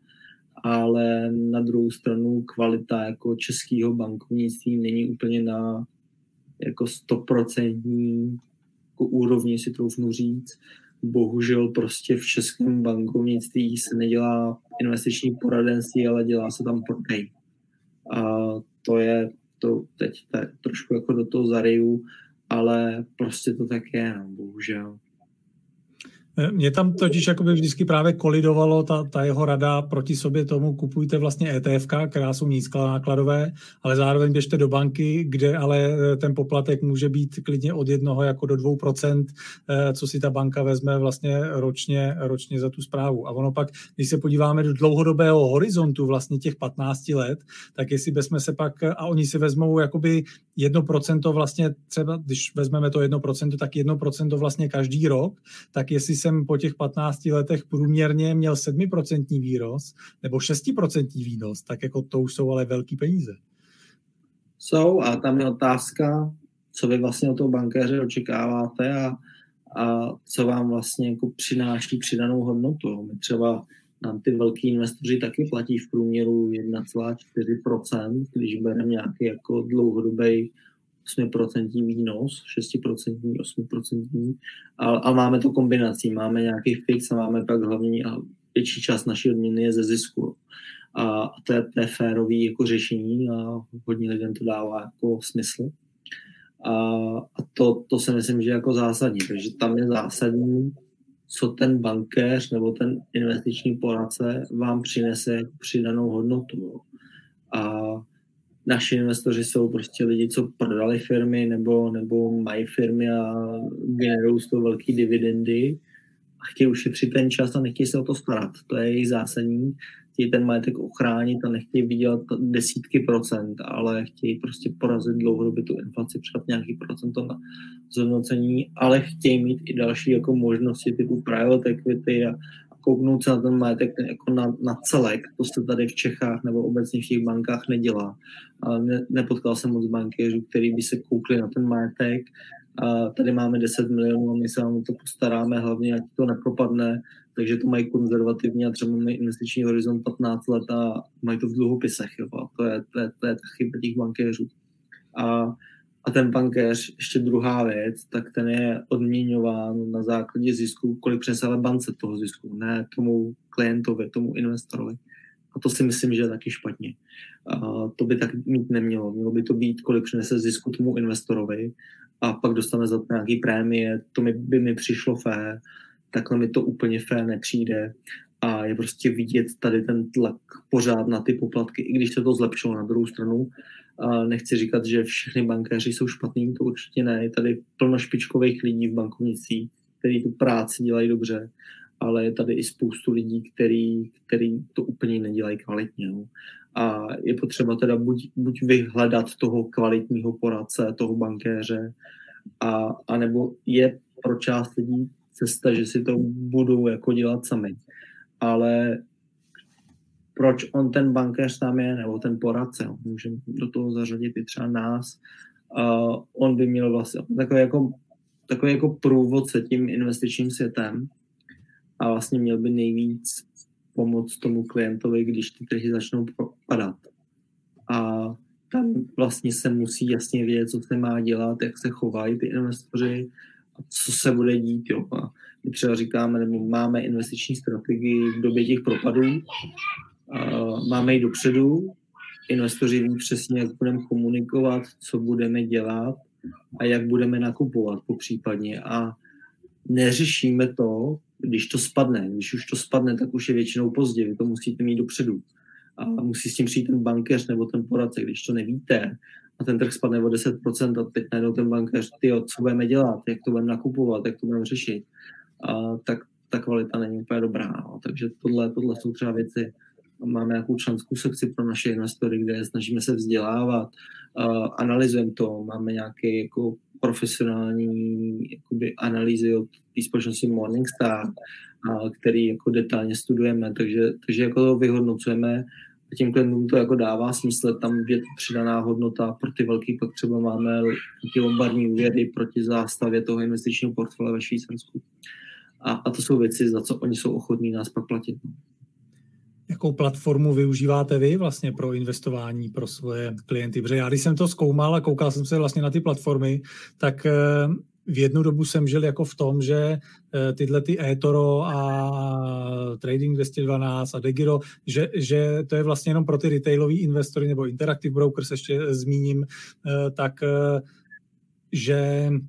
ale na druhou stranu kvalita jako českého bankovnictví není úplně na jako stoprocentní jako úrovni, si troufnu říct. Bohužel prostě v českém bankovnictví se nedělá investiční poradenství, ale dělá se tam prodej. A to je, to teď tak trošku jako do toho zaryju, ale prostě to tak je, no, bohužel. Mě tam totiž jakoby vždycky právě kolidovalo ta, ta jeho rada proti sobě tomu, kupujte vlastně E T F ka, která jsou nízkonákladové, ale zároveň běžte do banky, kde ale ten poplatek může být klidně od jednoho jako do dvou procent, co si ta banka vezme vlastně ročně, ročně za tu správu. A ono pak, když se podíváme do dlouhodobého horizontu vlastně těch patnácti let, tak jestli bychom se pak, a oni si vezmou jakoby jedno procento vlastně, třeba když vezmeme to jedno procento, tak jedno procento vlastně každý rok, tak jestli jsem po těch patnácti letech průměrně měl sedm procent výnos nebo šest procent výnos, tak jako to už jsou ale velký peníze. Jsou a tam je otázka, co vy vlastně od toho bankéře očekáváte a, a co vám vlastně jako přináší přidanou hodnotu. My třeba nám ty velký investoři taky platí v průměru jedna celá čtyři procenta, když bereme nějaký jako dlouhodobý osm procent výnos, šest procent, osm procent, a, a máme to kombinací, máme nějaký fix a máme pak hlavní a větší část naší odměny je ze zisku. A, a to je, to je férový jako řešení a hodně lidem to dává jako smysl. A, a to, to si myslím, že je jako zásadní, takže tam je zásadní, co ten bankéř nebo ten investiční poradce vám přinese přidanou hodnotu. A naši investoři jsou prostě lidi, co prodali firmy nebo, nebo mají firmy a generují z toho velký dividendy a chtějí ušetřit ten čas a nechtějí se o to starat. To je jejich zásadní. Chtějí ten majetek ochránit a nechtějí vydělat desítky procent, ale chtějí prostě porazit dlouhodobě tu inflaci, přidat nějaký procento na zhodnocení, ale chtějí mít i další jako možnosti typu private equity a kouknout se na ten majetek jako na, na celek. To se tady v Čechách nebo obecně v těch bankách nedělá. Ne, nepotkal jsem moc bankéřů, který by se koukli na ten majetek. A tady máme deset milionů a my se vám to postaráme, hlavně ať to nepropadne, takže to mají konzervativně a třeba mají investiční horizont patnáct let a mají to v dluhopisech. Jo. A to je, to je, to je chyba těch bankéřů. A, a ten bankéř, ještě druhá věc, tak ten je odměňován na základě zisku, kolik přinese ale bance toho zisku, ne tomu klientovi, tomu investorovi. A to si myslím, že je taky špatně. A to by tak mít nemělo. Mělo by to být, kolik přinese zisku tomu investorovi a pak dostane za to nějaký prémie. To mi, by mi přišlo fér. Takhle mi to úplně fér nepřijde. A je prostě vidět tady ten tlak pořád na ty poplatky, i když se to zlepšilo na druhou stranu. A nechci říkat, že všechny bankéři jsou špatný, to určitě ne. Je tady plno špičkových lidí v bankovnictví, kteří tu práci dělají dobře, ale je tady i spoustu lidí, který, který to úplně nedělají kvalitně. No. A je potřeba teda buď, buď vyhledat toho kvalitního poradce, toho bankéře, a, a nebo je pro část lidí cesta, že si to budou jako dělat sami. Ale proč on ten bankéř tam je, nebo ten poradce, no, můžeme do toho zařadit i třeba nás, uh, on by měl vlastně takový jako, takový jako průvodce tím investičním světem a vlastně měl by nejvíc pomoct tomu klientovi, když ty trhy začnou padat. A tam vlastně se musí jasně vědět, co se má dělat, jak se chovají ty investoři a co se bude dít. Jo. A my třeba říkáme, nebo máme investiční strategii v době těch propadů, Uh, máme ji dopředu, investoři ví přesně, jak budeme komunikovat, co budeme dělat a jak budeme nakupovat popřípadně a neřešíme to, když to spadne. Když už to spadne, tak už je většinou pozdě, vy to musíte mít dopředu. A musí s tím přijít ten bankéř nebo ten poradce, když to nevíte a ten trh spadne o deset procent a teď najednou ten bankéř, tyjo, co budeme dělat, jak to budeme nakupovat, jak to budeme řešit, a tak ta kvalita není úplně dobrá. No. Takže tohle, tohle jsou třeba věci. Máme nějakou členskou sekci pro naše investory, kde snažíme se vzdělávat, uh, analyzujeme to, máme nějaké jako profesionální jakoby, analýzy od té společnosti Morningstar, uh, který jako detailně studujeme, takže, takže jako to vyhodnocujeme a tím klientům to jako dává smysl, tam je to přidaná hodnota, pro ty velký pak třeba máme ty lombardní úvěry proti zástavě toho investičního portfolia ve Švýcarsku. A, a to jsou věci, za co oni jsou ochotní nás pak platit. Jakou platformu využíváte vy vlastně pro investování pro svoje klienty? Protože já, když jsem to zkoumal a koukal jsem se vlastně na ty platformy, tak v jednu dobu jsem žil jako v tom, že tyhle ty eToro a Trading dvě stě dvanáct a Degiro, že, že to je vlastně jenom pro ty retailový investory nebo Interactive Brokers, ještě zmíním, tak že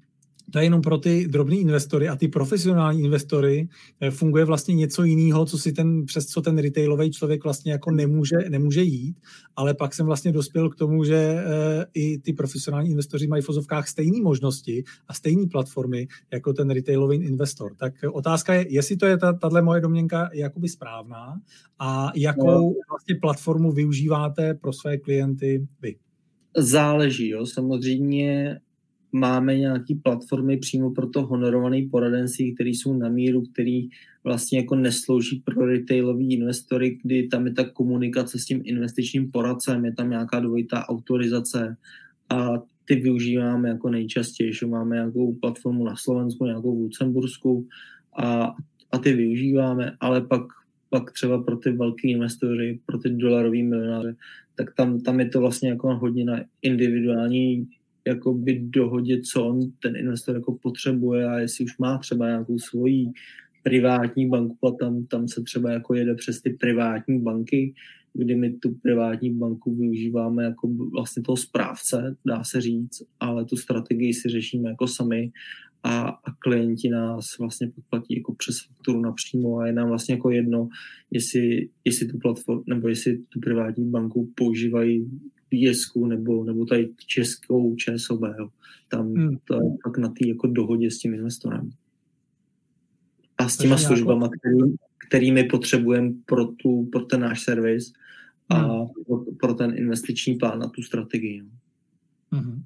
to je jenom pro ty drobný investory a ty profesionální investory funguje vlastně něco jiného, co si ten, přes co ten retailový člověk vlastně jako nemůže, nemůže jít, ale pak jsem vlastně dospěl k tomu, že e, i ty profesionální investoři mají v ozovkách stejné možnosti a stejné platformy jako ten retailový investor. Tak otázka je, jestli to je ta, tato moje domněnka jakoby správná a jakou vlastně platformu využíváte pro své klienty vy? Záleží, jo, samozřejmě máme nějaké platformy přímo pro to honorované poradenství, které jsou na míru, který vlastně jako neslouží pro retailový investory, kdy tam je ta komunikace s tím investičním poradcem, je tam nějaká dvojitá autorizace a ty využíváme jako nejčastěji, že máme nějakou platformu na Slovensku, nějakou v Lucembursku a, a ty využíváme, ale pak, pak třeba pro ty velký investory, pro ty dolarový milionáře, tak tam, tam je to vlastně jako hodně na individuální jakoby dohodě, co on, ten investor jako potřebuje a jestli už má třeba nějakou svoji privátní banku a tam, tam se třeba jako jede přes ty privátní banky, kdy my tu privátní banku využíváme jako vlastně toho správce, dá se říct, ale tu strategii si řešíme jako sami a, a klienti nás vlastně podplatí jako přes fakturu napřímo a je nám vlastně jako jedno, jestli, jestli tu platformu nebo jestli tu privátní banku používají P S ku nebo, nebo tady českou ČSOB. Jo. Tam hmm. to je tak na té jako dohodě s tím investorem. A s těma službama, který, kterými potřebujeme pro, tu, pro ten náš servis a hmm. pro, pro ten investiční plán na tu strategii. Hmm.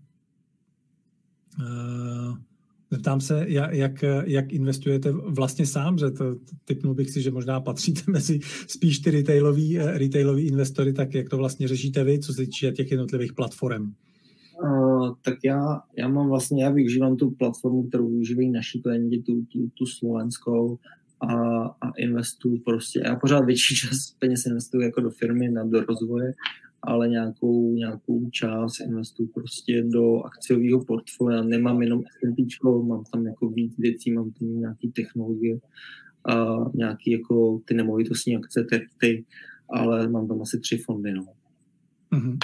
Uh... Zeptám se, jak, jak investujete vlastně sám, že to tipnul bych si, že možná patříte mezi spíš ty retailový, retailový investory, tak jak to vlastně řešíte vy, co se týče těch jednotlivých platform? Uh, tak já, já mám vlastně, já využívám tu platformu, kterou využívají naši klienti, tu, tu, tu slovenskou a, a investuju prostě. Já pořád větší čas peněz investuju jako do firmy, na do rozvoje, ale nějakou, nějakou část investuju prostě do akciového portfolia. Nemám jenom S and P, mám tam jako víc věcí, mám tam nějaké technologie a nějaké jako ty nemovitostní akce, ty, ale mám tam asi tři fondy. No. Mm-hmm.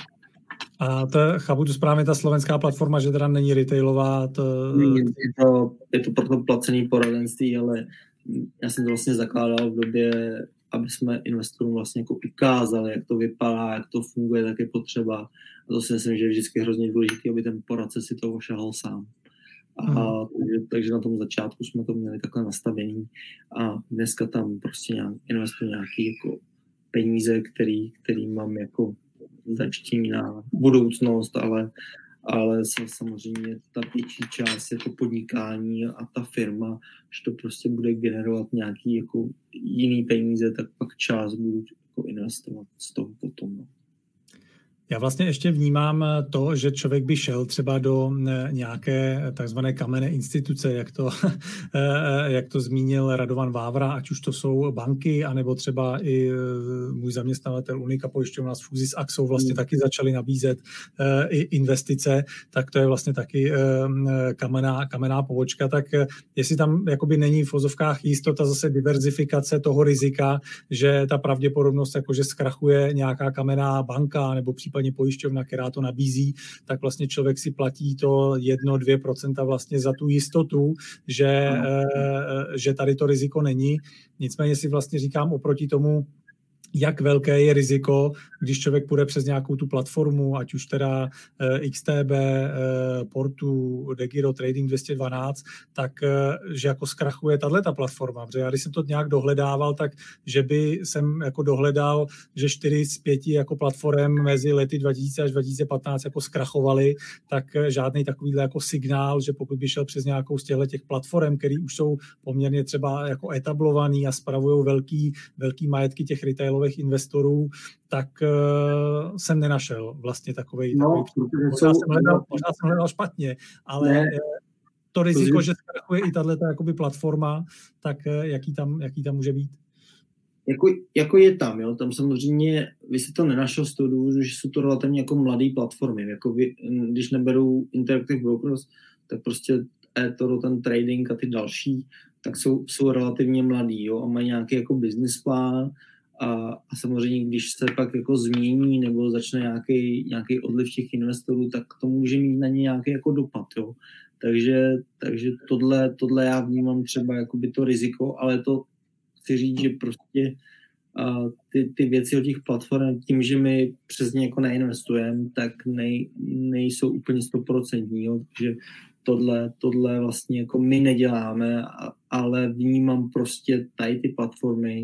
A to chápu to správně, ta slovenská platforma, že teda není retailová? To... Je, to, je to proto placený poradenství, ale já jsem to vlastně zakládal v době, aby jsme investorům vlastně jako ukázali, jak to vypadá, jak to funguje, tak je potřeba. A to si myslím, že je vždycky hrozně důležité, aby ten poradce si to ošahal sám. A hmm. takže, takže na tom začátku jsme to měli takhle nastavený a dneska tam prostě nějak, investuji nějaký jako peníze, který, který mám jako začtím na budoucnost, ale ale samozřejmě ta větší část je to podnikání a ta firma, že to prostě bude generovat nějaký jako jiný peníze, tak pak část budu jako investovat z toho potom. No. Já vlastně ještě vnímám to, že člověk by šel třeba do nějaké takzvané kamenné instituce, jak to, jak to zmínil Radovan Vávra, ať už to jsou banky, anebo třeba i můj zaměstnavatel Unika pojišťovna s fúzí s Axou vlastně taky začali nabízet i investice, tak to je vlastně taky kamenná, kamenná pobočka. Tak jestli tam jakoby není v vozovkách jistota zase diverzifikace toho rizika, že ta pravděpodobnost, jakože zkrachuje nějaká kamenná banka nebo případně pojišťovna, která to nabízí, tak vlastně člověk si platí to jedno, dvě procenta vlastně za tu jistotu, že, e, že tady to riziko není. Nicméně si vlastně říkám oproti tomu, jak velké je riziko, když člověk půjde přes nějakou tu platformu, ať už teda eh, X T B, eh, Portu, Degiro, Trading dvě stě dvanáct, tak eh, že jako zkrachuje tato platforma. Protože já když jsem to nějak dohledával, tak že by jsem jako dohledal, že čtyři z pěti jako platform mezi lety dva tisíce až dva tisíce patnáct jako zkrachovaly, tak eh, žádný takovýhle jako signál, že pokud by šel přes nějakou z těchto těch platform, které už jsou poměrně třeba jako etablovaný a spravují velký, velký majetky těch retailových investorů, tak uh, jsem nenašel vlastně takovej, no, takový možná, jsem hledal, možná jsem hledal špatně, ale ne. To riziko, to že zkrachuje i tato jakoby platforma, tak uh, jaký tam, jaký tam může být? Jako, jako je tam, jo, tam samozřejmě vy si to nenašel z toho důvodu, že jsou to relativně jako mladé platformy, jako vy, když neberou Interactive Brokers, tak prostě eToro, ten trading a ty další, tak jsou, jsou relativně mladý, jo, a mají nějaký jako business plán A, a samozřejmě, když se pak jako změní nebo začne nějaký, nějaký odliv těch investorů, tak to může mít na ně nějaký jako dopad. Jo. Takže, takže tohle, tohle já vnímám třeba jakoby to riziko, ale to chci říct, že prostě a ty, ty věci o těch platform, tím, že my přes ně jako neinvestujeme, tak nej, nejsou úplně stoprocentní. Takže tohle, tohle vlastně jako my neděláme, ale vnímám prostě tady ty platformy.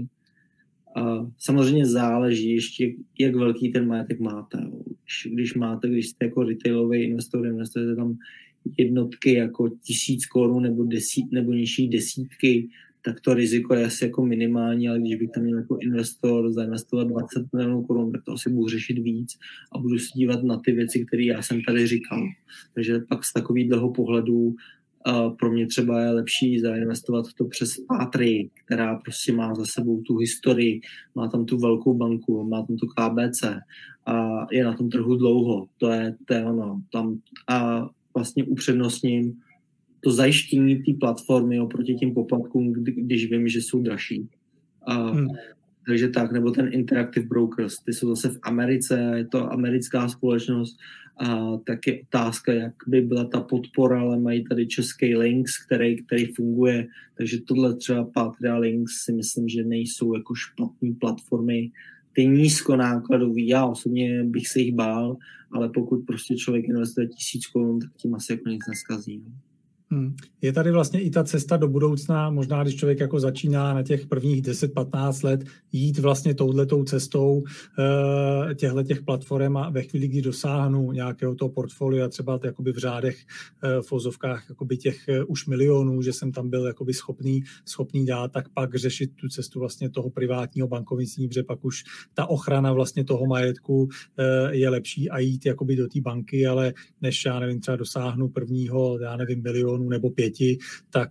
A samozřejmě záleží ještě, jak velký ten majetek máte. Když, když máte, když jste jako retailový investor, investujete tam jednotky jako tisíc korun nebo, desít, nebo nižší desítky, tak to riziko je asi jako minimální, ale když bych tam měl jako investor zainvestovat dvacet milionů korun, tak to asi budu řešit víc a budu se dívat na ty věci, které já jsem tady říkal. Takže pak z takového pohledu uh, pro mě třeba je lepší zainvestovat to přes Patrii, která prostě má za sebou tu historii, má tam tu velkou banku, má tam tu K B C a je na tom trhu dlouho. To je, to je ono. Tam a vlastně upřednostním to zajištění té platformy oproti těm poplatkům, kdy, když vím, že jsou dražší. A, hmm. Takže tak, nebo ten Interactive Brokers, ty jsou zase v Americe, je to americká společnost, a tak je otázka, jak by byla ta podpora, ale mají tady český Links, který, který funguje, takže tohle třeba Patria Links si myslím, že nejsou jako špatné platformy, ty nízkonákladový, já osobně bych se jich bál, ale pokud prostě člověk investuje tisíc korun, tak tím asi jako nic neskazí. Hmm. Je tady vlastně i ta cesta do budoucna, možná když člověk jako začíná na těch prvních deset patnáct let jít vlastně touhletou cestou uh, těchto těch platform a ve chvíli, kdy dosáhnu nějakého toho portfolia, třeba jakoby v řádech, uh, v ozovkách jakoby těch uh, už milionů, že jsem tam byl jakoby schopný, schopný dát, tak pak řešit tu cestu vlastně toho privátního bankovnictví, protože pak už ta ochrana vlastně toho majetku uh, je lepší a jít jakoby do té banky, ale než já nevím, třeba dosáhnu prvního, já nevím, milionu nebo pěti, tak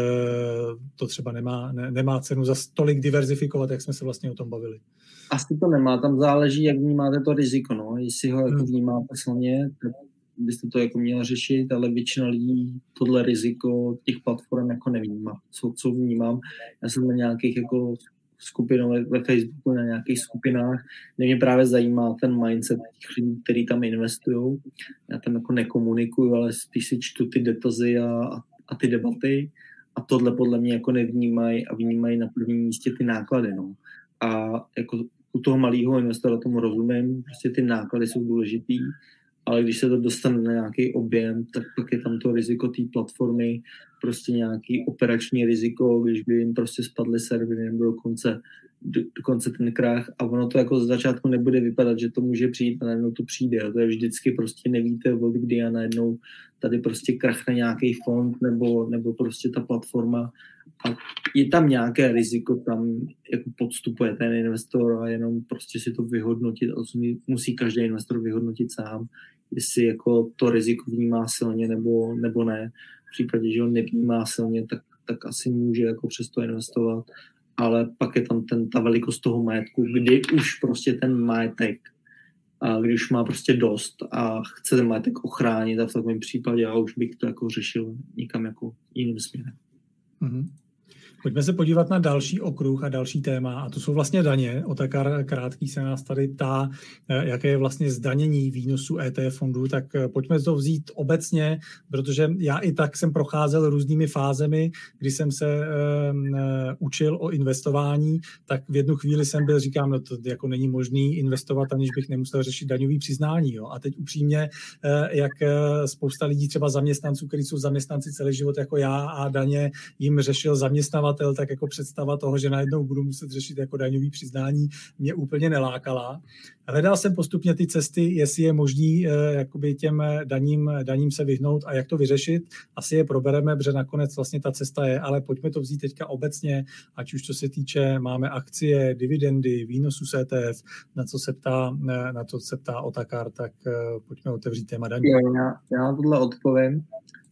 to třeba nemá, ne, nemá cenu za tolik diverzifikovat, jak jsme se vlastně o tom bavili. Asi to nemá, tam záleží, jak vnímáte to riziko, no. Jestli ho jako hmm. vnímáte silně, tak byste to jako měla řešit, ale většina lidí tohle riziko těch platform jako nevnímá. Co, co vnímám, já jsem na nějakých jako skupinové ve Facebooku, na nějakých skupinách, kde mě právě zajímá ten mindset těch lidí, kteří tam investují. Já tam jako nekomunikuju, ale spíš si čtu ty dotazy a, a ty debaty a tohle podle mě jako nevnímají a vnímají na prvním místě ty náklady. No. A jako u toho malého investora tomu rozumím, prostě ty náklady jsou důležitý, ale když se to dostane na nějaký objem, tak pak je tam to riziko té platformy, prostě nějaký operační riziko, když by jim prostě spadly servery nebo dokonce, do, dokonce ten krach a ono to jako z začátku nebude vypadat, že to může přijít a najednou to přijde. A to je vždycky prostě nevíte od kdy a najednou tady prostě krachne nějaký fond nebo, nebo prostě ta platforma a je tam nějaké riziko, tam jako podstupuje ten investor a jenom prostě si to vyhodnotit a to musí každý investor vyhodnotit sám, jestli jako to riziko vnímá silně nebo, nebo ne. V případě, že ho nevnímá silně, tak, tak asi může jako přesto investovat, ale pak je tam ten, ta velikost toho majetku, kdy už prostě ten majetek, a když má prostě dost a chce ten majetek ochránit a v takovém případě já už bych to jako řešil někam jako jiným směrem. Mm-hmm. Pojďme se podívat na další okruh a další téma, a to jsou vlastně daně. Otakar Krátký se nás tady ptá, jaké je vlastně zdanění výnosu E T F fondů, tak pojďme to vzít obecně, protože já i tak jsem procházel různými fázemi, kdy jsem se um, učil o investování, tak v jednu chvíli jsem byl, říkám, no to jako není možný investovat, aniž bych nemusel řešit daňový přiznání. Jo. A teď upřímně, jak spousta lidí, třeba zaměstnanců, kteří jsou zaměstnanci celý život jako já a daně jim řešil zaměstnavatel, tak jako představa toho, že najednou budu muset řešit jako daňový přiznání, mě úplně nelákala. Hledal jsem postupně ty cesty, jestli je možný eh, jakoby těm daním, daním se vyhnout a jak to vyřešit. Asi je probereme, protože nakonec vlastně ta cesta je, ale pojďme to vzít teďka obecně, ať už co se týče, máme akcie, dividendy, výnosu z E T F, na co se ptá, na co se ptá Otakar, tak eh, pojďme otevřít téma daní. Já, já na tohle odpovím.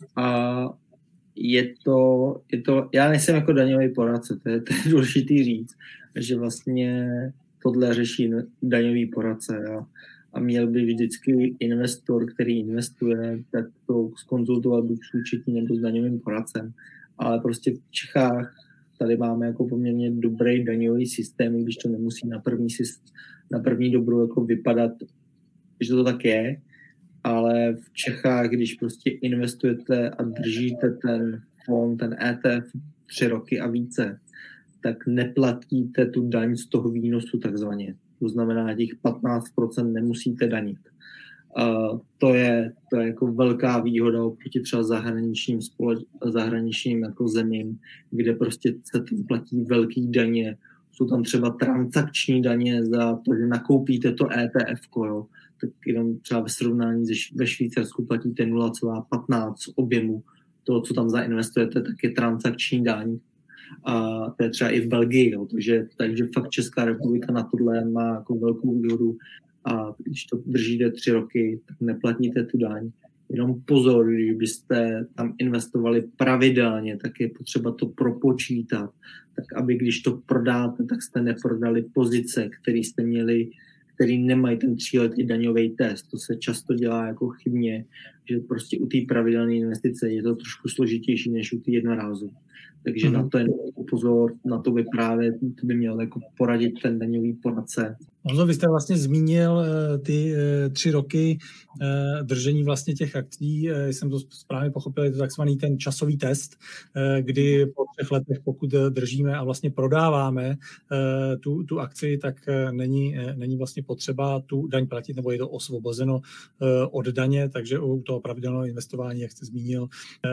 A Je to, je to, já nejsem jako daňový poradce, to je, to je důležitý říct, že vlastně tohle řeší daňový poradce a, a měl by vždycky investor, který investuje, tak to zkonzultovat buď s účetní nebo s daňovým poradcem, ale prostě v Čechách tady máme jako poměrně dobrý daňový systém, když to nemusí na první, na první dobrou jako vypadat, že to tak je, ale v Čechách, když prostě investujete a držíte ten fond, ten E T F tři roky a více, tak neplatíte tu daň z toho výnosu takzvaně. To znamená, těch patnáct procent nemusíte danit. Uh, to je, to je jako velká výhoda oproti třeba zahraničním, společ, zahraničním jako zemím, kde prostě se tam platí velký daně. Jsou tam třeba transakční daně za to, že nakoupíte to E T F, jo. Tak jenom třeba ve srovnání ve Švýcarsku platíte nula celá patnáct objemu toho, co tam zainvestujete, tak je transakční daň. A to je třeba i v Belgii, jo. Takže, takže fakt Česká republika na tohle má jako velkou výhodu. A když to držíte tři roky, tak neplatíte tu daň. Jenom pozor, když byste tam investovali pravidelně, tak je potřeba to propočítat. Tak aby když to prodáte, tak jste neprodali pozice, které jste měli, který nemají ten tříletý daňový test. To se často dělá jako chybně, že prostě u té pravidelné investice je to trošku složitější než u té jednorázové. Takže mm. na to je pozor, na to by právě to by měl jako poradit ten daňový poradce. Honzo, vy jste vlastně zmínil ty tři roky držení vlastně těch akcí, jsem to správně pochopil, je to takzvaný ten časový test, kdy po třech letech, pokud držíme a vlastně prodáváme tu, tu akci, tak není, není vlastně potřeba tu daň platit, nebo je to osvobozeno od daně, takže u toho pravidelného investování, jak jste zmínil,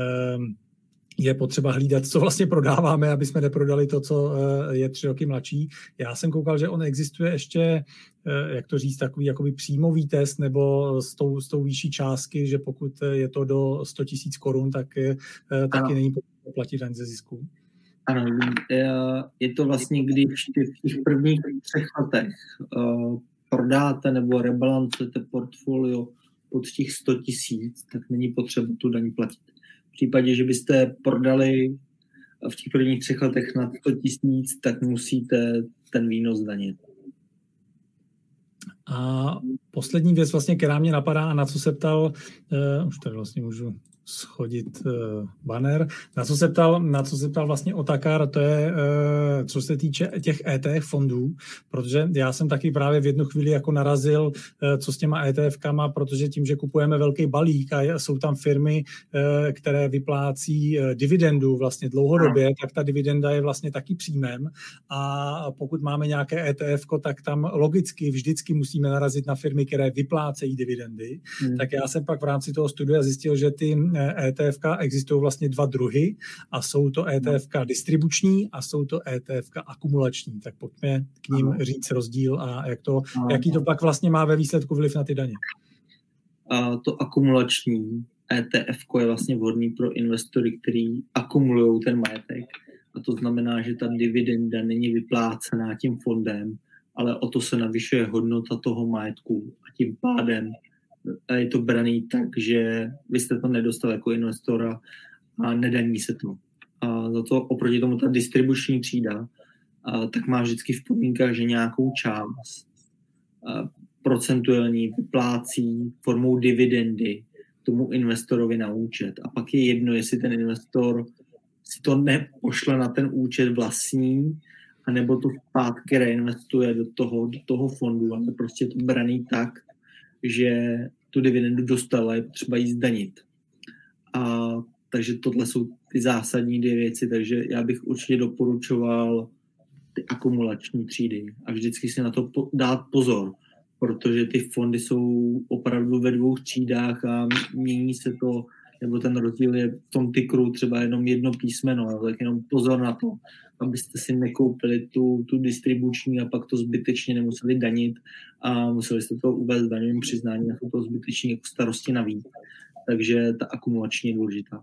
je potřeba hlídat, co vlastně prodáváme, aby jsme neprodali to, co je tři roky mladší. Já jsem koukal, že on existuje ještě, jak to říct, takový jakoby příjmový test nebo s tou, s tou výšší částky, že pokud je to do sto tisíc korun, tak taky ano. Není potřeba platit daň ze zisku. Ano, je to vlastně, když v těch prvních třech letech prodáte nebo rebalancujete portfolio pod těch sto tisíc, tak není potřeba tu daň platit. V případě, že byste prodali v těch prvních třech letech na sto tisíc, tak musíte ten výnos danit. A poslední věc, vlastně, která mě napadá a na co se ptal, uh, už tady vlastně můžu schodit uh, banner, na co se ptal, na co se ptal vlastně Otakar, to je, uh, co se týče těch E T F fondů, protože já jsem taky právě v jednu chvíli jako narazil, uh, co s těma ETFkama, protože tím, že kupujeme velký balík a jsou tam firmy, uh, které vyplácí uh, dividendu vlastně dlouhodobě, tak ta dividenda je vlastně taky příjmem a pokud máme nějaké ETFko, tak tam logicky vždycky musíme narazit na firmy, které vyplácejí dividendy. Hmm. Tak já jsem pak v rámci toho studia zjistil, že ty ETFka existují vlastně dva druhy a jsou to ETFka distribuční a jsou to ETFka akumulační. Tak pojďme k ním říct rozdíl a jak to, jaký to pak vlastně má ve výsledku vliv na ty daně. A to akumulační ETFko je vlastně vhodný pro investory, kteří akumulují ten majetek. A to znamená, že ta dividenda není vyplácená tím fondem, ale o to se navyšuje hodnota toho majetku a tím pádem je to braný tak, že vy jste to nedostal jako investora a nedaní se to. A za to oproti tomu ta distribuční třída a tak má vždycky v podmínkách, že nějakou část procentuální vyplácí formou dividendy tomu investorovi na účet. A pak je jedno, jestli ten investor si to nepošle na ten účet vlastní, anebo to zpátky reinvestuje do toho, do toho fondu, ale prostě to braný tak, že tu dividendu dostala, je potřeba jí zdanit. A takže tohle jsou ty zásadní dvě věci, takže já bych určitě doporučoval ty akumulační třídy a vždycky si na to po, dát pozor, protože ty fondy jsou opravdu ve dvou třídách a mění se to, nebo ten rozdíl je v tom tykru třeba jenom jedno písmeno, tak jenom pozor na to, abyste si nekoupili tu, tu distribuční a pak to zbytečně nemuseli danit a museli jste to uvést daňovým přiznání a to zbytečně jako starosti navíc. Takže ta akumulační je důležitá.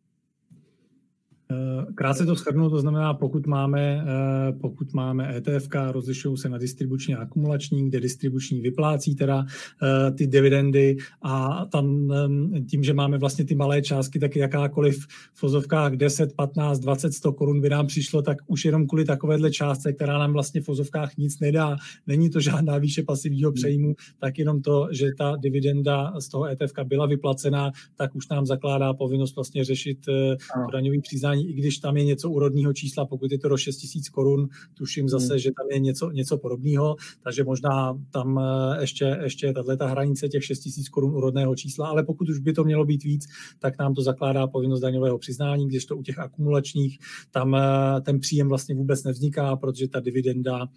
Krátce to shrnu, to znamená, pokud máme, pokud máme ETFka, rozlišují se na distribuční a akumulační, kde distribuční vyplácí teda ty dividendy a tam tím, že máme vlastně ty malé částky, tak jakákoliv v fozovkách deset, patnáct, dvacet, sto korun by nám přišlo, tak už jenom kvůli takovéhle částce, která nám vlastně v fozovkách nic nedá, není to žádná výše pasivního přejímu, tak jenom to, že ta dividenda z toho ETFka byla vyplacená, tak už nám zakládá povinnost vlastně řešit to daňový přiznání. přiznání, i když tam je něco úrodného čísla, pokud je to do šest tisíc korun, tuším zase, hmm. že tam je něco, něco podobného, takže možná tam ještě, ještě tato hranice těch šest tisíc korun úrodného čísla, ale pokud už by to mělo být víc, tak nám to zakládá povinnost daňového přiznání, když to u těch akumulačních, tam ten příjem vlastně vůbec nevzniká, protože ta dividenda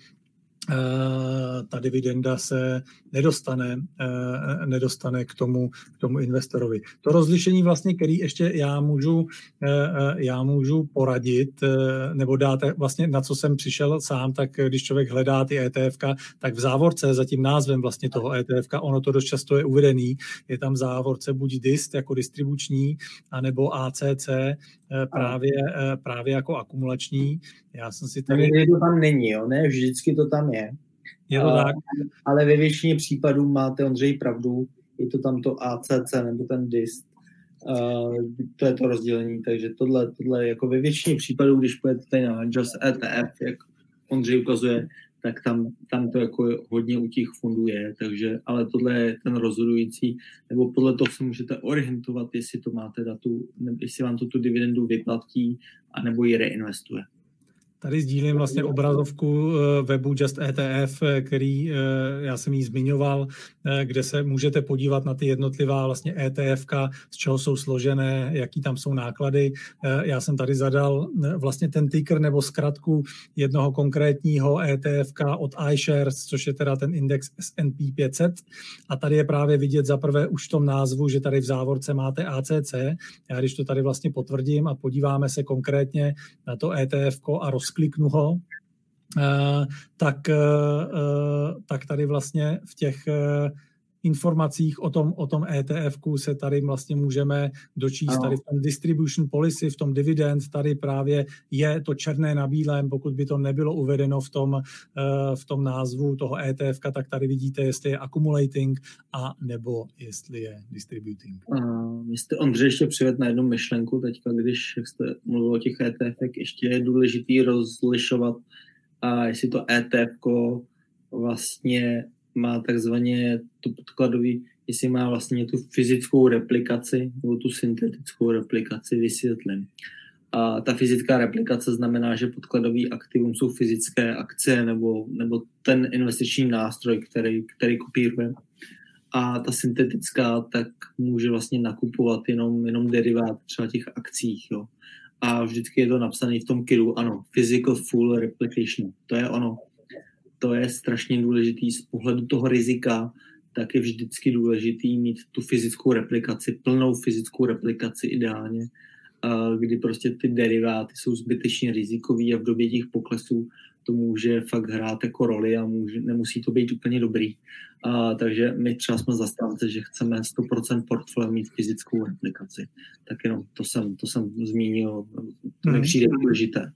ta dividenda se nedostane, nedostane k tomu, k tomu investorovi. To rozlišení vlastně, který ještě já můžu, já můžu poradit, nebo dát vlastně, na co jsem přišel sám, tak když člověk hledá ty ETFka, tak v závorce za tím názvem vlastně toho ETFka, ono to dost často je uvedený, je tam v závorce buď D I S T jako distribuční, anebo A C C právě, právě jako akumulační. Já jsem si tady... To tam není, jo? Ne, vždycky to tam je. Je to ale, tak. Ale ve většině případů máte, Ondřej, pravdu, je to tam to A C C nebo ten D I S T. Uh, to je to rozdělení, takže tohle, tohle jako ve většině případů, když půjdete tady na Just E T F, jak Ondřej ukazuje, tak tam, tam to jako hodně u těch fondů je, takže, ale tohle je ten rozhodující, nebo podle toho se můžete orientovat, jestli to máte datu, jestli vám to tu dividendu vyplatí, anebo ji reinvestuje. Tady sdílím vlastně obrazovku webu Just E T F, který já jsem jí zmiňoval, kde se můžete podívat na ty jednotlivá vlastně ETFka, z čeho jsou složené, jaký tam jsou náklady. Já jsem tady zadal vlastně ten ticker nebo zkratku jednoho konkrétního ETFka od iShares, což je teda ten index S and P pět set. A tady je právě vidět zaprvé už v tom názvu, že tady v závorce máte A C C. Já když to tady vlastně potvrdím a podíváme se konkrétně na to ETFko a roz kliknu ho, tak, tak tady vlastně v těch informacích o tom, o tom ETFku se tady vlastně můžeme dočíst. Tady v tom distribution policy, v tom dividend, tady právě je to černé na bílém, pokud by to nebylo uvedeno v tom, v tom názvu toho ETFka, tak tady vidíte, jestli je accumulating a nebo jestli je distributing. Uh, vy jste, Ondřej, ještě přived na jednu myšlenku teďka, když jste mluvil o těch ETFek, ještě je důležitý rozlišovat, uh, jestli to ETFko vlastně má takzvaně to podkladový, jestli má vlastně tu fyzickou replikaci nebo tu syntetickou replikaci, vysvětlím. A ta fyzická replikace znamená, že podkladový aktivum jsou fyzické akcie nebo, nebo ten investiční nástroj, který, který kopíruje. A ta syntetická tak může vlastně nakupovat jenom, jenom derivát třeba těch akcích. Jo. A vždycky je to napsané v tom kidu, ano, physical full replication, to je ono. To je strašně důležitý z pohledu toho rizika, tak je vždycky důležitý mít tu fyzickou replikaci, plnou fyzickou replikaci ideálně, kdy prostě ty deriváty jsou zbytečně rizikový a v době těch poklesů to může fakt hrát jako roli a může, nemusí to být úplně dobrý. A, takže my třeba jsme zastánci, že chceme sto procent portfolio mít fyzickou replikaci. Tak jenom to jsem, to jsem zmínil, to mi přijde důležité.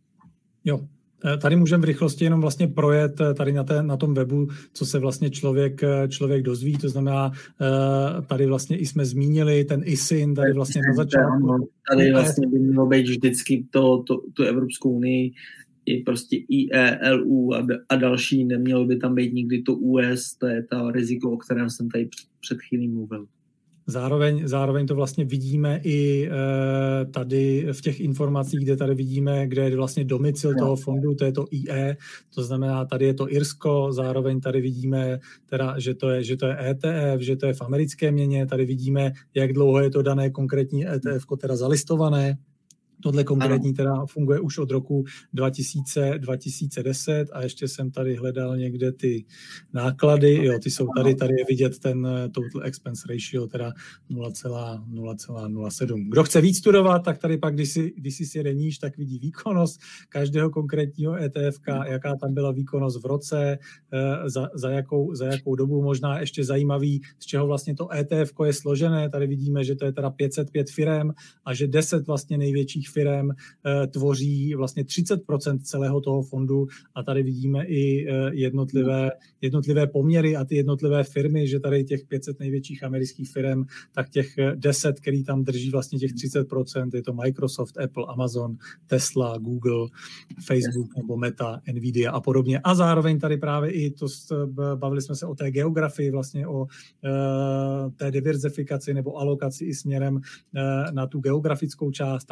Jo. Tady můžeme v rychlosti jenom vlastně projet tady na, té, na tom webu, co se vlastně člověk, člověk dozví, to znamená, tady vlastně i jsme zmínili ten I S I N, tady vlastně na začátku. Tady vlastně by mělo být vždycky to, to, tu Evropskou unii, i prostě I E, L U a, a další, nemělo by tam být nikdy to U S, to je ta riziko, o kterém jsem tady před chvílí mluvil. Zároveň, zároveň to vlastně vidíme i e, tady v těch informacích, kde tady vidíme, kde je vlastně domicil no. toho fondu, to je to I E, to znamená, tady je to Irsko, zároveň tady vidíme, teda, že, to je, že to je E T F, že to je v americké měně, tady vidíme, jak dlouho je to dané konkrétní E T F teda zalistované. Tohle konkrétní teda funguje už od roku dva tisíce, dva tisíce deset a ještě jsem tady hledal někde ty náklady, jo, ty jsou tady, tady je vidět ten total expense ratio, teda nula celá nula sedm. Kdo chce víc studovat, tak tady pak, když si, když si sjede níž, tak vidí výkonnost každého konkrétního ETFka, jaká tam byla výkonnost v roce, za, za, jakou, za jakou dobu, možná ještě zajímavý, z čeho vlastně to ETFko je složené, tady vidíme, že to je teda pět set pět firem a že deset vlastně největších firem e, tvoří vlastně třicet procent celého toho fondu a tady vidíme i e, jednotlivé, jednotlivé poměry a ty jednotlivé firmy, že tady těch pět set největších amerických firem, tak těch deset, který tam drží vlastně těch třicet procent, je to Microsoft, Apple, Amazon, Tesla, Google, Facebook yes. nebo Meta, Nvidia a podobně. A zároveň tady právě i to, bavili jsme se o té geografii, vlastně o e, té diverzifikaci nebo alokaci i směrem e, na tu geografickou část, tak tady ukazujeme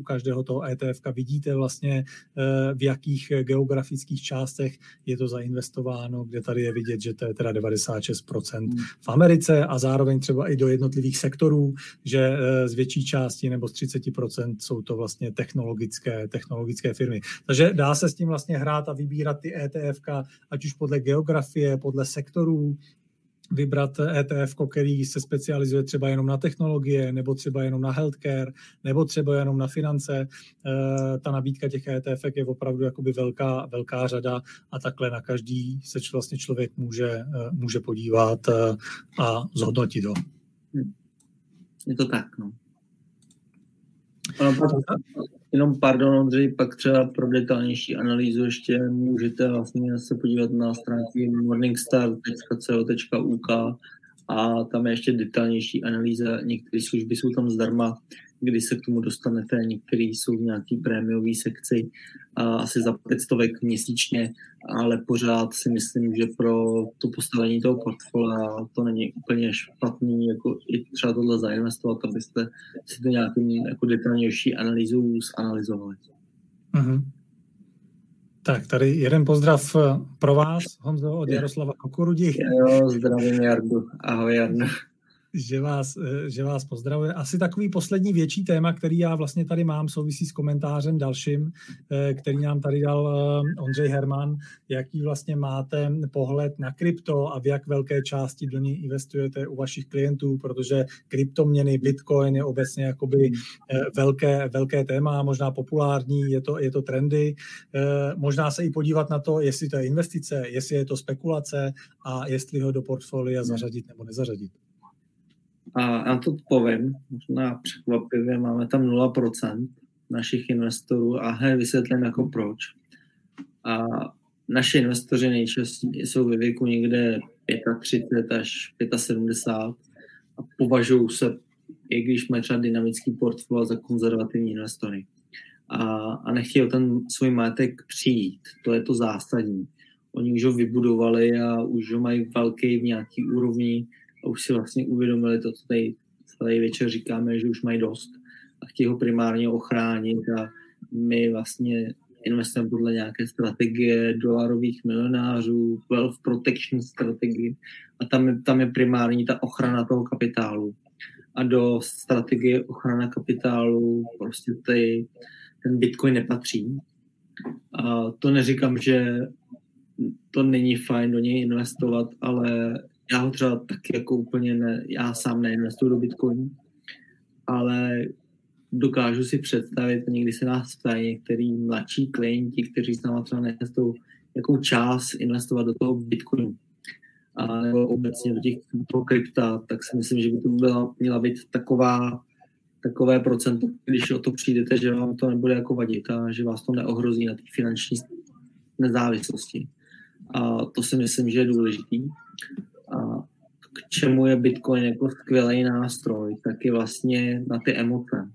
každého toho E T F ka vidíte vlastně, v jakých geografických částech je to zainvestováno, kde tady je vidět, že to je teda devadesát šest procent v Americe a zároveň třeba i do jednotlivých sektorů, že z větší části nebo z třicet procent jsou to vlastně technologické, technologické firmy. Takže dá se s tím vlastně hrát a vybírat ty E T F ka, ať už podle geografie, podle sektorů, vybrat E T F, který se specializuje třeba jenom na technologie, nebo třeba jenom na healthcare, nebo třeba jenom na finance. E, ta nabídka těch E T F je opravdu jakoby velká, velká řada a takhle na každý se vlastně člověk může, může podívat a zhodnotit ho. Je to tak, no. Jenom pardon, Ondřej, pak třeba pro detailnější analýzu ještě můžete vlastně se podívat na stránky morningstar tečka co tečka u k a tam je ještě detailnější analýza. Některé služby jsou tam zdarma, kdy se k tomu dostanete, některé jsou v nějaký prémiový sekci, a asi za pět stovek měsíčně, ale pořád si myslím, že pro to postavení toho portfolia to není úplně špatný, jako i třeba tohle zainvestovat, abyste si to nějakým jako detailnější analýzou zanalyzovali. Mm-hmm. Tak, tady jeden pozdrav pro vás, Honzo, od Jaroslava Kukurudi. Jo, zdravím Jardu. Ahoj Jardu. Že vás, že vás pozdravuje. Asi takový poslední větší téma, který já vlastně tady mám, souvisí s komentářem dalším, který nám tady dal Ondřej Herman. Jaký vlastně máte pohled na krypto a v jak velké části do ní investujete u vašich klientů, protože kryptoměny, Bitcoin je obecně jakoby velké, velké téma, možná populární, je to, je to trendy. Možná se i podívat na to, jestli to je investice, jestli je to spekulace a jestli ho do portfolia zařadit nebo nezařadit. A já to povím, možná překvapivě, máme tam nula procent našich investorů a hned vysvětlím jako proč. A naši investoři nejčastěji jsou ve věku někde třicet pět až sedmdesát pět a považují se, i když mají třeba dynamický portfolio, za konzervativní investory. A, a nechtějí ten svůj majetek přijít, to je to zásadní. Oni už ho vybudovali a už ho mají velký v nějaký úrovni, a už si vlastně uvědomili to, co tady celý večer říkáme, že už mají dost a chtějí ho primárně ochránit a my vlastně investujeme podle nějaké strategie dolarových milionářů, wealth protection strategie a tam je, tam je primární ta ochrana toho kapitálu. A do strategie ochrana kapitálu prostě ty, ten Bitcoin nepatří. A to neříkám, že to není fajn do něj investovat, ale já ho třeba taky jako úplně ne, já sám neinvestuju do Bitcoinu, ale dokážu si představit, někdy se nás ptají některý mladší klienti, kteří s náma třeba neinvestují, jakou část investovat do toho Bitcoinu a nebo obecně do těch toho krypta, tak si myslím, že by to byla, měla být taková, takové procento, když o to přijdete, že vám to nebude jako vadit a že vás to neohrozí na té finanční nezávislosti. A to si myslím, že je důležitý. A k čemu je Bitcoin jako skvělý nástroj, tak je vlastně na ty emoce.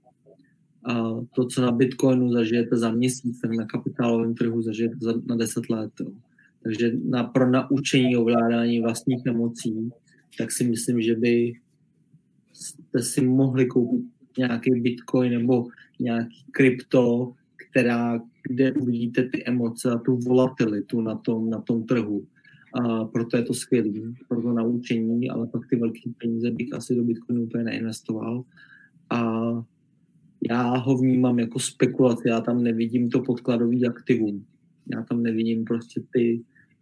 A to, co na Bitcoinu zažijete za měsíc, tak na kapitálovém trhu zažijete za, na deset let. Jo. Takže na, pro naučení ovládání vlastních emocí, tak si myslím, že by jste si mohli koupit nějaký Bitcoin nebo nějaký krypto, která, kde uvidíte ty emoce a tu volatilitu na tom, na tom trhu. A proto je to skvělý, pro to naučení, ale pak ty velké peníze bych asi do Bitcoinu úplně neinvestoval. A já ho vnímám jako spekulaci, já tam nevidím to podkladový aktivum. Já tam nevidím prostě ty,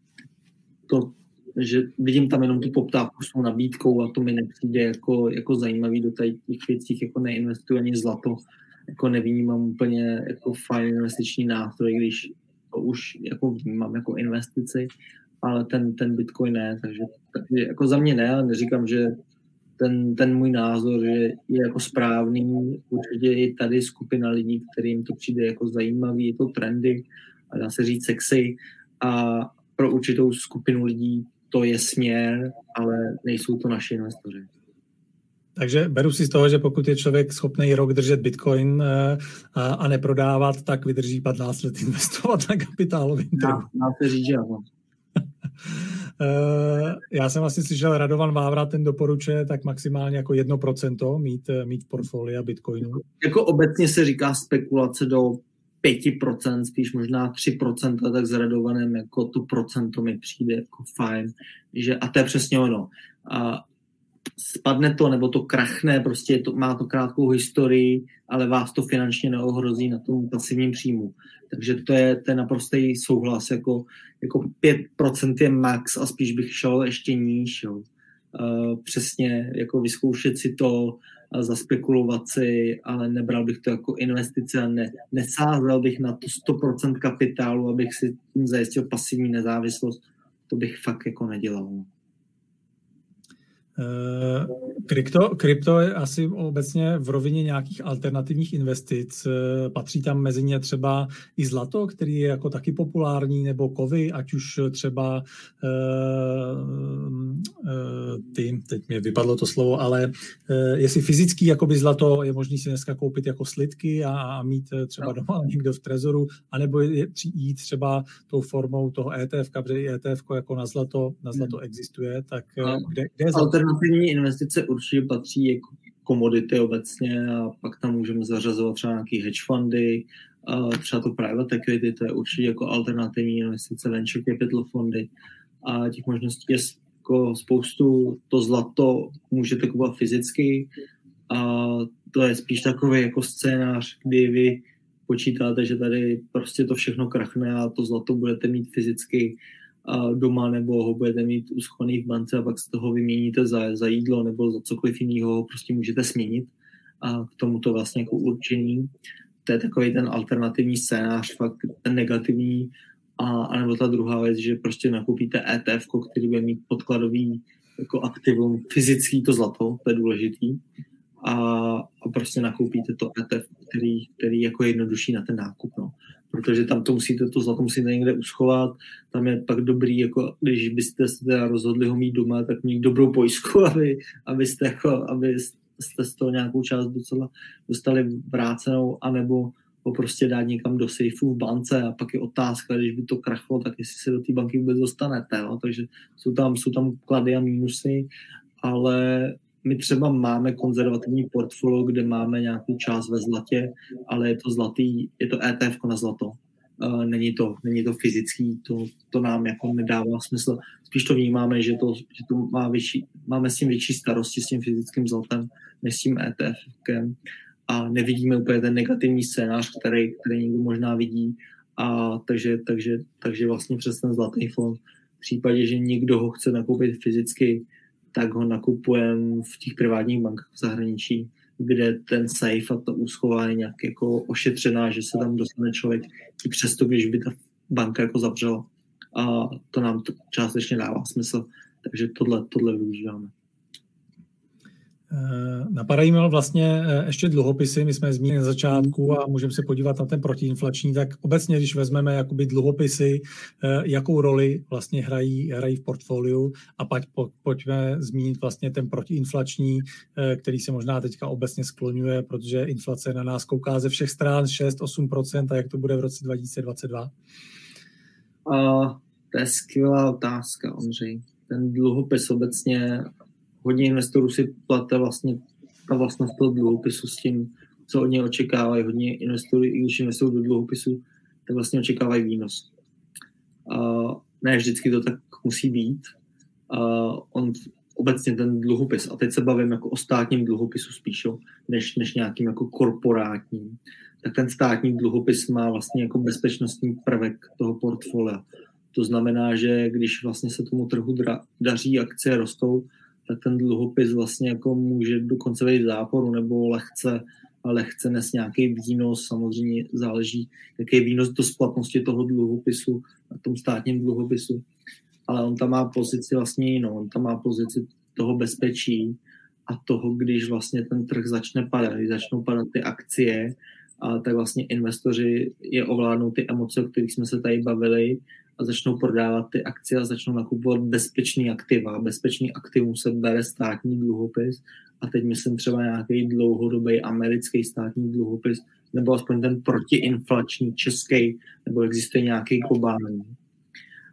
to, že vidím tam jenom tu poptávku s tou nabídkou a to mi nepřijde jako, jako zajímavý do těch věcích, jako neinvestuji ani zlato, jako nevnímám úplně jako fajn investiční nástroj, když to už jako vnímám jako investici, ale ten, ten Bitcoin ne, takže, takže jako za mě ne, ale neříkám, že ten, ten můj názor že je jako správný, určitě je tady skupina lidí, kterým to přijde jako zajímavý, je to trendy a dá se říct sexy a pro určitou skupinu lidí to je směr, ale nejsou to naši investoři. Takže beru si z toho, že pokud je člověk schopný rok držet Bitcoin a, a neprodávat, tak vydrží patnáct let investovat na kapitálovém trhu. Dá se říct, že ano. Já jsem asi slyšel, Radovan Vávra, ten doporučuje tak maximálně jako jedno procento mít, mít portfolia Bitcoinu. Jako obecně se říká spekulace do pět procent, spíš možná tři procenta, tak s Radovanem jako to procento mi přijde jako fajn. Že, a to je přesně ono. A spadne to, nebo to krachne, prostě to, má to krátkou historii, ale vás to finančně neohrozí na tom pasivním příjmu. Takže to je, to je naprostý souhlas, jako, jako pět procent je max a spíš bych šel ještě níž. Jo. Uh, přesně jako vyzkoušet si to, uh, zaspekulovat si, ale nebral bych to jako investice a ne, nesázel bych na to sto procent kapitálu, abych si tím zajistil pasivní nezávislost. To bych fakt jako nedělal. Krypto, krypto je asi obecně v rovině nějakých alternativních investic. Patří tam mezi ně třeba i zlato, který je jako taky populární, nebo kovy, ať už třeba uh, ty, teď mi vypadlo to slovo, ale uh, jestli fyzický jakoby zlato je možný si dneska koupit jako slitky a, a mít třeba doma někdo v trezoru, anebo je, jít třeba tou formou toho E T F, protože i E T F jako na zlato, na zlato existuje, tak no. kde, kde je zlato? Alternativní investice určitě patří jako komodity obecně a pak tam můžeme zařazovat třeba nějaký hedge fundy, třeba to private equity, to je určitě jako alternativní investice, venture capital fondy a těch možností je jako spoustu. To zlato můžete kupovat fyzicky a to je spíš takový jako scénář, kdy vy počítáte, že tady prostě to všechno krachne a to zlato budete mít fyzicky doma, nebo ho budete mít uschovaný v bance a pak z toho vyměníte za, za jídlo nebo za cokoliv jiného, prostě můžete směnit a k tomuto vlastně jako určení. To je takový ten alternativní scénář, fakt ten negativní, a, a nebo ta druhá věc, že prostě nakoupíte E T F, který bude mít podkladový jako aktivum, fyzický to zlato, to je důležitý, a, a prostě nakoupíte to E T F, který, který jako je jednodušší na ten nákup, no. Protože tam to musíte, to zlato musíte někde uschovat, tam je pak dobrý, jako když byste se teda rozhodli ho mít doma, tak mít dobrou pojistku, aby, abyste, jako, abyste z toho nějakou část docela dostali vrácenou, anebo ho prostě dát někam do sejfu v bance a pak je otázka, když by to krachlo, tak jestli se do té banky vůbec dostanete, no? Takže jsou tam, jsou tam klady a mínusy, ale my třeba máme konzervativní portfolio, kde máme nějakou část ve zlatě, ale je to zlatý, je to E T F na zlato. Uh, není to, není to fyzický, to, to nám jako nedává smysl. Spíš to vnímáme, že to, že to má vyšší, máme s tím větší starosti s tím fyzickým zlatem, než s tím E T Fkem. A nevidíme úplně ten negativní scénář, který, který někdo možná vidí. A takže, takže, takže vlastně přes ten zlatý fond v případě, že někdo ho chce nakoupit fyzicky, tak ho nakupujeme v těch privátních bankách v zahraničí, kde ten safe a to úschová je nějak jako ošetřená, že se tam dostane člověk i přesto, když by ta banka jako zavřela. A to nám to částečně dává smysl. Takže tohle, tohle využíváme. Napadají mi vlastně ještě dluhopisy, my jsme zmínili na začátku a můžeme se podívat na ten protiinflační, tak obecně, když vezmeme jakoby dluhopisy, jakou roli vlastně hrají, hrají v portfoliu a pak pojďme zmínit vlastně ten protiinflační, který se možná teďka obecně skloňuje, protože inflace na nás kouká ze všech stran šest až osm procent a jak to bude v roce dva tisíce dvacet dva? Uh, to je skvělá otázka, Ondřej. Ten dluhopis obecně hodně investorů si plete vlastně ta vlastnost toho dluhopisu s tím, co od něj očekávají. Hodně investorů, i když investují do dluhopisu, tak vlastně očekávají výnos. Uh, ne vždycky to tak musí být. Uh, on obecně ten dluhopis, a teď se bavím jako o státním dluhopisu spíš, než, než nějakým jako korporátním, tak ten státní dluhopis má vlastně jako bezpečnostní prvek toho portfolia. To znamená, že když vlastně se tomu trhu dra, daří, akcie rostou, tak ten dluhopis vlastně jako může dokonce vejít v záporu nebo lehce, lehce nes nějaký výnos, samozřejmě záleží, jaký je výnos do splatnosti toho dluhopisu na tom státním dluhopisu, ale on tam má pozici vlastně jinou, on tam má pozici toho bezpečí a toho, když vlastně ten trh začne padat, když začnou padat ty akcie, a tak vlastně investoři je ovládnou ty emoce, o kterých jsme se tady bavili, a začnou prodávat ty akcie a začnou nakupovat bezpečný aktiva. Bezpečný aktivum se bere státní dluhopis a teď myslím třeba nějaký dlouhodobý americký státní dluhopis nebo aspoň ten protiinflační český, nebo existuje nějaký globální.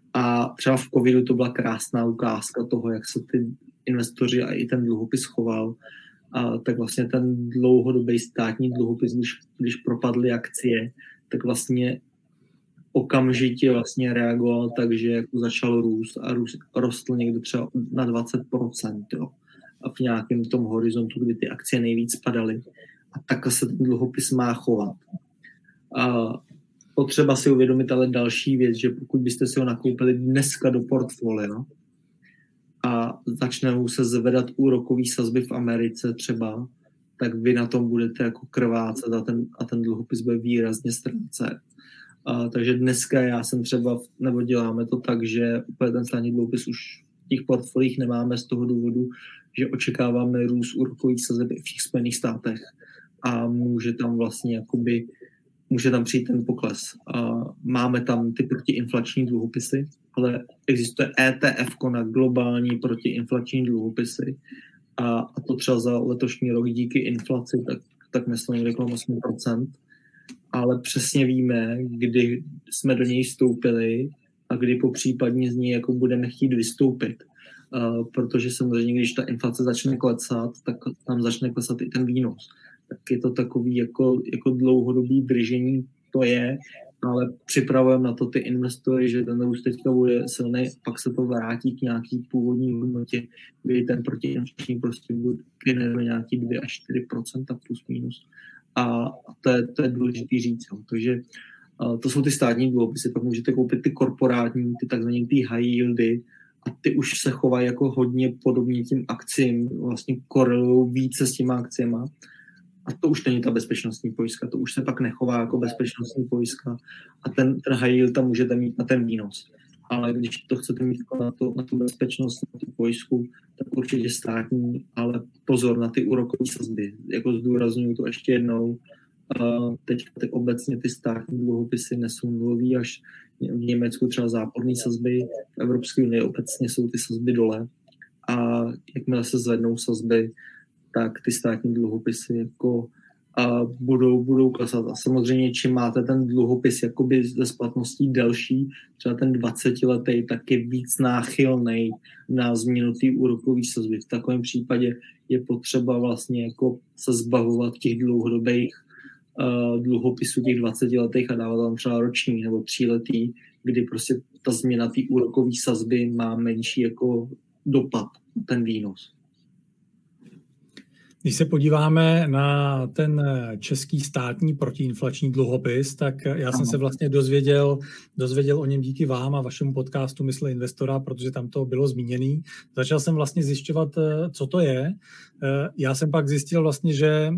A třeba v covidu to byla krásná ukázka toho, jak se ty investoři a i ten dluhopis choval. A tak vlastně ten dlouhodobý státní dluhopis, když, když propadly akcie, tak vlastně okamžitě vlastně reagoval tak, že jako začal růst a růst, rostl někde třeba na dvacet procent, jo. A v nějakém tom horizontu, kdy ty akcie nejvíc padaly. A takhle se ten dluhopis má chovat. A potřeba si uvědomit ale další věc, že pokud byste si ho nakoupili dneska do portfolia a začnou se zvedat úrokové sazby v Americe třeba, tak vy na tom budete jako krvácet a ten, a ten dluhopis bude výrazně ztrácet. A, takže dneska já jsem třeba, nebo děláme to tak, že úplně ten státní dluhopis už v těch portfoliích nemáme z toho důvodu, že očekáváme růst úrokových sazeb v těch Spojených státech a může tam vlastně jakoby, může tam přijít ten pokles. A máme tam ty protiinflační dluhopisy, ale existuje E T F na globální protiinflační dluhopisy a, a to třeba za letošní rok díky inflaci, tak, tak neslo někde kolem osm procent. Ale přesně víme, kdy jsme do něj vstoupili a kdy popřípadně z něj jako budeme chtít vystoupit. Uh, protože samozřejmě, když ta inflace začne klesat, tak tam začne klesat i ten výnos. Tak je to takový jako, jako dlouhodobý držení, to je, ale připravujeme na to ty investory, že ten růst teďka bude silný, pak se to vrátí k nějaký původní hodnotě, kdy ten protiinflační prostě bude generovat nějaký dva až čtyři procenta plus minus. A to je, to je důležité říct. Jo. Takže uh, to jsou ty státní dluhopisy, pak můžete koupit ty korporátní, ty takzvané ty high yieldy a ty už se chovají jako hodně podobně tím akcím, vlastně korelují více s těma akciema. A to už není ta bezpečnostní pojistka, to už se pak nechová jako bezpečnostní pojistka a ten, ten high yield tam můžete mít na ten výnos. Ale když to chcete mít na, to, na tu bezpečnost, na tu pojistku, tak určitě státní, ale pozor na ty úrokové sazby. Jako zdůraznuju to ještě jednou. Uh, teď ty obecně ty státní dluhopisy nesou nulový až v Německu třeba záporné sazby, v Evropské unii obecně jsou ty sazby dole. A jakmile se zvednou sazby, tak ty státní dluhopisy jako a budou, budou klesat. A samozřejmě, čím máte ten dluhopis jakoby ze splatností delší, třeba ten dvacetiletý, tak je víc náchylný na změnu té úrokové sazby. V takovém případě je potřeba vlastně jako se zbavovat těch dlouhodobých uh, dluhopisů, těch dvacetiletých a dávat tam třeba roční nebo tříletý, kdy prostě ta změna té úrokové sazby má menší jako dopad na ten výnos. Když se podíváme na ten český státní protiinflační dluhopis, tak já jsem se vlastně dozvěděl, dozvěděl o něm díky vám a vašemu podcastu Mysl investora, protože tam to bylo zmíněný. Začal jsem vlastně zjišťovat, co to je. Já jsem pak zjistil vlastně, že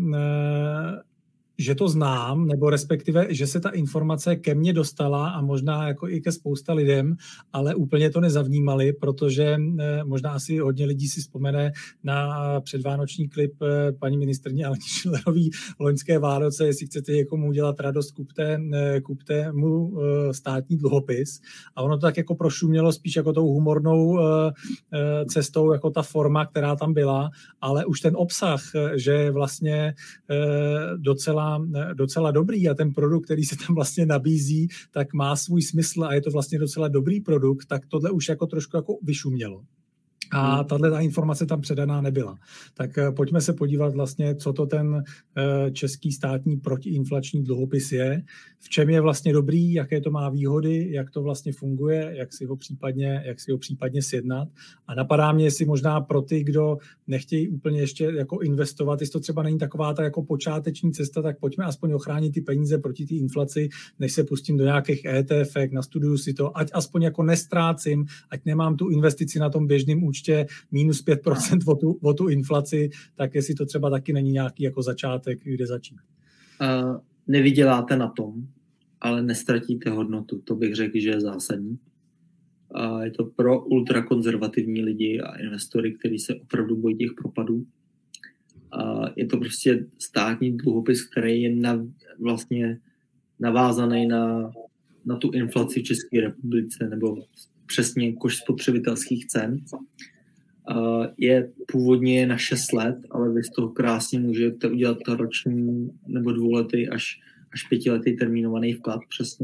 že to znám, nebo respektive, že se ta informace ke mně dostala a možná jako i ke spousta lidem, ale úplně to nezavnímali, protože možná asi hodně lidí si vzpomene na předvánoční klip paní ministryně Aleny Schillerový loňské Vánoce, jestli chcete někomu udělat radost, kupte, kupte mu státní dluhopis. A ono to tak jako prošumělo spíš jako tou humornou cestou, jako ta forma, která tam byla, ale už ten obsah, že vlastně docela docela dobrý a ten produkt, který se tam vlastně nabízí, tak má svůj smysl a je to vlastně docela dobrý produkt, tak tohle už jako trošku jako vyšumělo. A tahle ta informace tam předaná nebyla. Tak pojďme se podívat vlastně, co to ten český státní protiinflační dluhopis je, v čem je vlastně dobrý, jaké to má výhody, jak to vlastně funguje, jak si ho případně, jak si ho případně sjednat. A napadá mě, jestli možná pro ty, kdo nechtějí úplně ještě jako investovat, jestli to třeba není taková ta jako počáteční cesta, tak pojďme aspoň ochránit ty peníze proti té inflaci, než se pustím do nějakých E T F, nastuduju si to, ať aspoň jako nestrácím, ať nemám tu investici na tom běžném účtu minus pět procent o tu, o tu inflaci, tak jestli to třeba taky není nějaký jako začátek, kde začít. Uh, nevyděláte na tom, ale nestratíte hodnotu. To bych řekl, že je zásadní. Uh, je to pro ultrakonzervativní lidi a investory, kteří se opravdu bojí těch propadů. Uh, je to prostě státní dluhopis, který je na, vlastně navázaný na, na tu inflaci v České republice, nebo přesně koš spotřebitelských cen. Uh, je původně na šest let, ale vy z toho krásně můžete udělat roční nebo dvouletý až, až pětiletý termínovaný vklad přesně.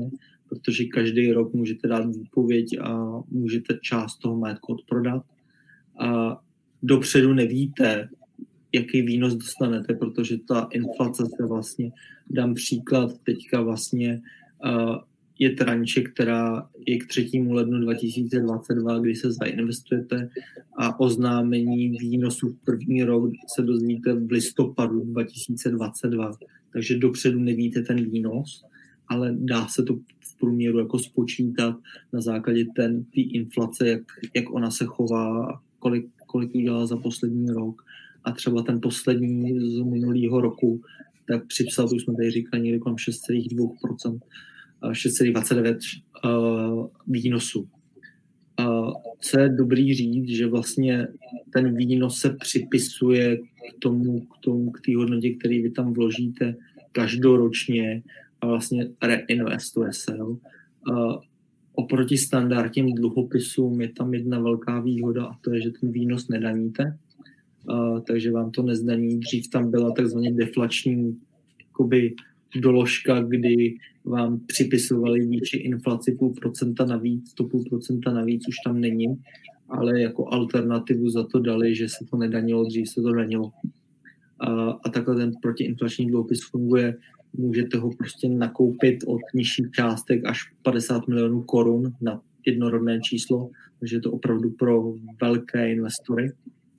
protože každý rok můžete dát výpověď a můžete část toho majetku odprodat. A dopředu nevíte, jaký výnos dostanete, protože ta inflace se vlastně, dám příklad, teďka vlastně uh, je tranče, která je k třetímu lednu dva tisíce dvacet dva, kdy se zainvestujete a oznámení výnosu v první rok se dozvíte v listopadu dva tisíce dvacet dva, takže dopředu nevíte ten výnos, ale dá se to v průměru jako spočítat na základě té inflace, jak, jak ona se chová, kolik, kolik udělá za poslední rok. A třeba ten poslední z minulého roku, tak připsal, to už jsme tady říkali, někde kolem šest celá dva procenta, šest celá dvacet devět uh, výnosu. Uh, co je dobrý říct, že vlastně ten výnos se připisuje k tomu, k tomu, k té hodnotě, který vy tam vložíte každoročně a vlastně reinvestuje se. Jo. Uh, oproti standardním dluhopisům je tam jedna velká výhoda a to je, že ten výnos nedaníte. Uh, takže vám to nezdaní. Dřív tam byla takzvaně deflační jakoby, doložka, kdy vám připisovali výši inflaci půl procenta navíc, to půl procenta navíc už tam není, ale jako alternativu za to dali, že se to nedanilo, dřív se to danilo. Uh, a takhle ten protiinflační dluhopis funguje. Můžete ho prostě nakoupit od nižších částek až padesát milionů korun na jednorodné číslo, takže je to opravdu pro velké investory.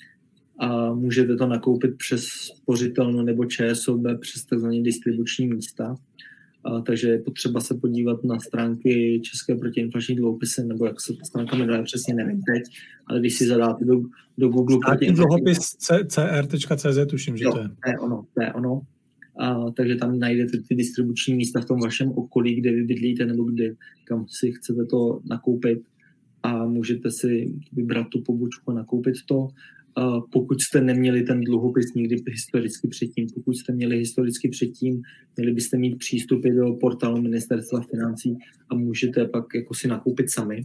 A můžete to nakoupit přes spořitelnu nebo ČSOB přes tzv. Distribuční místa. A takže je potřeba se podívat na stránky České protiinflační dluhopisy, nebo jak se ta stránka jmenuje, přesně nevím teď, ale když si zadáte do, do Google... Státní dluhopis c r tečka c z, tuším, že jo, to je. to je ono, to je ono. A, takže tam najdete ty distribuční místa v tom vašem okolí, kde vy bydlíte nebo kde, kam si chcete to nakoupit a můžete si vybrat tu pobočku a nakoupit to. A pokud jste neměli ten dluhopis nikdy historicky předtím, pokud jste měli historicky předtím, měli byste mít přístupy do portálu Ministerstva financí a můžete pak jako si nakoupit sami.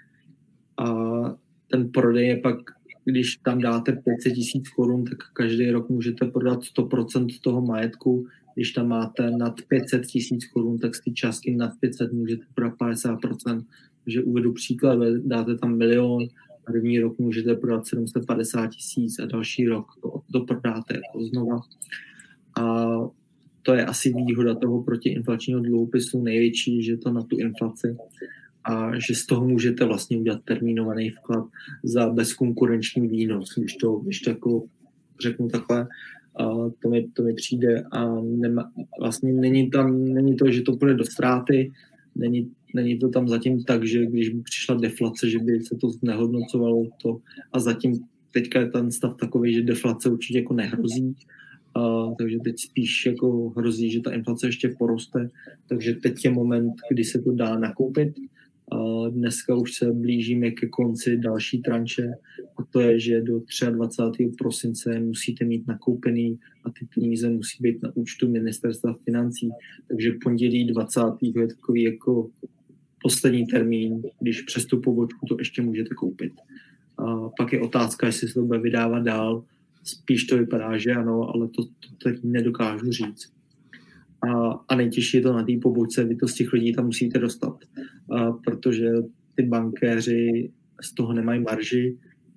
A ten prodej je pak, když tam dáte pět set tisíc korun, tak každý rok můžete prodat sto procent toho majetku. Když tam máte nad pět set tisíc korun, tak z té částky nad pět set můžete prodat padesát procent. Takže uvedu příklad, dáte tam milion, první rok můžete prodat sedm set padesát tisíc a další rok to, to prodáte jako znova. A to je asi výhoda toho protiinflačního dluhopisu největší, že to na tu inflaci a že z toho můžete vlastně udělat termínovaný vklad za bezkonkurenční výnos, když to, když to jako řeknu takhle, a to, mi, to mi přijde a nema, vlastně není tam, není to, že to půjde do ztráty, není, není to tam zatím tak, že když by přišla deflace, že by se to znehodnocovalo to a zatím teďka je ten stav takový, že deflace určitě jako nehrozí, a, takže teď spíš jako hrozí, že ta inflace ještě poroste, takže teď je moment, kdy se to dá nakoupit. A dneska už se blížíme ke konci další tranše a to je, že do dvacátého třetího prosince musíte mít nakoupený a ty peníze musí být na účtu Ministerstva financí, takže pondělí dvacátého je takový jako poslední termín, když přes tu pobočku to ještě můžete koupit. A pak je otázka, jestli se to bude vydávat dál, spíš to vypadá, že ano, ale to, to teď nedokážu říct. A, a nejtěžší je to na té pobočce, vy to z těch lidí tam musíte dostat, a, protože ty bankéři z toho nemají marži,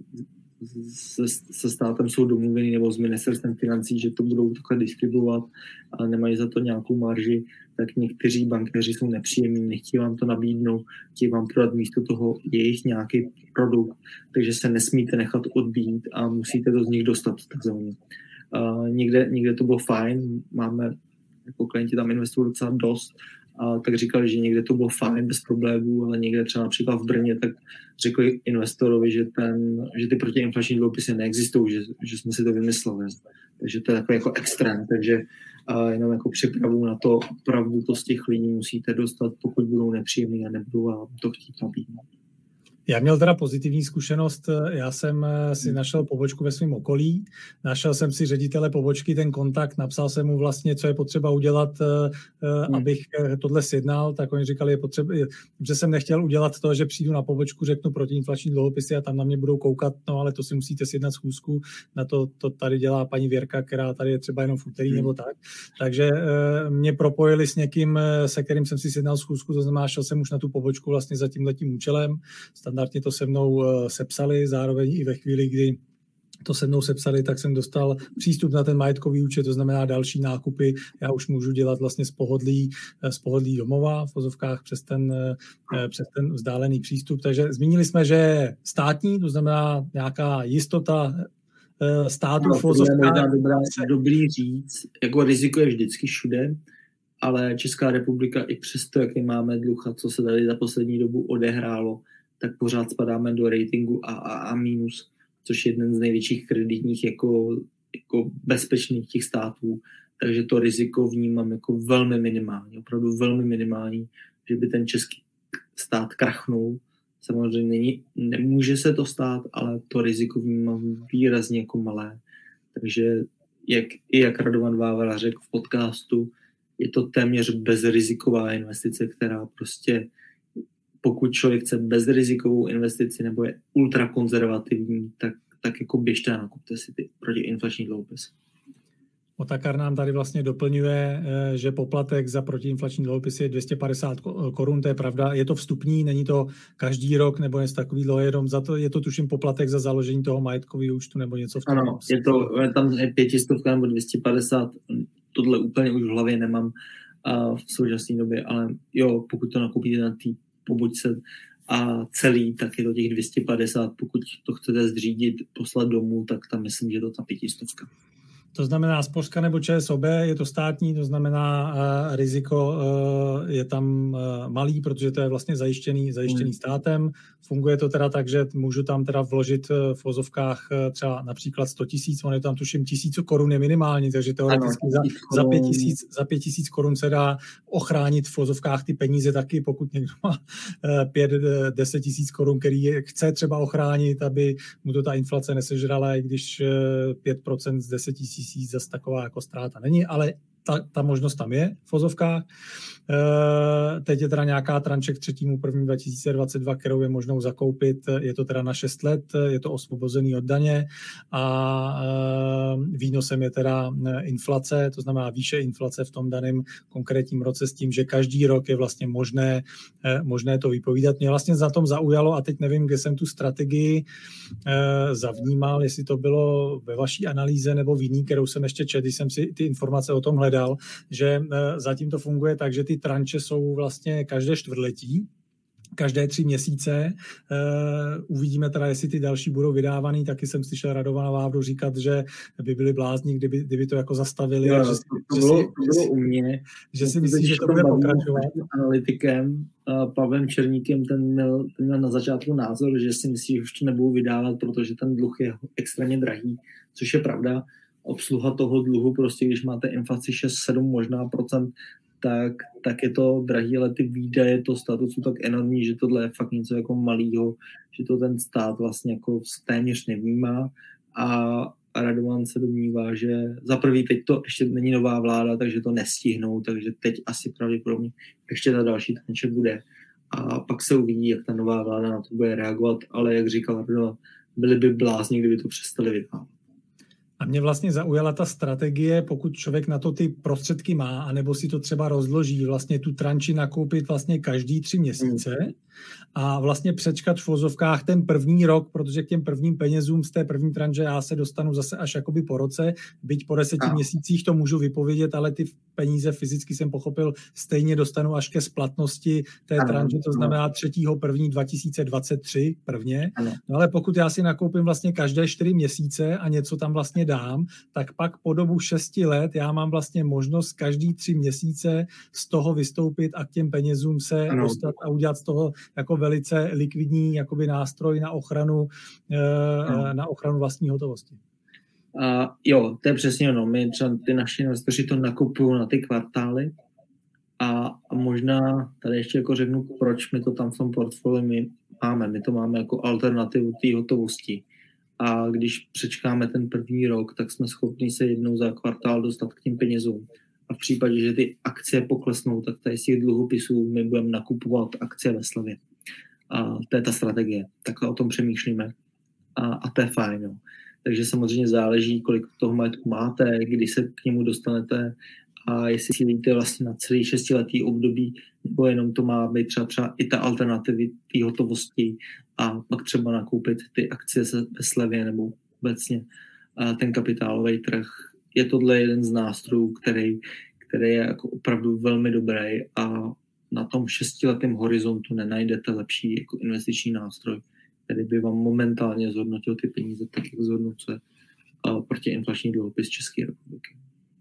se, se státem jsou domluvený nebo s ministerstvem financí, že to budou takhle distribuovat, ale nemají za to nějakou marži, tak někteří bankéři jsou nepříjemní, nechtějí vám to nabídnout, chtějí vám prodat místo toho jejich nějaký produkt, takže se nesmíte nechat odbít a musíte to z nich dostat takzvaně. A někde, někde to bylo fajn, máme jako klienti tam investují docela dost, a tak říkali, že někde to bylo fajn, bez problémů, ale někde třeba například v Brně, tak řekli investorovi, že, ten, že ty protiinflační dluhopisy neexistují, že, že jsme si to vymysleli. Takže to je takový jako extrém, takže a jenom jako připravu na to, opravdu to z těch lidí musíte dostat, pokud budou nepříjemní a nebudou vám to chtít nabídnout. Já měl teda pozitivní zkušenost, já jsem si našel pobočku ve svém okolí, našel jsem si ředitele pobočky, ten kontakt, napsal jsem mu vlastně, co je potřeba udělat, hmm. abych tohle sjednal, tak oni říkali, je potřeba, že jsem nechtěl udělat to, že přijdu na pobočku, řeknu protiinflační dluhopisy a tam na mě budou koukat, no ale to si musíte sjednat schůzku, na to, to tady dělá paní Věrka, která tady je třeba jenom v úterý hmm. nebo tak. Takže mě propojili s někým, se kterým jsem si sjednal schůzku, to znamená, šel jsem už na tu pobočku vlastně za tímhletím účelem. Standardně to se mnou sepsali, zároveň i ve chvíli, kdy to se mnou sepsali, tak jsem dostal přístup na ten majetkový účet, to znamená další nákupy. Já už můžu dělat vlastně z pohodlí, z pohodlí domova v vozovkách přes ten, přes ten vzdálený přístup. Takže zmínili jsme, že je státní, to znamená nějaká jistota státu no, v vozovkách. Dobrý říct, jako riziko je vždycky všude, ale Česká republika i přesto, jaký máme dluh a co se tady za poslední dobu odehrálo, tak pořád spadáme do ratingu A A A minus, což je jeden z největších kreditních jako, jako bezpečných těch států. Takže to riziko vnímám jako velmi minimální, opravdu velmi minimální, že by ten český stát krachnul. Samozřejmě není, nemůže se to stát, ale to riziko vnímám výrazně jako malé. Takže jak, i jak Radovan Vávra řekl v podcastu, je to téměř bezriziková investice, která prostě, pokud člověk chce bezrizikovou investici nebo je ultrakonzervativní, tak, tak jako běžte a nakupte si ty protiinflační dluhopisy. Otakar nám tady vlastně doplňuje, že poplatek za protiinflační dluhopisy je dvě stě padesát korun, to je pravda. Je to vstupní, není to každý rok nebo něco takového, jenom za to, je to tuším poplatek za založení toho majetkového účtu nebo něco v tom. Ano, je to, tam je pětistovka nebo dvě stě padesát, tohle úplně už v hlavě nemám a v současné době, ale jo, pokud to nakoupíte na té pobočce a celý, tak je to těch dvě stě padesát, pokud to chcete zřídit, poslat domů, tak tam myslím, že je to ta pětistovka. To znamená spořka nebo ČSOB, je to státní, to znamená uh, riziko uh, je tam uh, malý, protože to je vlastně zajištěný, zajištěný hmm. státem. Funguje to teda tak, že můžu tam teda vložit uh, v vozovkách uh, třeba například sto tisíc, on je tam tuším tisíc korun je minimální, takže teoreticky ano, za, za, pět tisíc, za pět tisíc korun se dá ochránit v vozovkách ty peníze taky, pokud někdo má uh, pět, deset tisíc korun, který je, chce třeba ochránit, aby mu to ta inflace nesežrala, i když uh, pět procent z deset tisíc zase taková jako ztráta není, ale ta, ta možnost tam je v vozovkách. E, teď je teda nějaká tranče k třetímu první dva tisíce dvacet dva, kterou je možnou zakoupit. Je to teda na šest let, je to osvobozený od daně a e, výnosem je teda inflace, to znamená výše inflace v tom daném konkrétním roce s tím, že každý rok je vlastně možné, e, možné to vypovídat. Mě vlastně za tom zaujalo a teď nevím, kde jsem tu strategii e, zavnímal, jestli to bylo ve vaší analýze nebo v jiný, kterou jsem ještě četl, když jsem si ty informace o tom hledal, že e, zatím to funguje tak, že ty tranče jsou vlastně každé čtvrtletí, každé tři měsíce. Uh, uvidíme teda, jestli ty další budou vydávaný. Taky jsem slyšel Radovana Vávru říkat, že by byli blázni, kdyby, kdyby to jako zastavili. Jo, že, to, že, bylo, si, to bylo u mě. Že si myslí, že to bude pokračovat. Analytikem uh, Pavlem Černíkem, ten měl, ten měl na začátku názor, že si myslí, že už to nebudou vydávat, protože ten dluh je extrémně drahý, což je pravda. Obsluha toho dluhu, prostě když máte inflaci šest sedm možná procent, tak, tak je to drahý, ale ty výdaje toho státu jsou tak enormní, že tohle je fakt něco jako malýho, že to ten stát vlastně jako téměř nevnímá a Radovan se domnívá, že za prvý teď to ještě není nová vláda, takže to nestihnou, takže teď asi pravděpodobně ještě ta další tranče bude a pak se uvidí, jak ta nová vláda na to bude reagovat, ale jak říkal Radovan, byli by blázni, kdyby to přestali vydávat. A mě vlastně zaujala ta strategie, pokud člověk na to ty prostředky má, anebo si to třeba rozloží, vlastně tu tranči nakoupit vlastně každý tři měsíce a vlastně přečkat v vozovkách ten první rok, protože k těm prvním penězům z té první tranže já se dostanu zase až jakoby po roce, byť po deseti a. měsících to můžu vypovědět, ale ty peníze fyzicky jsem pochopil, stejně dostanu až ke splatnosti té ano, tranže, to znamená třetího prvního dva tisíce dvacet tři prvně. Ano. No ale pokud já si nakoupím vlastně každé čtyři měsíce a něco tam vlastně dám, tak pak po dobu šesti let já mám vlastně možnost každý tři měsíce z toho vystoupit a k těm penězům se ano. dostat a udělat z toho jako velice likvidní jakoby nástroj na ochranu, ano. na ochranu vlastní hotovosti. Uh, jo, to je přesně ono. My třeba ty naši investoři to nakupují na ty kvartály a, a možná tady ještě jako řeknu, proč my to tam v tom portfoliu máme. My to máme jako alternativu té hotovosti. A když přečkáme ten první rok, tak jsme schopni se jednou za kvartál dostat k těm penězům. A v případě, že ty akcie poklesnou, tak tady z těch dluhopisů my budeme nakupovat akcie ve slevě. A to je ta strategie. Takhle o tom přemýšlíme. A, a to je fajn. Jo. Takže samozřejmě záleží, kolik toho majetku máte, kdy se k němu dostanete a jestli si vidíte vlastně na celý šestiletý období, nebo jenom to má být třeba, třeba i ta alternativy té hotovosti a pak třeba nakoupit ty akcie ve slevě nebo obecně ten kapitálový trh. Je tohle jeden z nástrojů, který, který je jako opravdu velmi dobrý a na tom šestiletém horizontu nenajdete lepší jako investiční nástroj, který by vám momentálně zhodnotil ty peníze tak, jak zhodnocuje protiinflační dluhopis České republiky.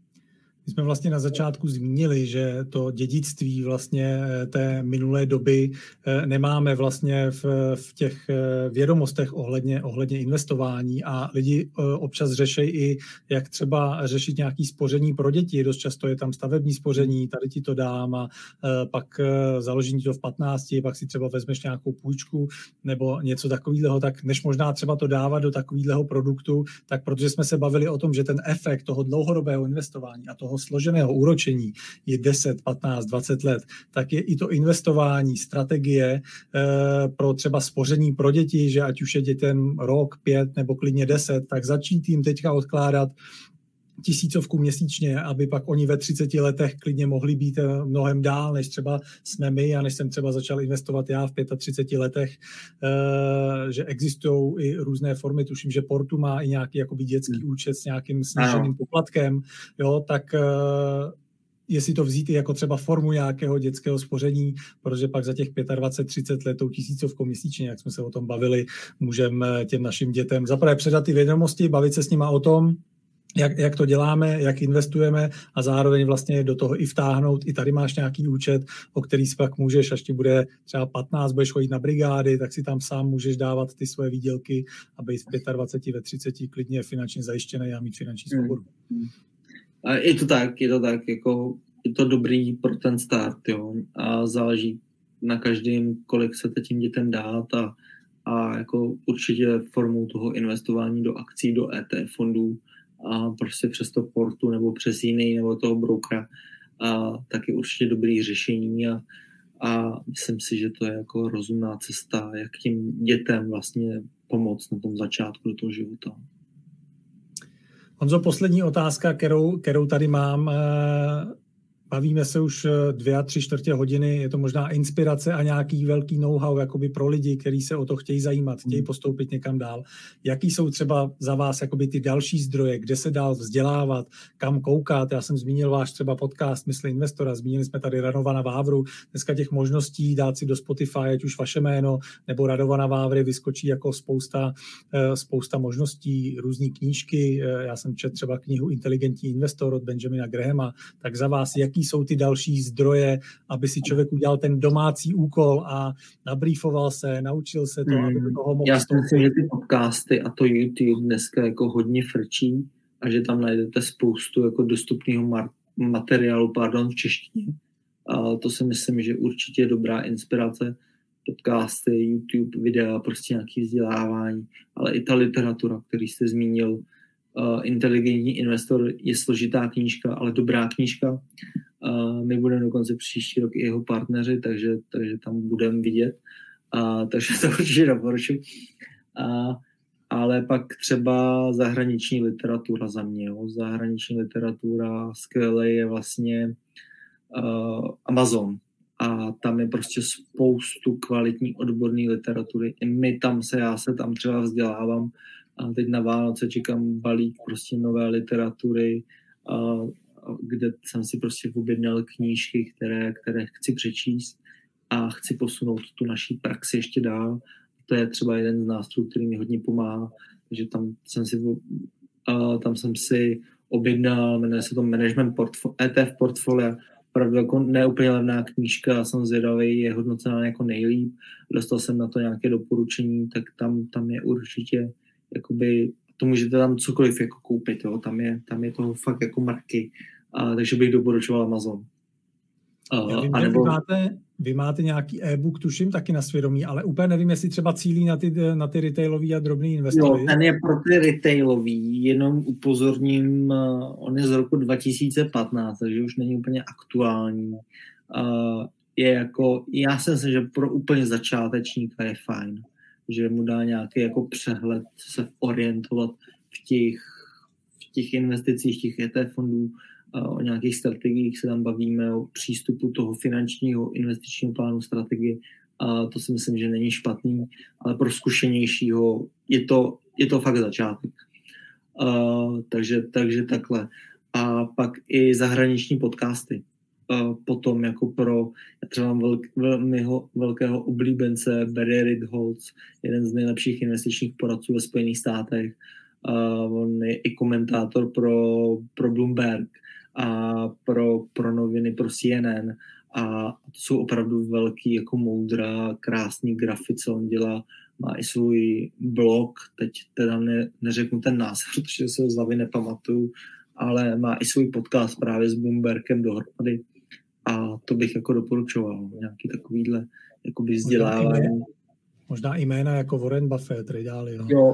My jsme vlastně na začátku zmínili, že to dědictví vlastně té minulé doby nemáme vlastně v, v těch vědomostech ohledně, ohledně investování a lidi občas řeší i, jak třeba řešit nějaké spoření pro děti. Dost často je tam stavební spoření, tady ti to dám a pak založím to v patnácti, pak si třeba vezmeš nějakou půjčku nebo něco takového, tak než možná třeba to dávat do takového produktu, tak protože jsme se bavili o tom, že ten efekt toho dlouhodobého investování a toho složeného úročení je deset, patnáct, dvacet let, tak je i to investování, strategie e, pro třeba spoření pro děti, že ať už je dětem rok, pět nebo klidně deset, tak začít jim teďka odkládat tisícovku měsíčně, aby pak oni ve třiceti letech klidně mohli být mnohem dál, než třeba jsme my a než jsem třeba začal investovat já v třiceti pěti letech, e, že existují i různé formy, tuším, že Portu má i nějaký jakoby dětský hmm. účet s nějakým sníženým poplatkem, jo, tak e, jestli to vzít i jako třeba formu nějakého dětského spoření, protože pak za těch dvacet pět třicet let tou tisícovkou měsíčně, jak jsme se o tom bavili, můžeme těm našim dětem zaprvé předat ty vědomosti, bavit se s nima o tom, Jak, jak to děláme, jak investujeme a zároveň vlastně do toho i vtáhnout. I tady máš nějaký účet, o který si pak můžeš, až ti bude třeba patnáct, budeš chodit na brigády, tak si tam sám můžeš dávat ty svoje výdělky a být v dvaceti pěti, ve třiceti klidně finančně zajištěný a mít finanční svobodu. Hmm. A je to tak, je to tak, jako je to dobrý pro ten start, jo. A záleží na každém, kolik chcete tím dětem dát a, a jako určitě formou toho investování do akcí, do E T F fondů, a prostě přes to Portu nebo přes jiný nebo toho brokera, a tak je určitě dobrý řešení a, a myslím si, že to je jako rozumná cesta, jak tím dětem vlastně pomoct na tom začátku do toho života. Honzo, poslední otázka, kterou, kterou tady mám. Bavíme se už dvě a tři čtvrtě hodiny, je to možná inspirace a nějaký velký know-how jakoby pro lidi, kteří se o to chtějí zajímat, chtějí postoupit někam dál. Jaký jsou třeba za vás jakoby ty další zdroje, kde se dál vzdělávat, kam koukat? Já jsem zmínil váš třeba podcast Mysl investora, zmínili jsme tady Radovana Vávru. Dneska těch možností dát si do Spotify, ať už vaše jméno, nebo Radovana Vávry vyskočí jako spousta, spousta možností, různé knížky. Já jsem četl třeba knihu Inteligentní investor od Benjamina Grahama. Tak za vás, jaký jsou ty další zdroje, aby si člověk udělal ten domácí úkol a nabriefoval se, naučil se to, aby do toho mohl Já si myslím, že ty podcasty a to YouTube dneska jako hodně frčí a že tam najdete spoustu jako dostupného mar- materiálu, pardon, v češtině. A to si myslím, že určitě je dobrá inspirace. Podcasty, YouTube, videa, prostě nějaké vzdělávání, ale i ta literatura, který jste zmínil. Uh, Inteligentní investor je složitá knížka, ale dobrá knížka. Uh, my budeme dokonce příští rok i jeho partneři, takže, takže tam budeme vidět. Uh, takže to určitě doporučuji. Uh, ale pak třeba zahraniční literatura za mě. Jo. Zahraniční literatura skvělé je vlastně uh, Amazon. A tam je prostě spoustu kvalitní odborné literatury. I my tam se, já se tam třeba vzdělávám. A teď na Vánoce čekám balík prostě nové literatury, a, a kde jsem si prostě objednal knížky, které, které chci přečíst a chci posunout tu naší praxi ještě dál. To je třeba jeden z nástrojů, který mi hodně pomáhá, takže tam jsem si, a, tam jsem si objednal, jmenuje se to Management portfo- E T F Portfolio, opravdu jako neúplně levná knížka, jsem zvědavý, je hodnocená jako nejlíp, dostal jsem na to nějaké doporučení, tak tam, tam je určitě jakoby, to můžete tam cokoliv jako koupit, jo? Tam, je, tam je toho fakt jako marky, a, takže bych doporučoval Amazon. A, Já vím, a nebo... vy, máte, vy máte nějaký e-book, tuším, taky na svědomí, ale úplně nevím, jestli třeba cílí na ty, na ty retailový a drobný investory. Jo, ten je pro ty retailový, jenom upozorním, on je z roku dva tisíce patnáct, takže už není úplně aktuální. Je jako, já si myslím, že pro úplně začátečníka je fajn, že mu dá nějaký jako přehled, se orientovat v těch, v těch investicích, těch E T F fondů, o nějakých strategiích se tam bavíme, o přístupu toho finančního investičního plánu strategie. A to si myslím, že není špatný, ale pro zkušenějšího je to, je to fakt začátek. Uh, takže, takže takhle. A pak i zahraniční podcasty. Uh, potom jako pro, já třeba mám velk, velmi ho, velkého oblíbence Barry Ritholtz, jeden z nejlepších investičních poradců ve Spojených státech. Uh, on je i komentátor pro, pro Bloomberg a pro, pro noviny, pro C N N. A to jsou opravdu velký, jako moudra, krásný grafy, co on dělá. Má i svůj blog, teď teda ne, neřeknu ten název, protože se ho z hlavy nepamatuju, ale má i svůj podcast právě s Bloombergem dohromady. A to bych jako doporučoval. Nějaký takovýhle jakoby vzdělávání. Možná i jména jako Warren Buffett, Ray Dalio. Jo,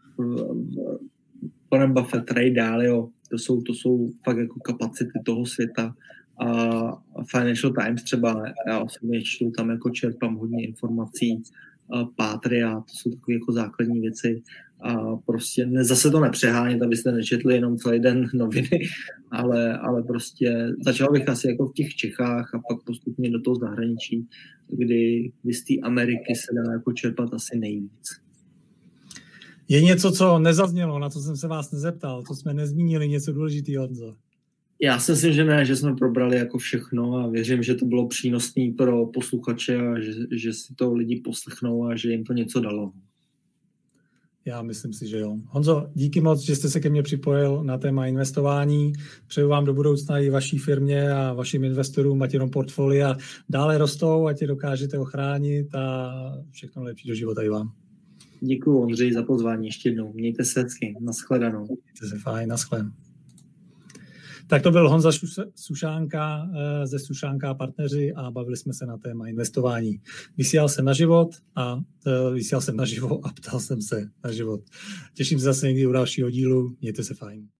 Warren Buffett, Ray Dalio, to jsou, to jsou fakt jako kapacity toho světa. A Financial Times třeba, já osobně čtu, tam jako čerpám hodně informací, Patria, to jsou takové jako základní věci a prostě ne, zase to nepřehánět, abyste nečetli jenom celý den noviny, ale, ale prostě začal bych asi jako v těch Čechách a pak postupně do toho zahraničí, kdy, kdy z té Ameriky se dá jako čerpat asi nejvíc. Je něco, co nezaznělo, na co jsem se vás nezeptal, co jsme nezmínili, něco důležitého, Honzo? Já si myslím, že ne, že jsme probrali jako všechno a věřím, že to bylo přínosné pro posluchače a že, že si to lidi poslechnou a že jim to něco dalo. Já myslím si, že jo. Honzo, díky moc, že jste se ke mně připojil na téma investování. Přeju vám do budoucna i vaší firmě a vašim investorům, ať jenom portfolia dále rostou, ať je dokážete ochránit a všechno lepší do života i vám. Děkuju, Ondřej, za pozvání ještě jednou. Mějte se hezky. Naschledanou. Mějte se fajn, naschle. Tak to byl Honza Sušánka ze Sušánka a partneři a bavili jsme se na téma investování. Vysílal jsem na život a vysílal jsem na živo a ptal jsem se na život. Těším se zase někdy u dalšího dílu. Mějte se fajn.